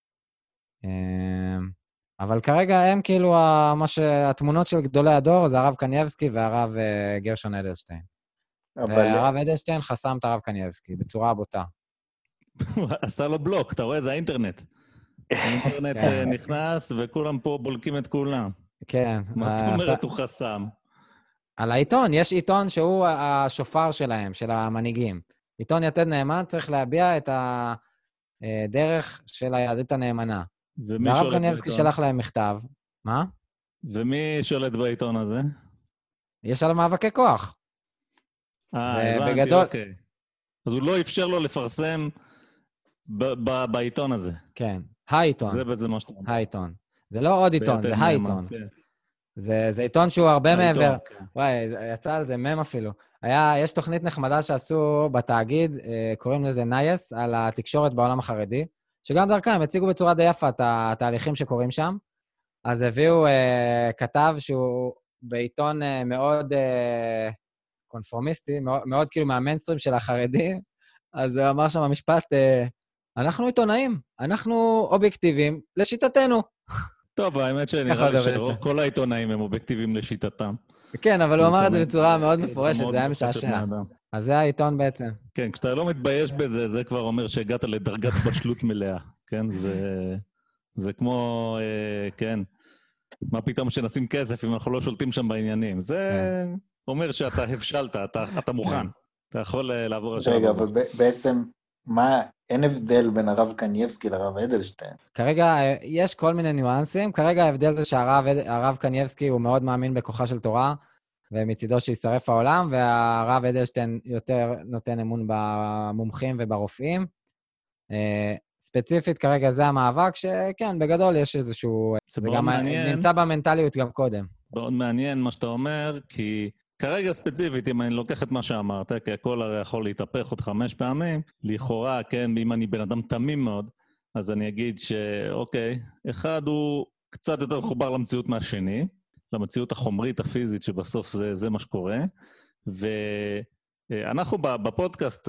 אבל כרגע הם כאילו, התמונות של גדולי הדור, זה הרב קניבסקי והרב גרשון אדלשטיין. והרב אדלשטיין חסם את הרב קניבסקי, בצורה בוטה. עשה לו בלוק, אתה רואה? זה האינטרנט. האינטרנט נכנס וכולם פה בולקים את כולם. כן. מה זאת אומרת הוא חסם? על העיתון, יש עיתון שהוא השופר שלהם, של המנהיגים. עיתון יתד נאמן צריך להביע את הדרך של היהדות הנאמנה. והרב קניבסקי שלח להם מכתב. מה? ומי שולט בעיתון הזה? יש עליו מאבקי כוח. הבנתי, אוקיי. אז הוא לא אפשר לו לפרסם בעיתון הזה. כן, העיתון. זה בעצם מה שאתה אומר. העיתון. זה לא עוד עיתון, זה העיתון. זה עיתון שהוא הרבה מעבר. וואי, יצא על זה מם אפילו. יש תוכנית נחמדה שעשו בתאגיד, קוראים לזה נייס, על התקשורת בעולם החרדי, שגם דרכם הם הציגו בצורה די יפה את התהליכים שקורים שם. אז הביאו כתב שהוא בעיתון מאוד קונפורמיסטי, מאוד כאילו מהמיינסטרים של החרדי, אז הוא אמר שם המשפט, אנחנו עיתונאים, אנחנו אובייקטיביים לשיטתנו. טוב, האמת שנראה לי שכל העיתונאים הם אובייקטיביים לשיטתם. כן, אבל הוא אמר את זה בצורה מאוד מפורשת, זה היה משעשע. אז זה העיתון בעצם. כן, כשאתה לא מתבייש בזה, זה כבר אומר שהגעת לדרגת בשלות מלאה, כן? זה כמו, כן, מה פתאום שנשים כסף אם אנחנו לא שולטים שם בעניינים. זה אומר שאתה הבשלת, אתה מוכן. אתה יכול לעבור השאלה. רגע, אבל בעצם, אין הבדל בין הרב קניבסקי לרב אדלשטיין. כרגע יש כל מיני ניואנסים. כרגע ההבדל זה שהרב קניבסקי הוא מאוד מאמין בכוחה של תורה, ומצידו שישרף העולם, והרב אדלשטיין יותר נותן אמון במומחים וברופאים. ספציפית כרגע זה המאבק, שכן, בגדול יש איזשהו... זה גם נמצא במנטליות גם קודם. מאוד מעניין מה שאתה אומר, כי כרגע ספציפית, אם אני לוקח את מה שאמרת, כי הכל הרי יכול להתהפך עוד 5 פעמים, לכאורה, כן, אם אני בן אדם תמים מאוד, אז אני אגיד שאוקיי, אחד הוא קצת יותר מחובר למציאות מהשני, למציאות החומרית, הפיזית, שבסוף זה מה שקורה, ואנחנו בפודקאסט,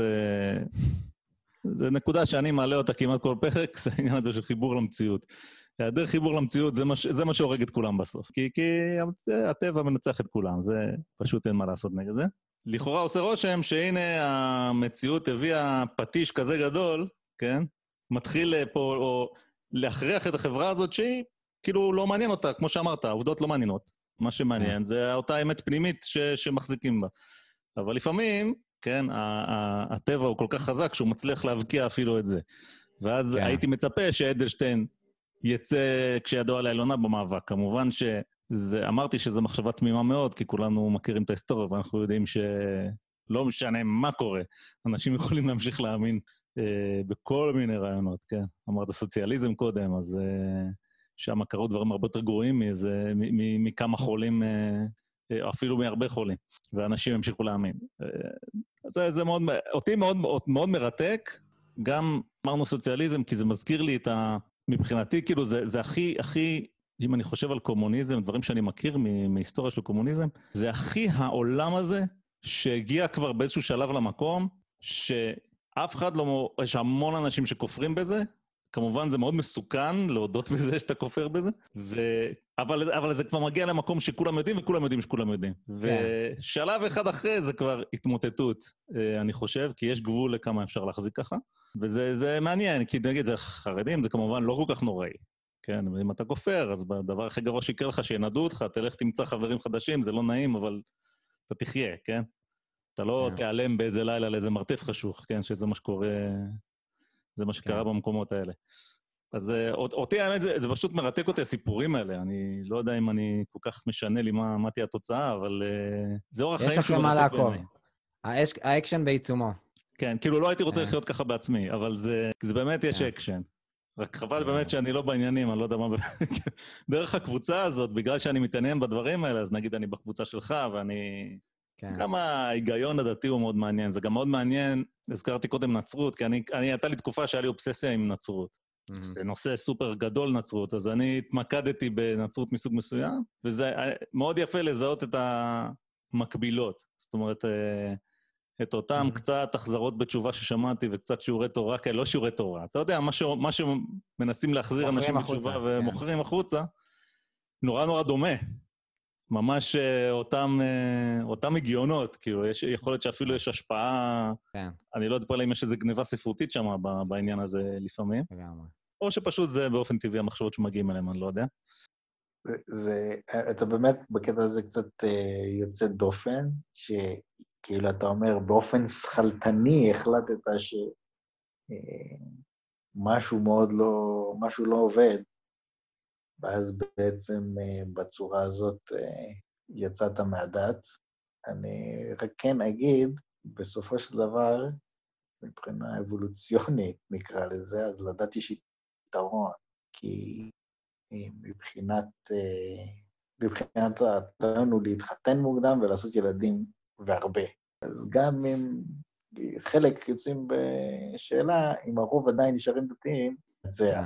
זו נקודה שאני מעלה אותה כמעט כל פרק, זה העניין הזה של חיבור למציאות. היעדר חיבור למציאות, זה מה שהורג את כולם בסוף. כי הטבע מנצח את כולם, זה פשוט אין מה לעשות נגד זה. לכאורה עושה רושם שהנה המציאות הביאה פטיש כזה גדול, כן? מתחיל פה, או להכריח את החברה הזאת שהיא כאילו לא מעניין אותה, כמו שאמרת, העובדות לא מעניינות. מה שמעניין זה אותה אמת פנימית שמחזיקים בה. אבל לפעמים, כן, הטבע הוא כל כך חזק שהוא מצליח להבקיע אפילו את זה. ואז הייתי מצפה שאדלשטיין יצא כשידוע על העליונה במאבק. כמובן אמרתי שזו מחשבה תמימה מאוד, כי כולנו מכירים את ההיסטוריה, ואנחנו יודעים שלא משנה מה קורה. אנשים יכולים להמשיך להאמין בכל מיני רעיונות, כן? אמרת סוציאליזם קודם, אז שם קרו דברים הרבה יותר גרועים מכמה חולים, אפילו מהרבה חולים, ואנשים המשיכו להאמין. זה מאוד, אותי מאוד, מאוד מרתק, גם אמרנו סוציאליזם, כי זה מזכיר לי מבחינתי, כאילו, זה הכי, אם אני חושב על קומוניזם, דברים שאני מכיר מהיסטוריה של קומוניזם, זה הכי העולם הזה שהגיע כבר באיזשהו שלב למקום, שאף אחד לא, יש המון אנשים שכופרים בזה, כמובן זה מאוד מסוכן להודות בזה שאתה כופר בזה, אבל זה כבר מגיע למקום שכולם יודעים, וכולם יודעים שכולם יודעים. ושלב אחד אחרי זה כבר התמוטטות, אני חושב, כי יש גבול לכמה אפשר להחזיק ככה, וזה מעניין, כי נגיד זה חרדים, זה כמובן לא כל כך נוראי. כן, אם אתה כופר, אז בדבר הכי גרוע שיקר לך, שינדו אותך, תלך תמצא חברים חדשים, זה לא נעים, אבל אתה תחיה, כן? אתה לא תיעלם באיזה לילה לאיזה מרתף חשוך, כן? שזה מה שקורה, זה מה שקרה במקומות האלה. אז אותי האמת, זה פשוט מרתק אותי הסיפורים האלה, אני לא יודע אם אני כל כך משנה לי מה תהיה התוצאה, אבל זה אורח חיים שהוא מרתק בעיניי. האקשן בעיצומו. כן, כאילו לא הייתי רוצה לחיות ככה בעצמי, אבל זה באמת יש אקשן. רק חבל באמת שאני לא בעניינים, אני לא יודע מה... דרך הקבוצה הזאת, בגלל שאני מתעניין בדברים האלה, אז נגיד אני בקבוצה שלך, ואני כן. גם ההיגיון הדתי הוא מאוד מעניין, זה גם מאוד מעניין, הזכרתי קודם נצרות, כי הייתה לי תקופה שהיה לי אובססיה עם נצרות. זה נושא סופר גדול נצרות, אז אני התמקדתי בנצרות מסוג מסוים, וזה מאוד יפה לזהות את המקבילות. זאת אומרת, את אותם קצת החזרות בתשובה ששמעתי, וקצת שיעורי תורה, כאלה, לא שיעורי תורה. אתה יודע, מה שמנסים להחזיר אנשים בתשובה ומוכרים החוצה, נורא נורא דומה. ממש אותם הגיונות, כאילו, יכול להיות שאפילו יש השפעה, אני לא יודע פה אם יש איזו גניבה ספרותית שם בעניין הזה לפעמים, או שפשוט זה באופן טבעי המחשבות שמגיעים אליהם, אני לא יודע. אתה באמת בקטע הזה קצת יוצא דופן, שכאילו אתה אומר, באופן שכלתני החלטת שמשהו משהו לא עובד, ואז בעצם בצורה הזאת יצאת מהדת. אני רק כן אגיד, בסופו של דבר, מבחינה אבולוציונית נקרא לזה, אז לדת יש יתרון, כי מבחינת התרנו להתחתן מוקדם ולעשות ילדים והרבה. אז גם אם חלק יוצאים בשאלה, אם הרוב עדיין נשארים דתיים, זה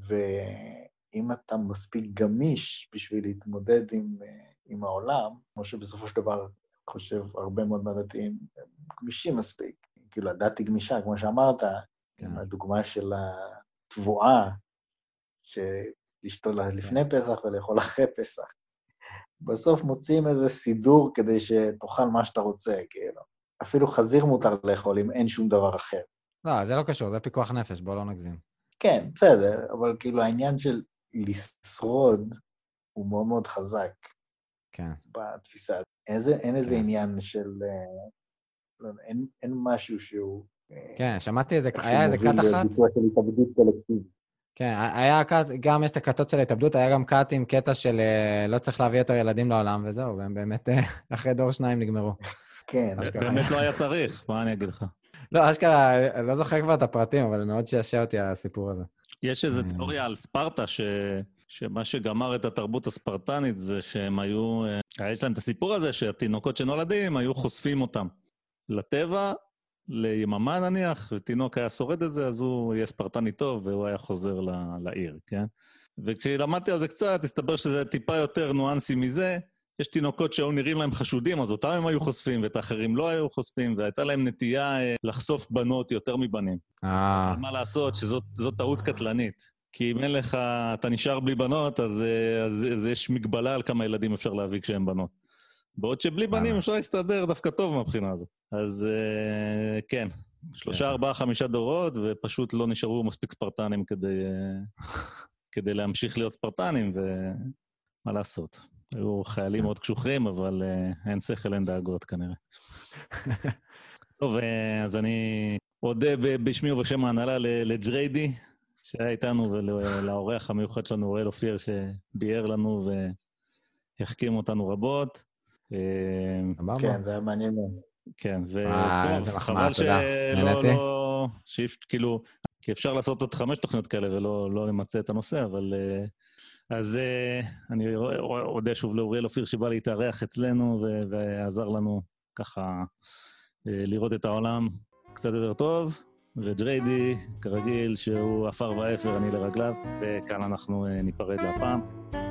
אם אתה מספיק גמיש בשביל להתמודד עם העולם, כמו שבסופו של דבר חושב הרבה מאוד מהדתיים, הם גמישים מספיק. כאילו, הדת היא גמישה, כמו שאמרת, עם הדוגמה של התבואה, לשתול לפני פסח ולאכול אחרי פסח. בסוף מוצאים איזה סידור כדי שתאכל מה שאתה רוצה, כאילו. אפילו חזיר מותר לאכול אם אין שום דבר אחר. לא, זה לא קשור, זה פיקוח נפש, בוא לא נגזים. כן, בסדר, אבל כאילו העניין של לשרוד הוא מאוד מאוד חזק. כן. בתפיסה. אין איזה עניין של... אין משהו שהוא... כן, שמעתי היה איזה קאט אחת. ביצוע של התאבדות קולקטיבית. כן, היה קאט, גם יש את הקאטות של ההתאבדות, היה גם קאט עם קטע של לא צריך להביא יותר ילדים לעולם, וזהו, והם באמת אחרי דור 2 נגמרו. כן. באמת לא היה צריך, מה אני אגיד לך? לא, אשכרה, אני לא זוכר כבר את הפרטים, אבל מאוד שעשע אותי הסיפור הזה. יש איזו תיאוריה על ספרטה, שמה שגמר את התרבות הספרטנית זה שהם היו... יש להם את הסיפור הזה שהתינוקות שנולדים היו חושפים אותם לטבע, ליממה נניח, ותינוק היה שורד את זה, אז הוא יהיה ספרטני טוב, והוא היה חוזר לעיר, כן? וכשלמדתי על זה קצת, הסתבר שזה טיפה יותר ניואנסי מזה, יש תינוקות שהיו נראים להם חשודים, אז אותם הם היו חושפים, ואת האחרים לא היו חושפים, והייתה להם נטייה לחשוף בנות יותר מבנים. מה לעשות? שזאת טעות קטלנית. כי אם אין לך, אתה נשאר בלי בנות, אז יש מגבלה על כמה ילדים אפשר להביא כשהם בנות. בעוד שבלי בנים אפשר להסתדר דווקא טוב מהבחינה הזאת. אז כן, 3, 4, 5 דורות, ופשוט לא נשארו מספיק ספרטנים כדי להמשיך להיות ספרטנים, ומה לעשות. היו חיילים מאוד קשוחים, אבל אין שכל, אין דאגות כנראה. טוב, אז אני אודה בשמי ובשם ההנהלה לג'ריידי, שהיה איתנו, ולאורח המיוחד שלנו, אוראל אופיר, שביאר לנו והחכים אותנו רבות. כן, זה היה מעניין. כן, וטוב, חבל שלא, כאילו, כי אפשר לעשות עוד 5 תוכניות כאלה ולא למצא את הנושא, אבל... אז אני אודה שוב לאוראל אופיר שבא להתארח אצלנו ועזר לנו ככה לראות את העולם קצת יותר טוב, וג'ריידי, כרגיל, שהוא אפר ואפר, אני לרגליו, וכאן אנחנו ניפרד להפעם.